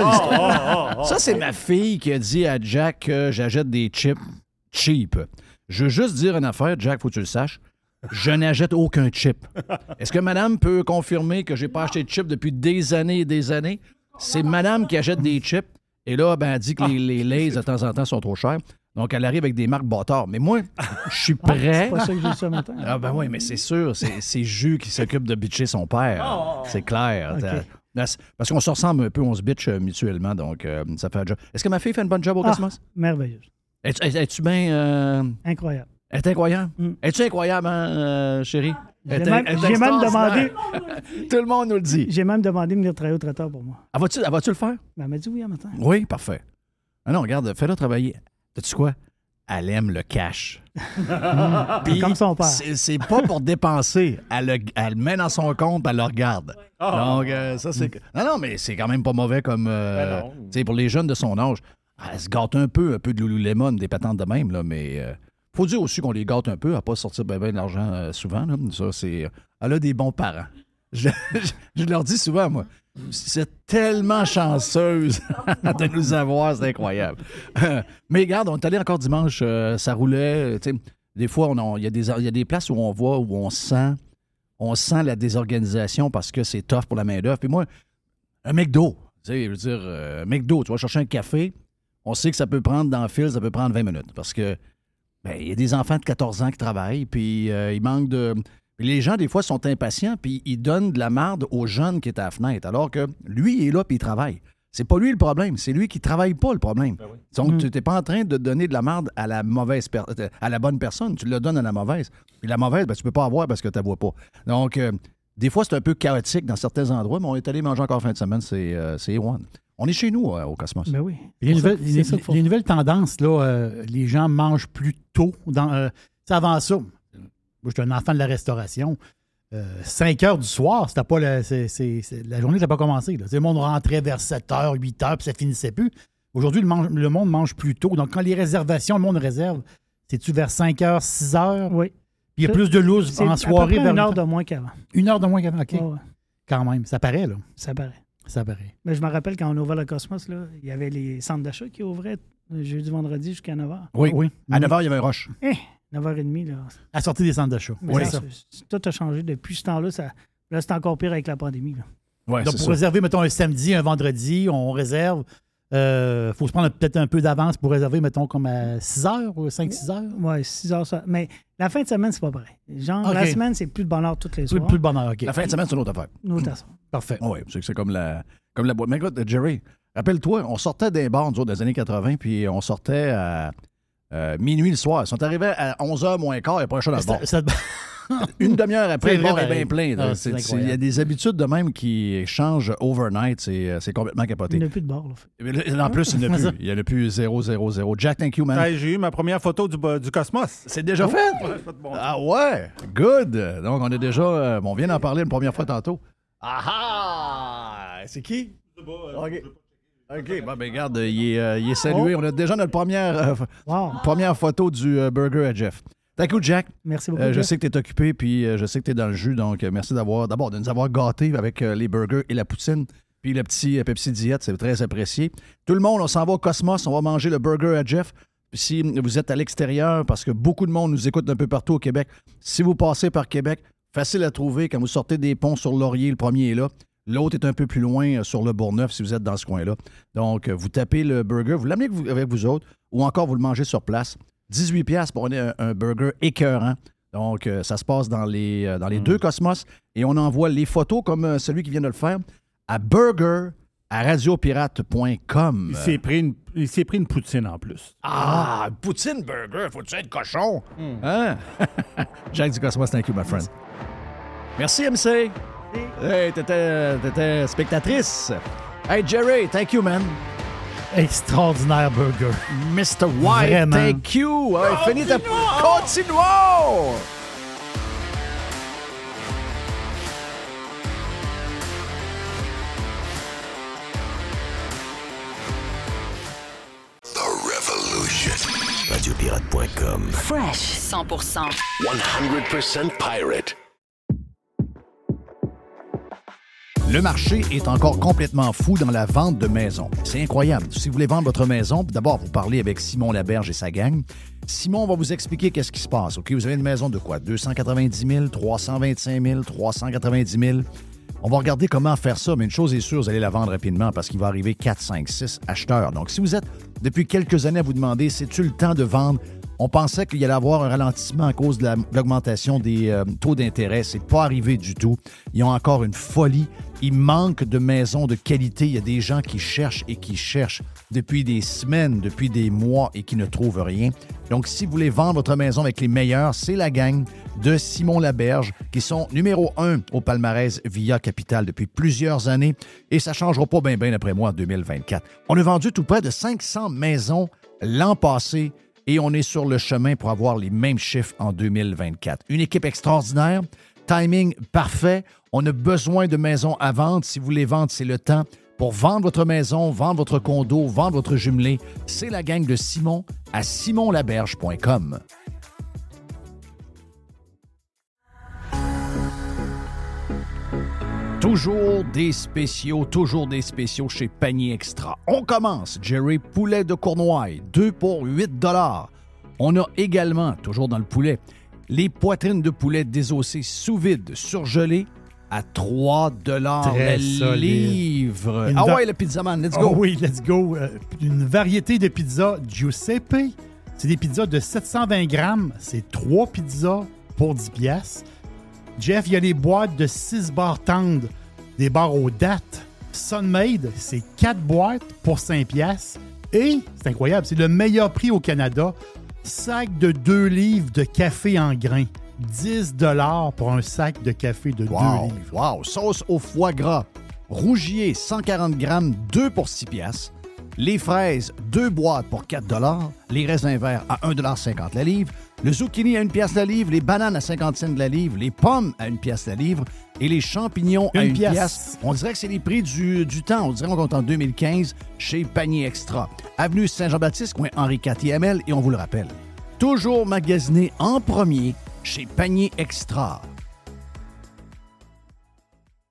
Ça, c'est ma fille qui a dit à Jack que j'achète des chips cheap. Je veux juste dire une affaire, Jack, faut que tu le saches. Je n'achète aucun chip. Est-ce que madame peut confirmer que j'ai pas acheté de chips depuis des années et des années? C'est madame qui achète des chips. Et là, elle dit que les Lays, de temps en temps, sont trop chers. Donc, elle arrive avec des marques bâtards. Mais moi, je suis prêt. C'est pas ça que j'ai dit ce matin. Ah ben oui, mais c'est sûr. C'est Jus qui s'occupe de bitcher son père. C'est clair. Okay. Parce qu'on se ressemble un peu, on se bitch mutuellement. Donc, ça fait un job. Est-ce que ma fille fait une bonne job au Cosmos? Merveilleuse. Es-tu bien... Incroyable. Elle est incroyable? Es-tu incroyable, hein, chérie? J'ai même demandé... Tout le monde nous le dit. J'ai même demandé de venir travailler au traiteur pour moi. Elle va-tu le faire? Ben, elle m'a dit oui un matin. Oui, parfait. Ah non, regarde, fais-la travailler. Sais-tu quoi? Elle aime le cash. Puis, comme son père. C'est pas pour dépenser. Elle le met dans son compte, elle le regarde. Donc, ça, c'est... Non, mais c'est quand même pas mauvais comme... tu sais, pour les jeunes de son âge, elle se gâte un peu de Lululemon, des patentes de même, là, mais... faut dire aussi qu'on les gâte un peu, à pas sortir bien d'argent souvent. Là. Ça, c'est... Elle a des bons parents. Je leur dis souvent, moi, c'est tellement chanceuse de nous avoir, c'est incroyable. Mais regarde, on est allé encore dimanche, ça roulait. Des fois, il y a des places où on voit, où on sent la désorganisation parce que c'est tough pour la main-d'œuvre. Puis moi, un McDo, je veux dire, un McDo, tu vas chercher un café, on sait que ça peut prendre dans le fil, ça peut prendre 20 minutes parce que il y a des enfants de 14 ans qui travaillent, puis il manque de... Les gens, des fois, sont impatients, puis ils donnent de la marde aux jeunes qui est à la fenêtre, alors que lui, il est là, puis il travaille. C'est pas lui le problème, c'est lui qui travaille pas le problème. Ben oui. Donc, tu n'es pas en train de donner de la marde à la à la bonne personne, tu le donnes à la mauvaise. Puis la mauvaise, tu peux pas avoir parce que tu la vois pas. Donc, des fois, c'est un peu chaotique dans certains endroits, mais on est allé manger encore fin de semaine, c'est A1. On est chez nous au Cosmos. Ben oui. Les nouvelles tendances, là, les gens mangent plus tôt. Avant ça, moi, j'étais un enfant de la restauration. 5 heures du soir, c'était pas la journée n'était pas commencée. Là. Le monde rentrait vers 7 heures, 8 heures, puis ça finissait plus. Aujourd'hui, le monde mange plus tôt. Donc, quand les réservations, le monde réserve, c'est-tu vers 5 heures, 6 heures? Oui. Puis il y a plus de loose en soirée. Vers 1 heure de moins qu'avant. 1 heure de moins qu'avant, OK. Ouais. Quand même, ça paraît, là. Ça paraît. Ça paraît. Mais je me rappelle quand on ouvrait le Cosmos, là, il y avait les centres d'achat qui ouvraient jeudi, vendredi jusqu'à 9h. Oui. À 9h, il y avait un rush. 9h30, là. À sortir des centres d'achat. Oui, tout a changé depuis ce temps-là. Là, c'est encore pire avec la pandémie. Là. Ouais, donc, pour réserver, mettons, un samedi, un vendredi, on réserve. Faut se prendre peut-être un peu d'avance pour réserver, mettons, comme à 6 heures ou 5-6 heures. Oui, 6 heures. Ça. Mais la fin de semaine, c'est pas pareil. Genre, la semaine, c'est plus de bonheur toutes les soirs. Plus de bonheur, OK. La fin de semaine, c'est une autre affaire. Une autre affaire. Parfait. Oui, c'est comme la boîte. Mais écoute, Jerry, rappelle-toi, on sortait des bars, nous autres, des années 80, puis on sortait à minuit le soir. Ils sont arrivés à 11h moins quart, il n'y a pas un chat dans le bar. Une demi-heure après, le bar est bien plein. Il y a des habitudes de même qui changent overnight. C'est complètement capoté. Il n'y a plus de bar. Là. En plus, il n'y en a plus. Il n'y en a plus 0. Jack, thank you, man. Hey, j'ai eu ma première photo du Cosmos. C'est déjà fait? Ah ouais? Good. Donc, on est déjà... on vient d'en parler une première fois tantôt. Ah! C'est qui? OK, bon, ben regarde, il est salué. On a déjà notre première photo du burger à Jeff. Thank you, Jack. Merci beaucoup. Je sais que tu es occupé, puis je sais que tu es dans le jus, donc merci de nous avoir gâtés avec les burgers et la poutine, puis le petit Pepsi Diète, c'est très apprécié. Tout le monde, on s'en va au Cosmos, on va manger le burger à Jeff. Puis si vous êtes à l'extérieur, parce que beaucoup de monde nous écoute un peu partout au Québec, si vous passez par Québec, facile à trouver quand vous sortez des ponts sur Laurier, le premier est là. L'autre est un peu plus loin sur le Bourgneuf si vous êtes dans ce coin-là. Donc, vous tapez le burger, vous l'amenez avec vous autres, ou encore vous le mangez sur place. 18$ pour un burger écœurant. Donc, ça se passe dans les deux Cosmos. Et on envoie les photos, comme celui qui vient de le faire, à burger@radiopirate.com. Il s'est pris une poutine en plus. Ah, poutine burger, faut-tu être cochon? Hein? Jacques du Cosmos, thank you, my friend. Merci, MC. Hey, t'étais spectatrice. Hey, Jerry, thank you, man. Extraordinaire burger. Mr. White, Vraiment. thank you. Finis ta... Continuons! Radiopirate.com. Fresh 100%. 100% pirate. Le marché est encore complètement fou dans la vente de maisons. C'est incroyable. Si vous voulez vendre votre maison, d'abord, vous parlez avec Simon Laberge et sa gang. Simon va vous expliquer qu'est-ce qui se passe. OK, vous avez une maison de quoi? 290 000, 325 000, 390 000. On va regarder comment faire ça, mais une chose est sûre, vous allez la vendre rapidement parce qu'il va arriver 4, 5, 6 acheteurs. Donc, si vous êtes depuis quelques années à vous demander, c'est-tu le temps de vendre? On pensait qu'il y allait avoir un ralentissement à cause de l'augmentation des taux d'intérêt. C'est pas arrivé du tout. Ils ont encore une folie. Il manque de maisons de qualité. Il y a des gens qui cherchent et qui cherchent depuis des semaines, depuis des mois et qui ne trouvent rien. Donc, si vous voulez vendre votre maison avec les meilleurs, c'est la gang de Simon Laberge qui sont numéro 1 au palmarès Via Capital depuis plusieurs années et ça ne changera pas bien d'après moi en 2024. On a vendu tout près de 500 maisons l'an passé et on est sur le chemin pour avoir les mêmes chiffres en 2024. Une équipe extraordinaire, timing parfait. On a besoin de maisons à vendre. Si vous voulez vendre, c'est le temps. Pour vendre votre maison, vendre votre condo, vendre votre jumelé, c'est la gang de Simon à simonlaberge.com. Toujours des spéciaux chez Panier Extra. On commence, Jerry, poulet de Cournoye, 2 pour 8 $. On a également, toujours dans le poulet, les poitrines de poulet désossées sous vide, surgelées, à 3 $ Très le solide. livre. Ouais, le pizzaman, let's go. Oh oui, let's go. Une variété de pizzas Giuseppe. C'est des pizzas de 720 grammes. C'est 3 pizzas pour 10 piastres. Jeff, il y a les boîtes de 6 barres tendres, des barres aux dattes. Sunmade, c'est 4 boîtes pour 5 piastres. Et, c'est incroyable, c'est le meilleur prix au Canada. Sac de 2 livres de café en grains. 10 $ pour un sac de café de 2 livres. Wow! Sauce au foie gras. Rougier, 140 grammes, 2 pour 6 piastres. Les fraises, 2 boîtes pour 4 $. Les raisins verts à 1,50 $ la livre. Le zucchini à 1 piastre la livre. Les bananes à 50 cents la livre. Les pommes à 1 piastre la livre. Et les champignons à 1 piastre. On dirait que c'est les prix du temps. On dirait qu'on est en 2015 chez Panier Extra. Avenue Saint-Jean-Baptiste, coin Henri IV-IML. Et on vous le rappelle, toujours magasiné en premier chez Panier Extra.